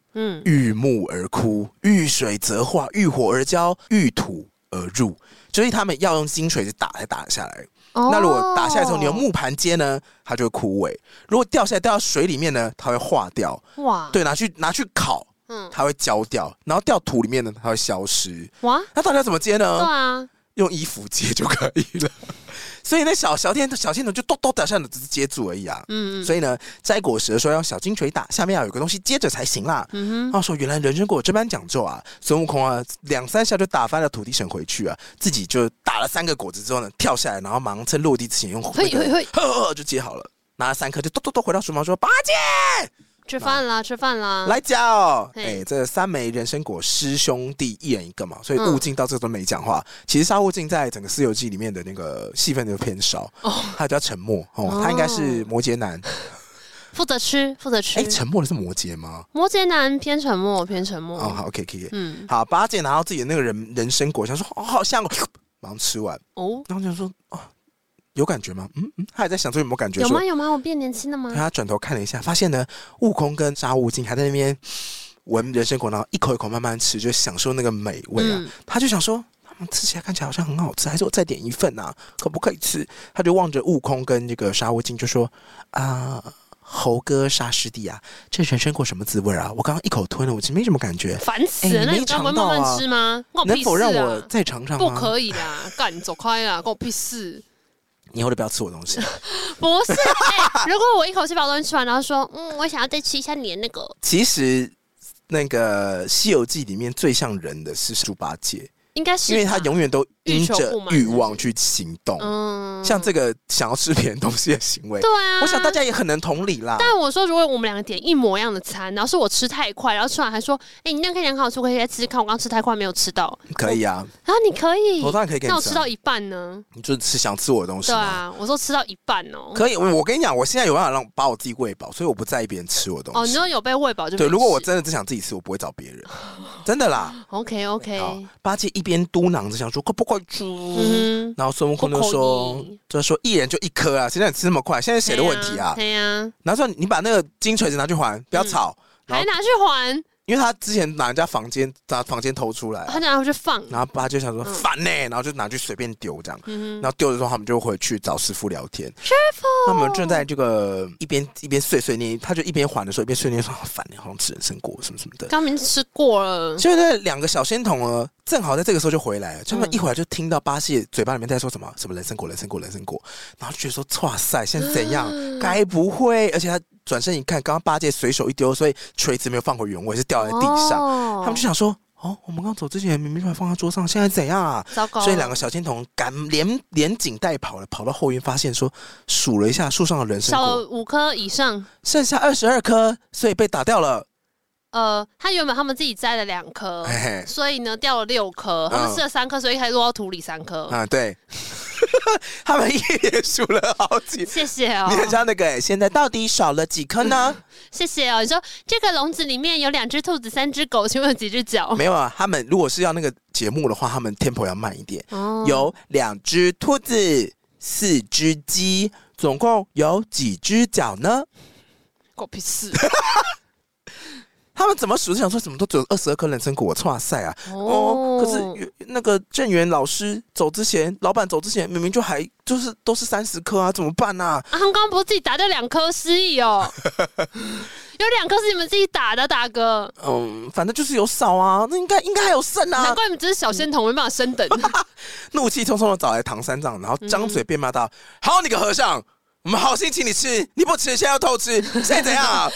嗯，遇木而枯，遇水则化，遇火而焦，遇土而入，所以他们要用金锤子打才打得下来。哦、那如果打下来之后，你用木盘接呢，它就会枯萎；如果掉下来掉到水里面呢，它会化掉。哇，对，拿去拿去烤，嗯，它会焦掉，然后掉土里面呢，它会消失。哇，那到底要怎么接呢？ 对啊， 用衣服接就可以了。所以那小小天小天童就咚咚打下来，只是接住而已啊。嗯，所以呢，摘果实的时候要用小金锤打，下面要有个东西接着才行啦。嗯哼，他说原来人参果这般讲究啊，孙悟空啊两三下就打翻了土地神回去啊，自己就打了三个果子之后呢，跳下来，然后马上趁落地之前用那个呵呵就接好了，拿了三颗就咚咚咚回到书房说八戒。 吃饭啦，吃饭啦！ 来讲哦，哎、欸，这三枚人参果师兄弟一人一个嘛，所以悟净到这个都没讲话。嗯、其实沙悟净在整个《西游记》里面的那个戏份就偏少，哦、他比较沉默哦，哦他应该是摩羯男， 负责吃，负责吃。 哎、欸，沉默的是摩羯吗？ 摩羯男偏沉默，偏沉默。 哦，好 ，OK， 可以，嗯，好，八戒拿到自己的那个人人参果，想说哦，好香哦，马上吃完哦，然后就说哦。有感觉吗？嗯嗯，他还在想说有没有感觉？ 有吗？有吗？我变年轻了吗？ 他转头看了一下，发现呢，悟空跟沙悟净还在那边闻人参果，然后一口一口慢慢吃，就享受那个美味啊。嗯、他就想说，他们吃起来看起来好像很好吃，还是我再点一份啊？可不可以吃？他就望着悟空跟这个沙悟净就说：“啊、呃，猴哥沙师弟啊，这人参果什么滋味啊？我刚刚一口吞了，我其实没什么感觉。 烦死了！欸、那你刚刚慢慢吃吗？啊、 能否让我再尝尝吗？ 不可以啦，干你走开啦，关我屁事！” 你以后就不要吃我东西。 不是、欸，如果我一口气把东西吃完，然后说，嗯，我想要再吃一下你的那个。 其实，那个《西游记》里面最像人的是猪八戒。 应该是， 因为他永远都因着欲望去行动，嗯，像这个想要吃别人东西的行为， 对啊， 我想大家也很能同理啦。 但我说，如果我们两个点一模一样的餐，然后是我吃太快，然后吃完还说，哎、欸，你那个很好吃，可以再吃看，我刚吃太快没有吃到。 可以啊， 啊，你可以， 我当然可以给你吃。 那我吃到一半呢？ 你就是吃想吃我的东西吗？ 对啊，我说吃到一半哦。 可以，我跟你讲，我现在有办法让把我自己喂饱，所以我不在意别人吃我的东西。 哦，你说有被喂饱就对。如果我真的只想自己吃，我不会找别人，真的啦。 OK OK。 八戒一边嘟囔着想说快不快吃，嗯、然后孙悟空就说就说一人就一颗啊，现在你吃那么快，现在谁的问题啊？ 对呀、啊。 然后说你把那个金锤子拿去还，不要吵， 嗯、还拿去还。 因为他之前拿人家房间，拿房间偷出来， 他拿回去放， 然后八戒想说烦呢、欸，然后就拿去随便丢这样，嗯、然后丢的时候他们就回去找师傅聊天。 师傅， 他们正在这个一边一边碎碎念，他就一边还的时候一边碎念说烦呢、欸，好像吃人参果什么什么的。 刚明吃过了， 所以那两个小仙童呢，正好在这个时候就回来了。他们一回来就听到八戒嘴巴里面在说什么什么人参果人参果人参果，然后就觉得说哇塞，现在是怎样？该不会？而且他。转身一看，刚刚八戒随手一丢，所以锤子没有放回原位，是掉在地上。哦、他们就想说：“哦，我们刚走之前明明就放在桌上，现在怎样啊？” 糟糕！ 所以两个小仙童赶连连紧带跑了，跑到后院，发现说数了一下树上的人参果， 少了五颗以上， 剩下二十二颗，所以被打掉了。 呃，他原本他们自己摘了两颗，所以呢掉了六颗，他们吃了三颗，所以一开始落到土里三颗。 啊，对。他们一连数了好几， 谢谢哦。 你很像那个、欸，现在到底少了几颗呢？ 谢谢哦。你说这个笼子里面有两只兔子、三只狗，请问有几只脚？ 没有啊，他们如果是要那个节目的话，他们 tempo 要慢一点。哦、有两只兔子，四只鸡，总共有几只脚呢？ 狗屁事！ 他们怎么数？想说怎么都只有二十二颗人参果，哇塞啊！哦，哦可是那个郑源老师走之前，老板走之前，明明就还就是都是三十颗啊，怎么办啊？ 啊，他们刚刚不是自己打掉两颗失忆哦，有两颗是你们自己打的，大哥。 嗯，反正就是有少啊，那应该应该还有剩啊。 难怪你们只是小仙童，没办法升等。 怒气冲冲的找来唐三藏，然后张嘴便骂道：“嗯、好你个和尚！”我们好心请你吃，你不吃，现在要偷吃，现在怎样啊？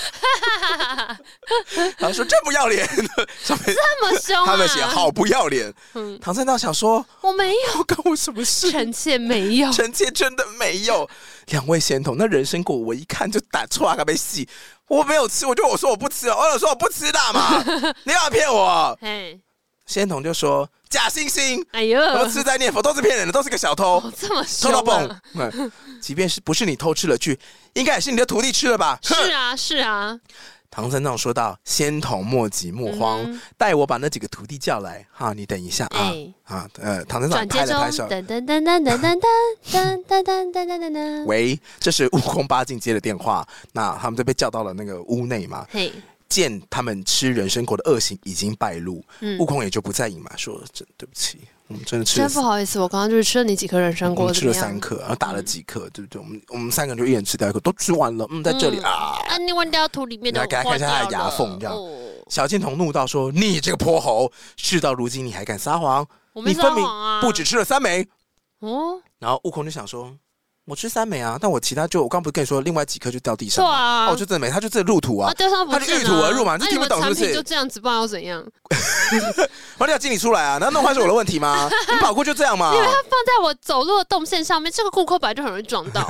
然后说真不要脸，上面这么凶、啊， 他们写好不要脸。嗯，唐三藏想说， 我没有， 关我什么事？ 臣妾没有， 臣妾真的没有。两位仙童，那人参果我一看就打错啊，被戏，我没有吃，我就我说我不吃，我有说我不吃的嘛，你干嘛骗我？嘿。仙童就说假惺惺，哎呦，我吃在念佛都是骗人的，都是个小偷， 哦、这么凶、啊， 偷到蹦、嗯。即便是不是你偷吃了去，应该也是你的徒弟吃了吧？ 是啊，是啊。 唐三藏说道：“仙童莫急莫慌，带、嗯、我把那几个徒弟叫来。哈，你等一下啊、欸、啊！呃，唐三藏拍了拍手，噔噔噔噔噔噔噔噔噔噔噔噔。喂，这是悟空八戒接的电话。那他们就被叫到了那个屋内嘛。嘿。” 见他们吃人参果的恶行已经败露，嗯、悟空也就不再隐瞒，说真对不起。我们真的吃了， 真不好意思，我刚刚就是吃了你几颗人参果， 我们吃了三颗，然后打了几颗，嗯、对不对？我们我们三个人就一人吃掉一颗，都吃完了。嗯，在这里、嗯、啊， 啊，你忘掉土里面的， 你给他看一下他的牙缝，这样。哦、小青童怒道说：“你这个泼猴，事到如今你还敢撒谎？ 我没撒谎啊！ 你分明不只吃了三枚。”哦，然后悟空就想说。我吃三枚啊，但我其他就我刚不是跟你说，另外几颗就掉地上嘛，对啊，哦、我就真的没，他就这路途啊， 啊掉上不见啊、 他就遇土而入嘛，就听不懂是不是？ 啊、就这样子，不然要怎样？ 我要经理出来啊，那弄坏是我的问题吗？你跑过就这样嘛？ 因为它放在我走路的动线上面，这个顾客本来就很容易撞到。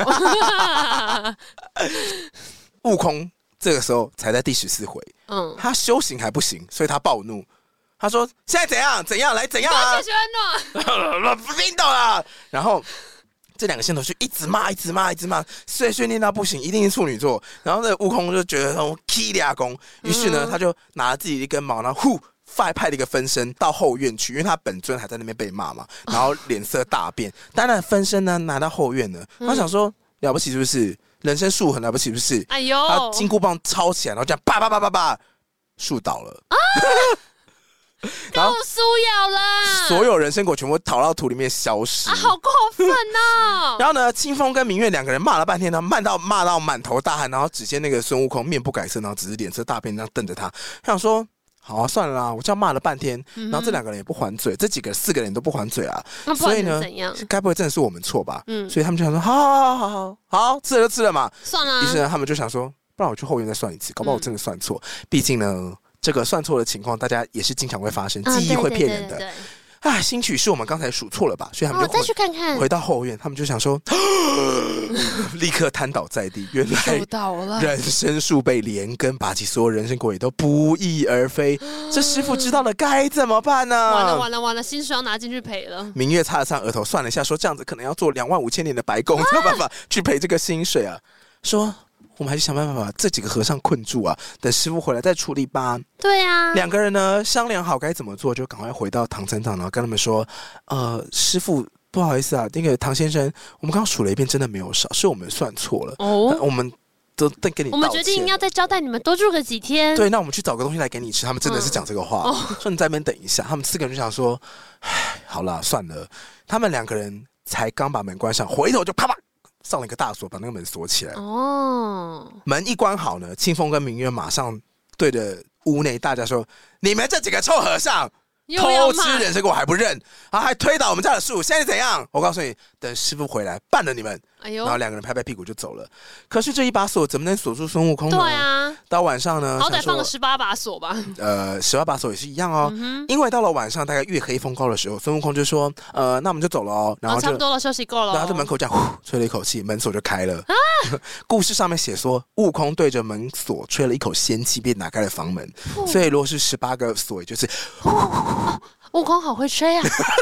悟空这个时候才在第十四回，嗯，他修行还不行，所以他暴怒。他说：“现在怎样？怎样来？怎样啊？”不听懂了。然后。这两个线头就一直骂，一直骂，一直骂，碎碎念到不行，一定是处女座。然后那悟空就觉得哦 ，K 俩功，于是呢，他就拿了自己一根毛，然后呼派派了一个分身到后院去，因为他本尊还在那边被骂嘛，然后脸色大变。当然分身呢拿到后院呢，他想说了不起是不是？人参树很了不起是不是？哎呦，他金箍棒抄起来，然后这样叭叭叭叭叭，树倒了。啊够苏咬啦！ 所有人参果全部逃到土里面消失啊，好过分哦！ 然后呢，清风跟明月两个人骂了半天，然后骂到骂到满头大汗，然后只见那个孙悟空面不改色，然后只是脸色大变，这样瞪着他，他想说：好啊，算了啦，我这样骂了半天，嗯、然后这两个人也不还嘴，这几个四个人都不还嘴啊，所以呢，该不会真的是我们错吧？嗯，所以他们就想说：好好好好好好，吃了就吃了嘛， 算了、啊。 于是呢，他们就想说：不然我去后院再算一次，搞不好我真的算错，毕竟呢。这个算错的情况，大家也是经常会发生，记忆会骗人的。啊，兴许是我们刚才数错了吧，所以他们就回、 哦、再去看看， 回到后院，他们就想说，立刻瘫倒在地。原来人参树被连根拔起，所有人参果也都不翼而飞。这师傅知道了该怎么办呢？ 完了完了完了，薪水要拿进去赔了。 明月擦了擦额头，算了一下，说这样子可能要做两万五千年的白工，才有办法去赔这个薪水啊。说。我们还是想办法把这几个和尚困住啊！等师傅回来再处理吧。 对啊， 两个人呢商量好该怎么做，就赶快回到唐三藏，然后跟他们说：“呃，师傅，不好意思啊，那个唐先生，我们刚刚数了一遍，真的没有少，是我们算错了。哦，我们都跟你道歉。 我们决定要再交代你们多住个几天。 对，那我们去找个东西来给你吃。他们真的是讲这个话，嗯哦、说你在那边等一下。他们四个人就想说：唉，好啦，算了。他们两个人才刚把门关上，回头就啪啪。”上了一个大锁，把那个门锁起来。哦，门一关好呢，清风跟明月马上对着屋内大家说：“你们这几个臭和尚，偷吃人参果还不认，啊，还推倒我们家的树，现在怎样？我告诉你，等师傅回来办了你们。”哎呦，然后两个人拍拍屁股就走了。可是这一把锁怎么能锁住孙悟空呢？ 对啊， 到晚上呢， 好歹放个十八把锁吧。 呃，十八把锁也是一样哦。嗯、因为到了晚上，大概月黑风高的时候，孙悟空就说：“呃，那我们就走了哦。”然后就、 哦、差不多了，休息够了。 然后在门口这样呼吹了一口气，门锁就开了。啊、故事上面写说，悟空对着门锁吹了一口仙气，便打开了房门。所以如果是十八个锁，也就是、 哦、悟空好会吹啊！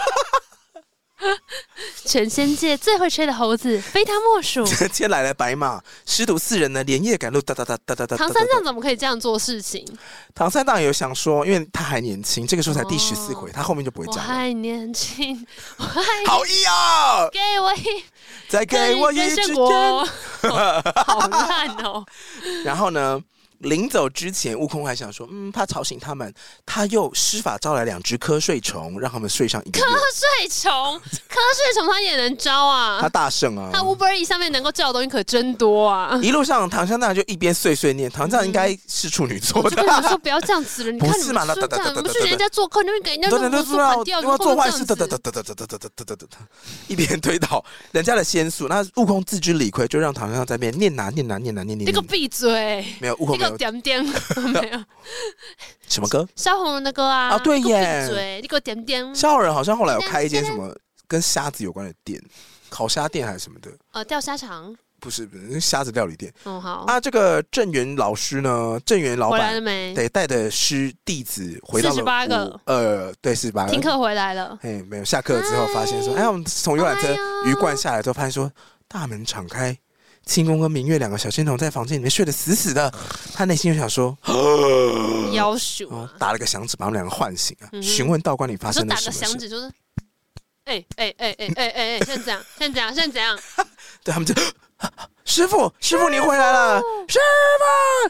全仙界最会吹的猴子，非他莫属。 今天来了白马，师徒四人呢连夜赶路，哒哒哒哒哒哒。 唐三藏怎么可以这样做事情？ 唐三藏也有想说，因为他还年轻，这个时候才第十四回，哦、他后面就不会讲了。 我还年轻，我还好意哦， 给我一， 再给我一支烟，好烂哦。 然后呢？临走之前，悟空还想说，嗯，怕吵醒他们，他又施法招来两只瞌睡虫，让他们睡上一个月。 瞌睡虫，瞌睡虫他也能招啊？ 他大圣啊！ 他 Uber Eats 上面能够叫的东西可真多啊！ 一路上，唐三藏就一边碎碎念，唐三藏应该是处女座的。我就跟你说不要这样子了，你看不是嘛？ 你们这样，你们去人家做客，你们给人家弄不出反调， 要做坏事，得得得得得得得得得得得，一边推倒人家的仙术。那悟空自知理亏，就让唐三藏在那边念呐念呐念呐念念。 你给我闭嘴！ 没有，悟空没有点点。没有什么歌？ 萧红人的歌啊！ 啊，对耶！ 嘴，你给我点点。 萧红人好像后来有开一间什么跟虾子有关的店，烤虾店还是什么的？ 呃，钓虾场。 不是不是，虾子料理店。 哦好。 啊，这个郑源老师呢？郑源老板回来了没？ 得带的师弟子回到了四十八个。 呃，对，四十八个。 听课回来了。 哎，没有，下课之后发现说，哎，我们从游览车鱼贯下来之后，发现说大门敞开。清风跟明月两个小仙童在房间里面睡得死死的，他内心就想说：“ 妖鼠、啊哦， 打了个响指把他们两个唤醒啊，询、嗯、问道观里发生了什么事。” 打个响指就是，哎哎哎哎哎哎哎，现在怎样？现在怎样？现在怎样？ 对他们就，师傅，师傅你回来了，师傅，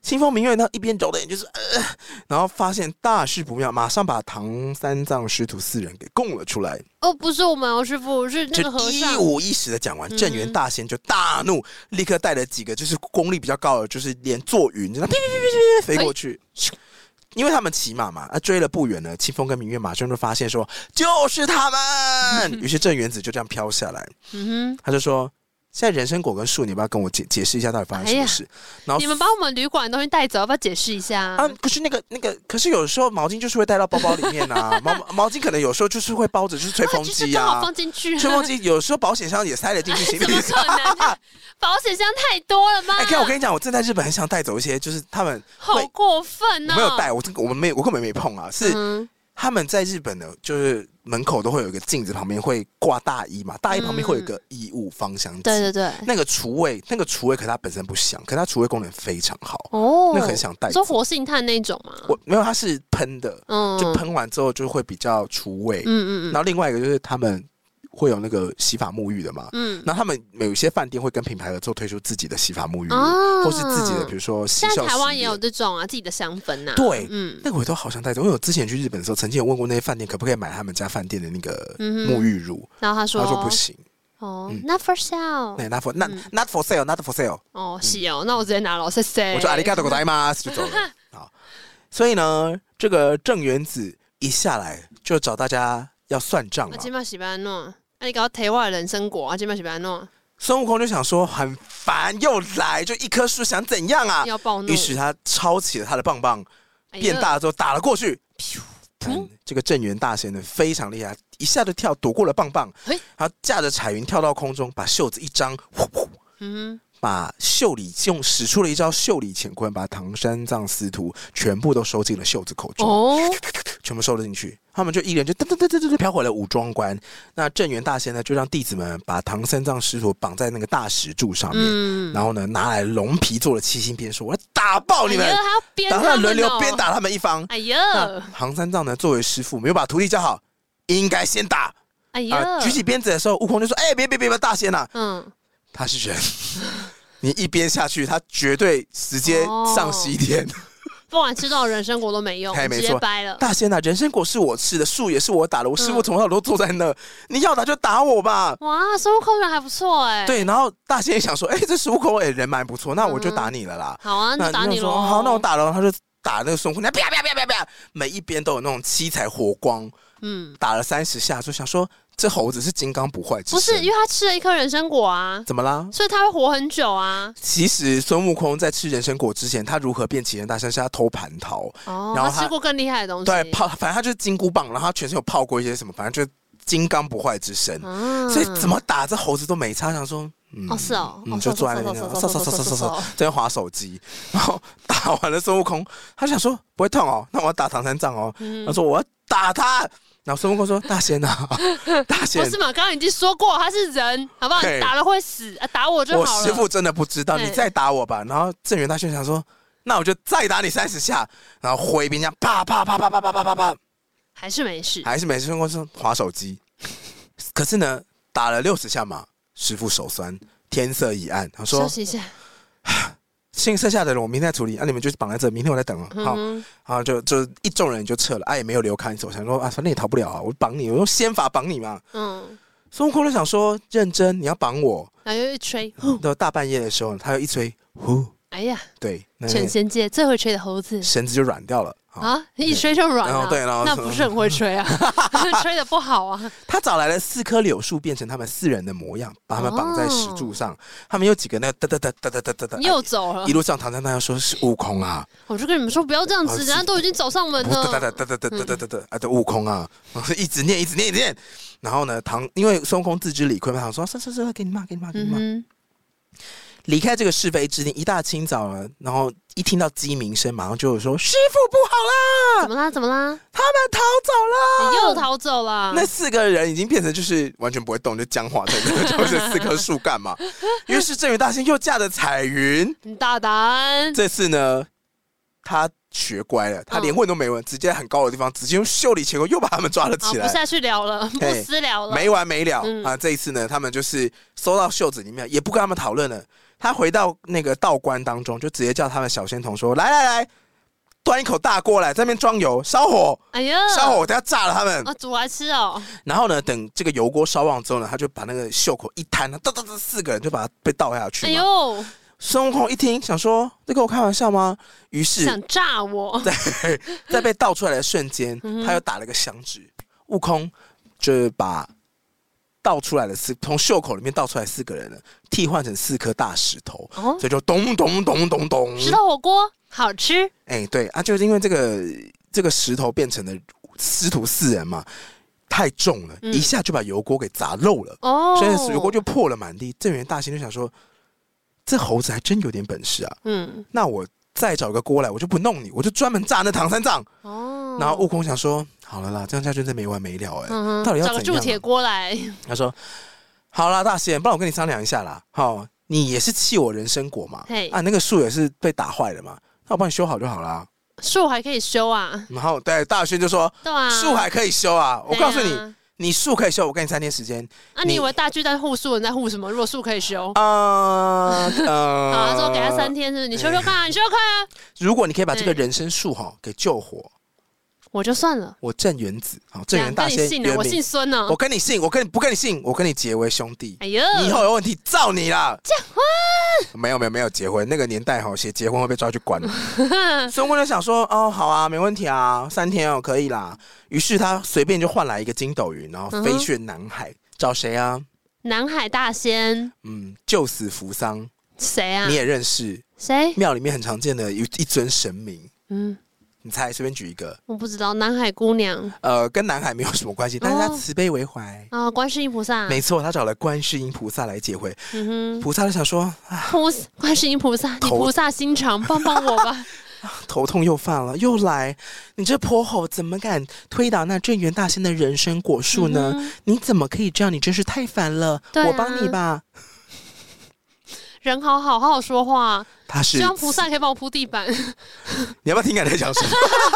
清风明月呢一边揉的眼就是，呃，然后发现大事不妙，马上把唐三藏师徒四人给供了出来。 哦，不是我们哦，师父，是那个和尚。 一五一十的讲完，镇元大仙就大怒，嗯、立刻带了几个就是功力比较高的，就是连坐云，就那飞飞飞飞飞飞过去。因为他们骑马嘛，啊，追了不远呢，清风跟明月马上就发现说就是他们，于是镇元子就这样飘下来，嗯、他就说。现在人参果跟树，你要不要跟我解解释一下到底发生什么事？哎、然后你们把我们旅馆的东西带走，要不要解释一下啊？ 啊可是那个那个，可是有时候毛巾就是会带到包包里面啊，毛毛巾可能有时候就是会包着，就是吹风机啊， 啊就是、放进去。 吹风机有时候保险箱也塞了进去行李箱，怎么可能？保险箱太多了吧？ 哎，看我跟你讲，我正在日本很想带走一些，就是他们好过分哦！ 我没有带，我我们没我根本没碰啊，是。嗯他们在日本呢，就是门口都会有一个镜子，旁边会挂大衣嘛，大衣旁边会有一个衣物芳香剂、嗯， 对对对， 那个除味，那个除味，可它本身不香，可它除味功能非常好哦，那很想带。 说活性炭那种吗？ 我没有，它是喷的，嗯，就喷完之后就会比较除味，嗯嗯嗯。然后另外一个就是他们。会有那个洗发沐浴的嘛？嗯，那他们有一些饭店会跟品牌合作推出自己的洗发沐浴，哦、或是自己的，比如说洗像台湾也有这种啊，自己的香氛呐、啊。 对，嗯，那个我都好想带走，因为我之前去日本的时候，曾经有问过那些饭店可不可以买他们家饭店的那个沐浴乳， 然后他说他说不行。 哦、嗯、，Not for sale， 对 ，Not for not、嗯、not for sale，Not for sale。 哦，是哦，那我直接拿了，谢谢。 我说ありがとうございます就走了。好，所以呢，这个郑元子一下来就找大家要算账了。 今麦是要弄。那、啊、你给我提我的人参果啊，今麦是要弄。 孙悟空就想说很烦，又来，就一棵树想怎样啊？ 要暴怒。 于是他抄起了他的棒棒，变大了之后打了过去。嗯、这个镇元大仙呢非常厉害，一下就跳躲过了棒棒，然后驾着彩云跳到空中，把袖子一张，呼呼嗯，把袖里用使出了一招袖里乾坤，把唐三藏师徒全部都收进了袖子口中，哦、全部收了进去。他们就一人就噔噔噔噔噔飘回了武庄关。那镇元大仙呢，就让弟子们把唐三藏师徒绑在那个大石柱上面，嗯、然后呢拿来龙皮做的七星鞭，说我要打爆你们， 哎、 打他们轮流鞭打他们一方。 哎呀， 唐三藏呢作为师父，没有把徒弟教好，应该先打。哎呀、呃，举起鞭子的时候，悟空就说：“哎、欸，别别别别，大仙啊！嗯，他是人，你一鞭下去，他绝对直接上西天。哦” 不管吃多少人参果都没用，直接掰了。 大仙啊，人参果是我吃的，树也是我打的，我师父从小都坐在那，嗯、你要打就打我吧。 哇，孙悟空人还不错哎、欸。 对，然后大仙也想说，哎、欸，这孙悟空哎、欸、人蛮不错，那我就打你了啦。 嗯、好啊，那就打你喽。 好，那我打了，他就打那个孙悟空，啪啪啪啪啪，每一边都有那种七彩火光。嗯，打了三十下，就想说这猴子是金刚不坏之身。 不是，因为他吃了一颗人参果啊。 怎么啦？ 所以他会活很久啊。 其实孙悟空在吃人参果之前，他如何变齐人大圣是他偷蟠桃。 哦，然后他吃过更厉害的东西。 对，泡，反正他就是金箍棒，然后他全身有泡过一些什么，反正就是金刚不坏之身。嗯、所以怎么打这猴子都没差，想说。 嗯、哦，是哦， 嗯，就坐在那边，嗖嗖嗖嗖嗖嗖，在滑手机，然后打完了孙悟空，他想说不会痛哦，那我要打唐三藏哦，嗯、他说我要打他，然后孙悟空说大仙啊，大仙， 不是嘛？刚刚已经说过他是人，好不好？你打了会死，啊、打我就好了。 我师父真的不知道，你再打我吧。然后镇元大仙想说，那我就再打你三十下，然后挥鞭这样啪啪啪啪啪啪啪啪啪， 还是没事， 还是没事。孙悟空说滑手机，可是呢，打了六十下嘛。师父手酸，天色已暗。他说：“ 休息一下， 剩剩下的人我明天再处理。啊，你们就绑在这，明天我再等了。好，嗯、然后就就一众人就撤了。啊，也没有留看守，想说啊，反正也逃不了啊，我绑你，我用仙法绑你嘛。嗯，孙悟空就想说认真，你要绑我。 然后又一吹， 到大半夜的时候，他又一吹，呼， 哎呀， 对， 全仙界最会吹的猴子， 绳子就软掉了。” 啊！一吹就软了， 对，然后那不是很会吹啊，吹得不好啊。 他找来了四棵柳树，变成他们四人的模样，把他们绑在石柱上。哦、他们有几个那哒哒哒哒哒哒哒哒， 又走了。 一路上唐三藏要说是悟空啊， 我就跟你们说不要这样子，人家都已经找上门了。 哒哒哒哒哒哒哒哒哒啊！对，悟空啊，一直念，一直念，一直念。然后呢，唐因为孙悟空自知理亏嘛，他说是是是，给你骂，给你骂，给你骂。嗯离开这个是非之地，一大清早了，然后一听到鸡鸣声，马上就有说师父不好啦！ 怎么啦？怎么啦？ 他们逃走了！ 你又逃走了？ 那四个人已经变成就是完全不会动，就僵化在那，就是四棵树干嘛？于是镇元大仙又驾着彩云， 很大胆。 这次呢，他学乖了，他连问都没问，嗯、直接在很高的地方直接用袖里乾坤又把他们抓了起来， 不下去聊了，不私聊了， 没完没了、嗯、啊！这一次呢，他们就是收到袖子里面，也不跟他们讨论了。 他回到那个道观当中，就直接叫他们小仙童说：“来来来，端一口大锅来，在那边装油，烧火。哎呀，烧火，我等下炸了他们。 啊，煮来吃哦。然后呢，等这个油锅烧旺之后呢，他就把那个袖口一摊，哒哒哒，四个人就把它被倒下去。哎呦！孙悟空一听，想说这跟我开玩笑吗？于是想炸我。 在在被倒出来的瞬间，他又打了个响指，悟空就把倒出来的四从袖口里面倒出来四个人了，替换成四颗大石头，哦、所以就咚咚咚咚咚， 石头火锅好吃。 哎、欸，对啊，就是因为这个这个石头变成了师徒四人嘛，太重了，嗯、一下就把油锅给砸漏了，哦，所以油锅就破了满地。镇元大仙就想说，这猴子还真有点本事啊，嗯，那我再找个锅来，我就不弄你，我就专门炸那唐三藏。哦，然后悟空想说。好了啦，这样下去真没完没了哎、欸嗯！到底要怎样、啊？ 找个铸铁锅来。 他说：“好啦，大仙，不然我跟你商量一下啦。好、哦，你也是弃我人参果嘛？啊，那个树也是被打坏了嘛，那我帮你修好就好啦。 树还可以修啊？ 然后对大仙就说：对啊，树还可以修啊！我告诉你，啊、你树可以修，我给你三天时间。 啊，你以为大巨蛋护树人在护什么？如果树可以修啊，呃，好，他说给他三天，是不是？你修修看啊，你修修看啊。 如果你可以把这个人参树哈给救活。” 我就算了， 我镇元子，好，镇元大仙原名， 我姓孙呢。 我跟你姓，我跟你不跟你姓，我跟你结为兄弟。哎呦，你以后有问题造你啦！ 结婚？ 没有没有没有结婚，那个年代哈，写结婚会被抓去关。孙悟空就想说，哦，好啊，没问题啊，三天哦，可以啦。于是他随便就换来一个筋斗云，然后飞去南海、嗯、找谁啊？ 南海大仙。 嗯，救死扶桑。 谁啊？ 你也认识？ 谁？ 庙里面很常见的一一尊神明。嗯。你猜，随便举一个。 我不知道，南海姑娘。 呃，跟南海没有什么关系，但是他慈悲为怀。 哦，观世音菩萨。 没错，他找了观世音菩萨来解围。嗯哼，菩萨就想说， 菩观世音菩萨，你菩萨心肠，帮帮我吧。 头痛又犯了，又来！你这泼猴怎么敢推倒那镇元大仙的人参果树呢？嗯、你怎么可以这样？你真是太烦了！啊、我帮你吧。 人好好，好好说话。 他是希望菩萨可以帮我铺地板。 你要不要听看在讲什么？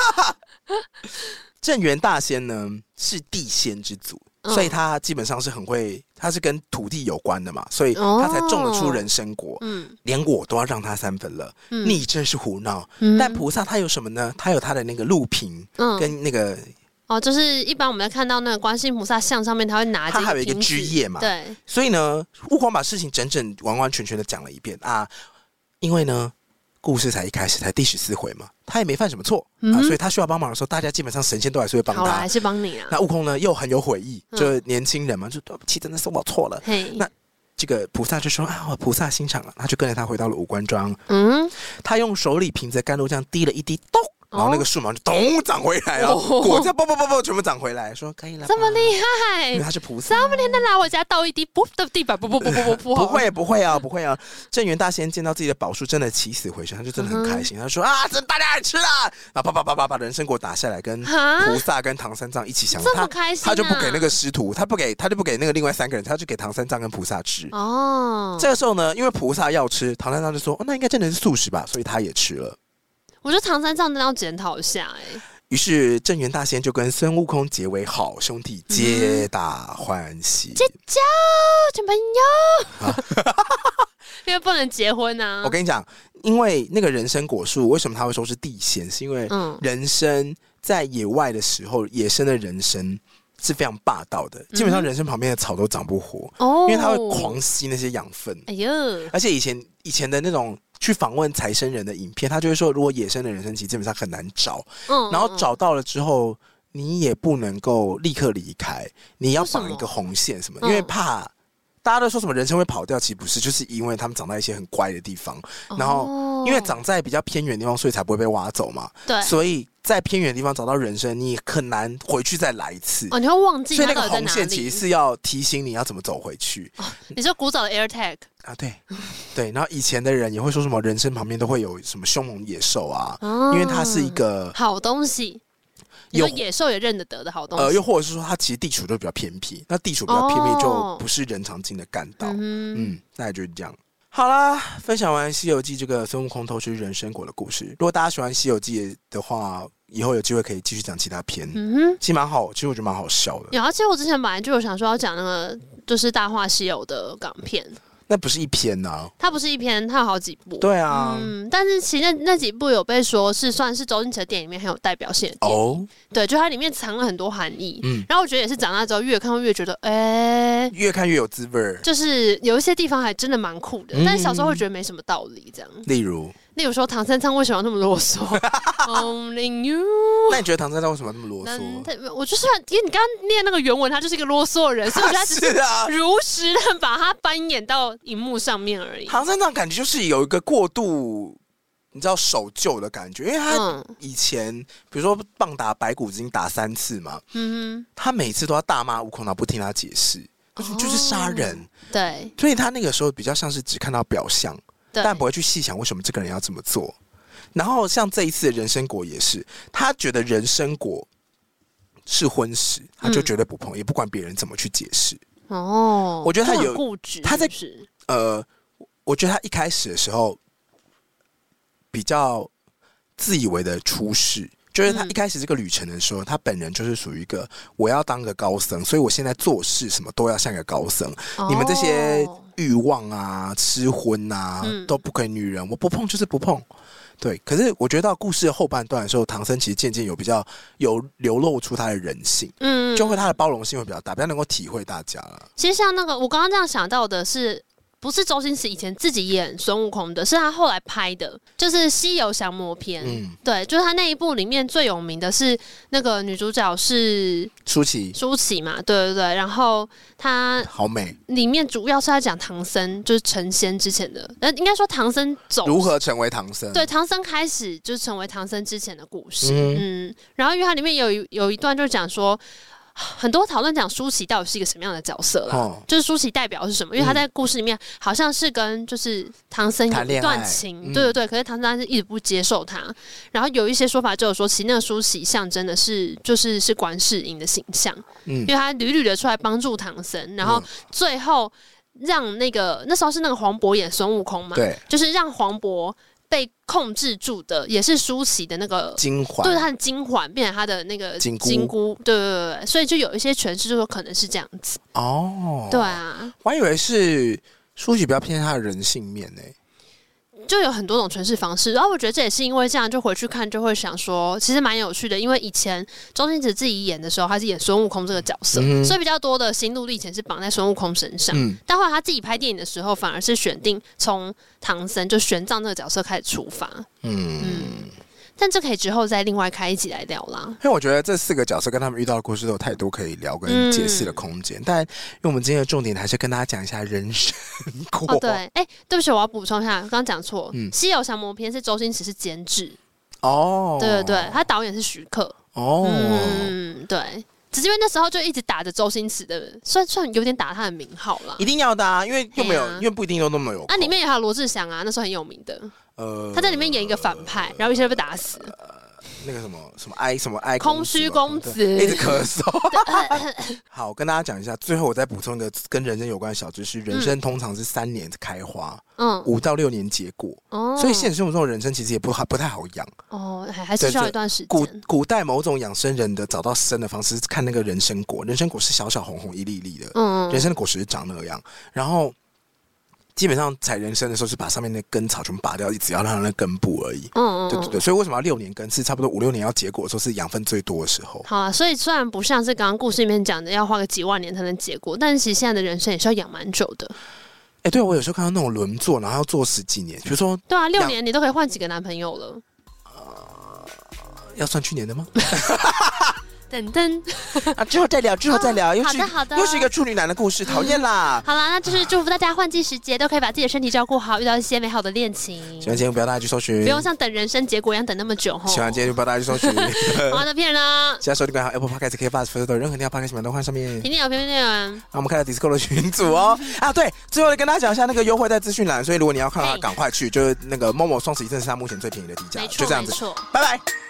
镇元大仙呢是地仙之祖，嗯、所以他基本上是很会，他是跟土地有关的嘛，所以他才种得出人参果。嗯，连我都要让他三分了。嗯、你真是胡闹！嗯、但菩萨他有什么呢？他有他的那个鹿瓶，嗯、跟那个。 哦，就是一般我们在看到那个观世音菩萨像上面，他会拿着他还有一个枝叶嘛， 对。 所以呢，悟空把事情整整完完全全的讲了一遍啊，因为呢，故事才一开始，才第十四回嘛，他也没犯什么错、嗯、啊，所以他需要帮忙的时候，大家基本上神仙都还是会帮他， 好啦，还是帮你啊。 那悟空呢，又很有悔意，就年轻人嘛，就对不起，真的是我错了。嘿，那这个菩萨就说啊，我菩萨心肠了，他就跟着他回到了五官庄。嗯，他用手里瓶着甘露这样滴了一滴，咚。然后那个树苗就咚长回来了，果子啵啵啵啵全部长回来，说可以了， 这么厉害， 因为他是菩萨， 这么天的来我家倒一滴，不的地板不不不不不不， 不会不会啊不会啊！镇元大仙见到自己的宝树真的起死回生，他就真的很开心，他说啊，真大家来吃啦！然后啪啪啪啪把人参果打下来，跟菩萨跟唐三藏一起享， 这么开心、啊， 他就不给那个师徒，他不给他就不给那个另外三个人，他就给唐三藏跟菩萨吃。哦，这个时候呢，因为菩萨要吃，唐三藏就说，哦，那应该真的是素食吧，所以他也吃了。 我觉得唐三藏真的要检讨一下哎、欸。 于是镇元大仙就跟孙悟空结为好兄弟，皆大欢喜。 结交交朋友，啊、因为不能结婚啊。 我跟你讲，因为那个人参果树，为什么他会说是地仙？是因为人参在野外的时候，野生的人参是非常霸道的，基本上人参旁边的草都长不活，嗯、因为它会狂吸那些养分。哎呦！而且以前以前的那种。去访问财生人的影片，他就会说，如果野生的人参其实基本上很难找，嗯，然后找到了之后，你也不能够立刻离开，你要绑一个红线什么，因为怕大家都说什么人参会跑掉，其实不是，就是因为他们长在一些很乖的地方，然后因为长在比较偏远的地方，所以才不会被挖走嘛，对，所以在偏远的地方找到人参，你很难回去再来一次， 哦，你会忘记， 所以那个红线其实是要提醒你要怎么走回去。 哦、你说古早的 AirTag。 啊，对，对，然后以前的人也会说什么人参旁边都会有什么凶猛野兽啊，哦、因为它是一个好东西，有野兽也认得得的好东西。 呃，又或者是说它其实地处就比较偏僻，那地处比较偏僻就不是人常进的干道。嗯, 嗯，大概就是这样。好啦，分享完《西游记》这个孙悟空偷吃人参果的故事。如果大家喜欢《西游记》的话，以后有机会可以继续讲其他篇。嗯哼，其实蛮好，其实我觉得蛮好笑的。 有，而且我之前本来就有想说要讲那个就是《大话西游》的港片。 那不是一篇啊， 它不是一篇，它有好几部。 对啊， 嗯，但是其实那那几部有被说是算是周星驰的电影里面很有代表性的电影。哦，对，就它里面藏了很多含义。嗯，然后我觉得也是长大之后越看会越觉得，哎、欸， 越看越有滋味， 就是有一些地方还真的蛮酷的，嗯、但是小时候会觉得没什么道理，这样。 例如。 例如说唐三藏为什么要那么啰嗦？Only you。 那你觉得唐三藏为什么要那么啰嗦？ 我就是因为你刚刚念那个原文，他就是一个啰嗦的人，所以我觉得他只是如实的把他搬演到荧幕上面而已。 唐三藏感觉就是有一个过度，你知道守旧的感觉，因为他以前、嗯、比如说棒打白骨精打三次嘛，嗯哼，他每次都要大骂悟空，然后不听他解释，哦、就是杀人。 对， 所以他那个时候比较像是只看到表象。但不会去细想为什么这个人要这么做。然后像这一次的人参果也是，他觉得人参果是荤食，他就绝对不碰，嗯、也不管别人怎么去解释。 哦， 我觉得他有固执， 他在呃，我觉得他一开始的时候比较自以为的出世。就是他一开始这个旅程的时候，嗯、他本人就是属于一个我要当个高僧，所以我现在做事什么都要像个高僧。哦、你们这些欲望啊、吃荤啊、嗯、都不可以，女人我不碰就是不碰。对，可是我觉得到故事的后半段的时候，唐僧其实渐渐有比较有流露出他的人性，嗯，就会他的包容性会比较大，比较能够体会大家了。 其实像那个我刚刚这样想到的是。不是周星驰以前自己演孙悟空的，是他后来拍的，就是《西游降魔篇》。嗯，对，就是他那一部里面最有名的是那个女主角是舒淇， 舒淇嘛，对对对。然后他好美，里面主要是在讲唐僧就是成仙之前的，呃，应该说唐僧走如何成为唐僧， 对，唐僧开始就是成为唐僧之前的故事。嗯，嗯然后因为它里面有有一段就讲说。很多讨论讲舒淇到底是一个什么样的角色啦，哦、就是舒淇代表是什么？因为他在故事里面好像是跟就是唐僧有一段情，对对对，可是唐僧是一直不接受他。然后有一些说法就有说，其实那个舒淇象征的是就是是观世音的形象，嗯、因为他屡屡的出来帮助唐僧，然后最后让那个那时候是那个黄渤演孙悟空嘛， 对， 就是让黄渤。被控制住的也是舒淇的那个金环， 对，他的金环变成他的那个金箍，对对对，所以就有一些诠释，就说可能是这样子。哦，对啊， 我还以为是舒淇比较偏他的人性面呢、欸。 就有很多种诠释方式，然后我觉得这也是因为这样，就回去看就会想说，其实蛮有趣的。因为以前周星驰自己演的时候，他是演孙悟空这个角色，嗯、所以比较多的心路历程是绑在孙悟空身上。嗯、但后来他自己拍电影的时候，反而是选定从唐僧就玄奘这个角色开始出发。嗯。嗯但这可以之后再另外开一集来聊啦。 因为我觉得这四个角色跟他们遇到的故事都有太多可以聊跟解释的空间。嗯、但因为我们今天的重点还是跟大家讲一下人参果。 哦，对，哎、欸，对不起，我要补充一下，刚刚讲错。嗯，《西游降魔篇》是周星驰是监制。哦，对对对，他导演是徐克。哦，嗯，对。只是因为那时候就一直打着周星驰的，算算有点打他的名号啦。 一定要的啊，因为又没有，啊、因为不一定都那么有。 啊，里面也还有罗志祥啊，那时候很有名的。呃，他在里面演一个反派，然后一些人被打死。呃那个什么什么哀什么哀空虚公子一直咳嗽。好，跟大家讲一下，最后我再补充一个跟人参有关的小知识：人参通常是三年开花，嗯，五到六年结果，哦，所以现实生活中的人参其实也不不太好养， 哦，还还是需要一段时间。 古古代某种养生人的找到生的方式是看那个人参果，人参果是小小红红一粒一粒的，嗯，人参的果实是长那样，然后。基本上采人参的时候是把上面的根草全部拔掉，只要让它那根部而已。嗯嗯，对对对，所以为什么要六年根？是差不多五六年要结果的时候，是养分最多的时候。 好啊，所以虽然不像是刚刚故事里面讲的要花个几万年才能结果，但是其实现在的人参也是要养蛮久的。 哎、欸，对，我有时候看到那种轮作，然后要做十几年，比如说， 对啊，六年你都可以换几个男朋友了。 呃，要算去年的吗？ 等等啊，之后再聊，之后再聊。 哦、好的，好的， 又是一个处女男的故事，讨厌啦。 好啦，那就是祝福大家换季时节都可以把自己的身体照顾好，遇到一些美好的恋情。 喜欢节目不要大家去搜寻， 不用像等人生结果一样等那么久。 喜欢节目不要大家去搜寻。 好的，骗人啦！ 其他收听管好 Apple Podcast、K-Bus、Firstory 任何地方 Podcast 都换上面。 听听有片片内容。 那我们开了 Discord 的群组哦。啊，对，最后跟大家讲一下那个优惠在资讯栏，所以如果你要看的话，赶快去，就是那个 Momo 双十一正是它目前最便宜的低价，就这样子。拜拜。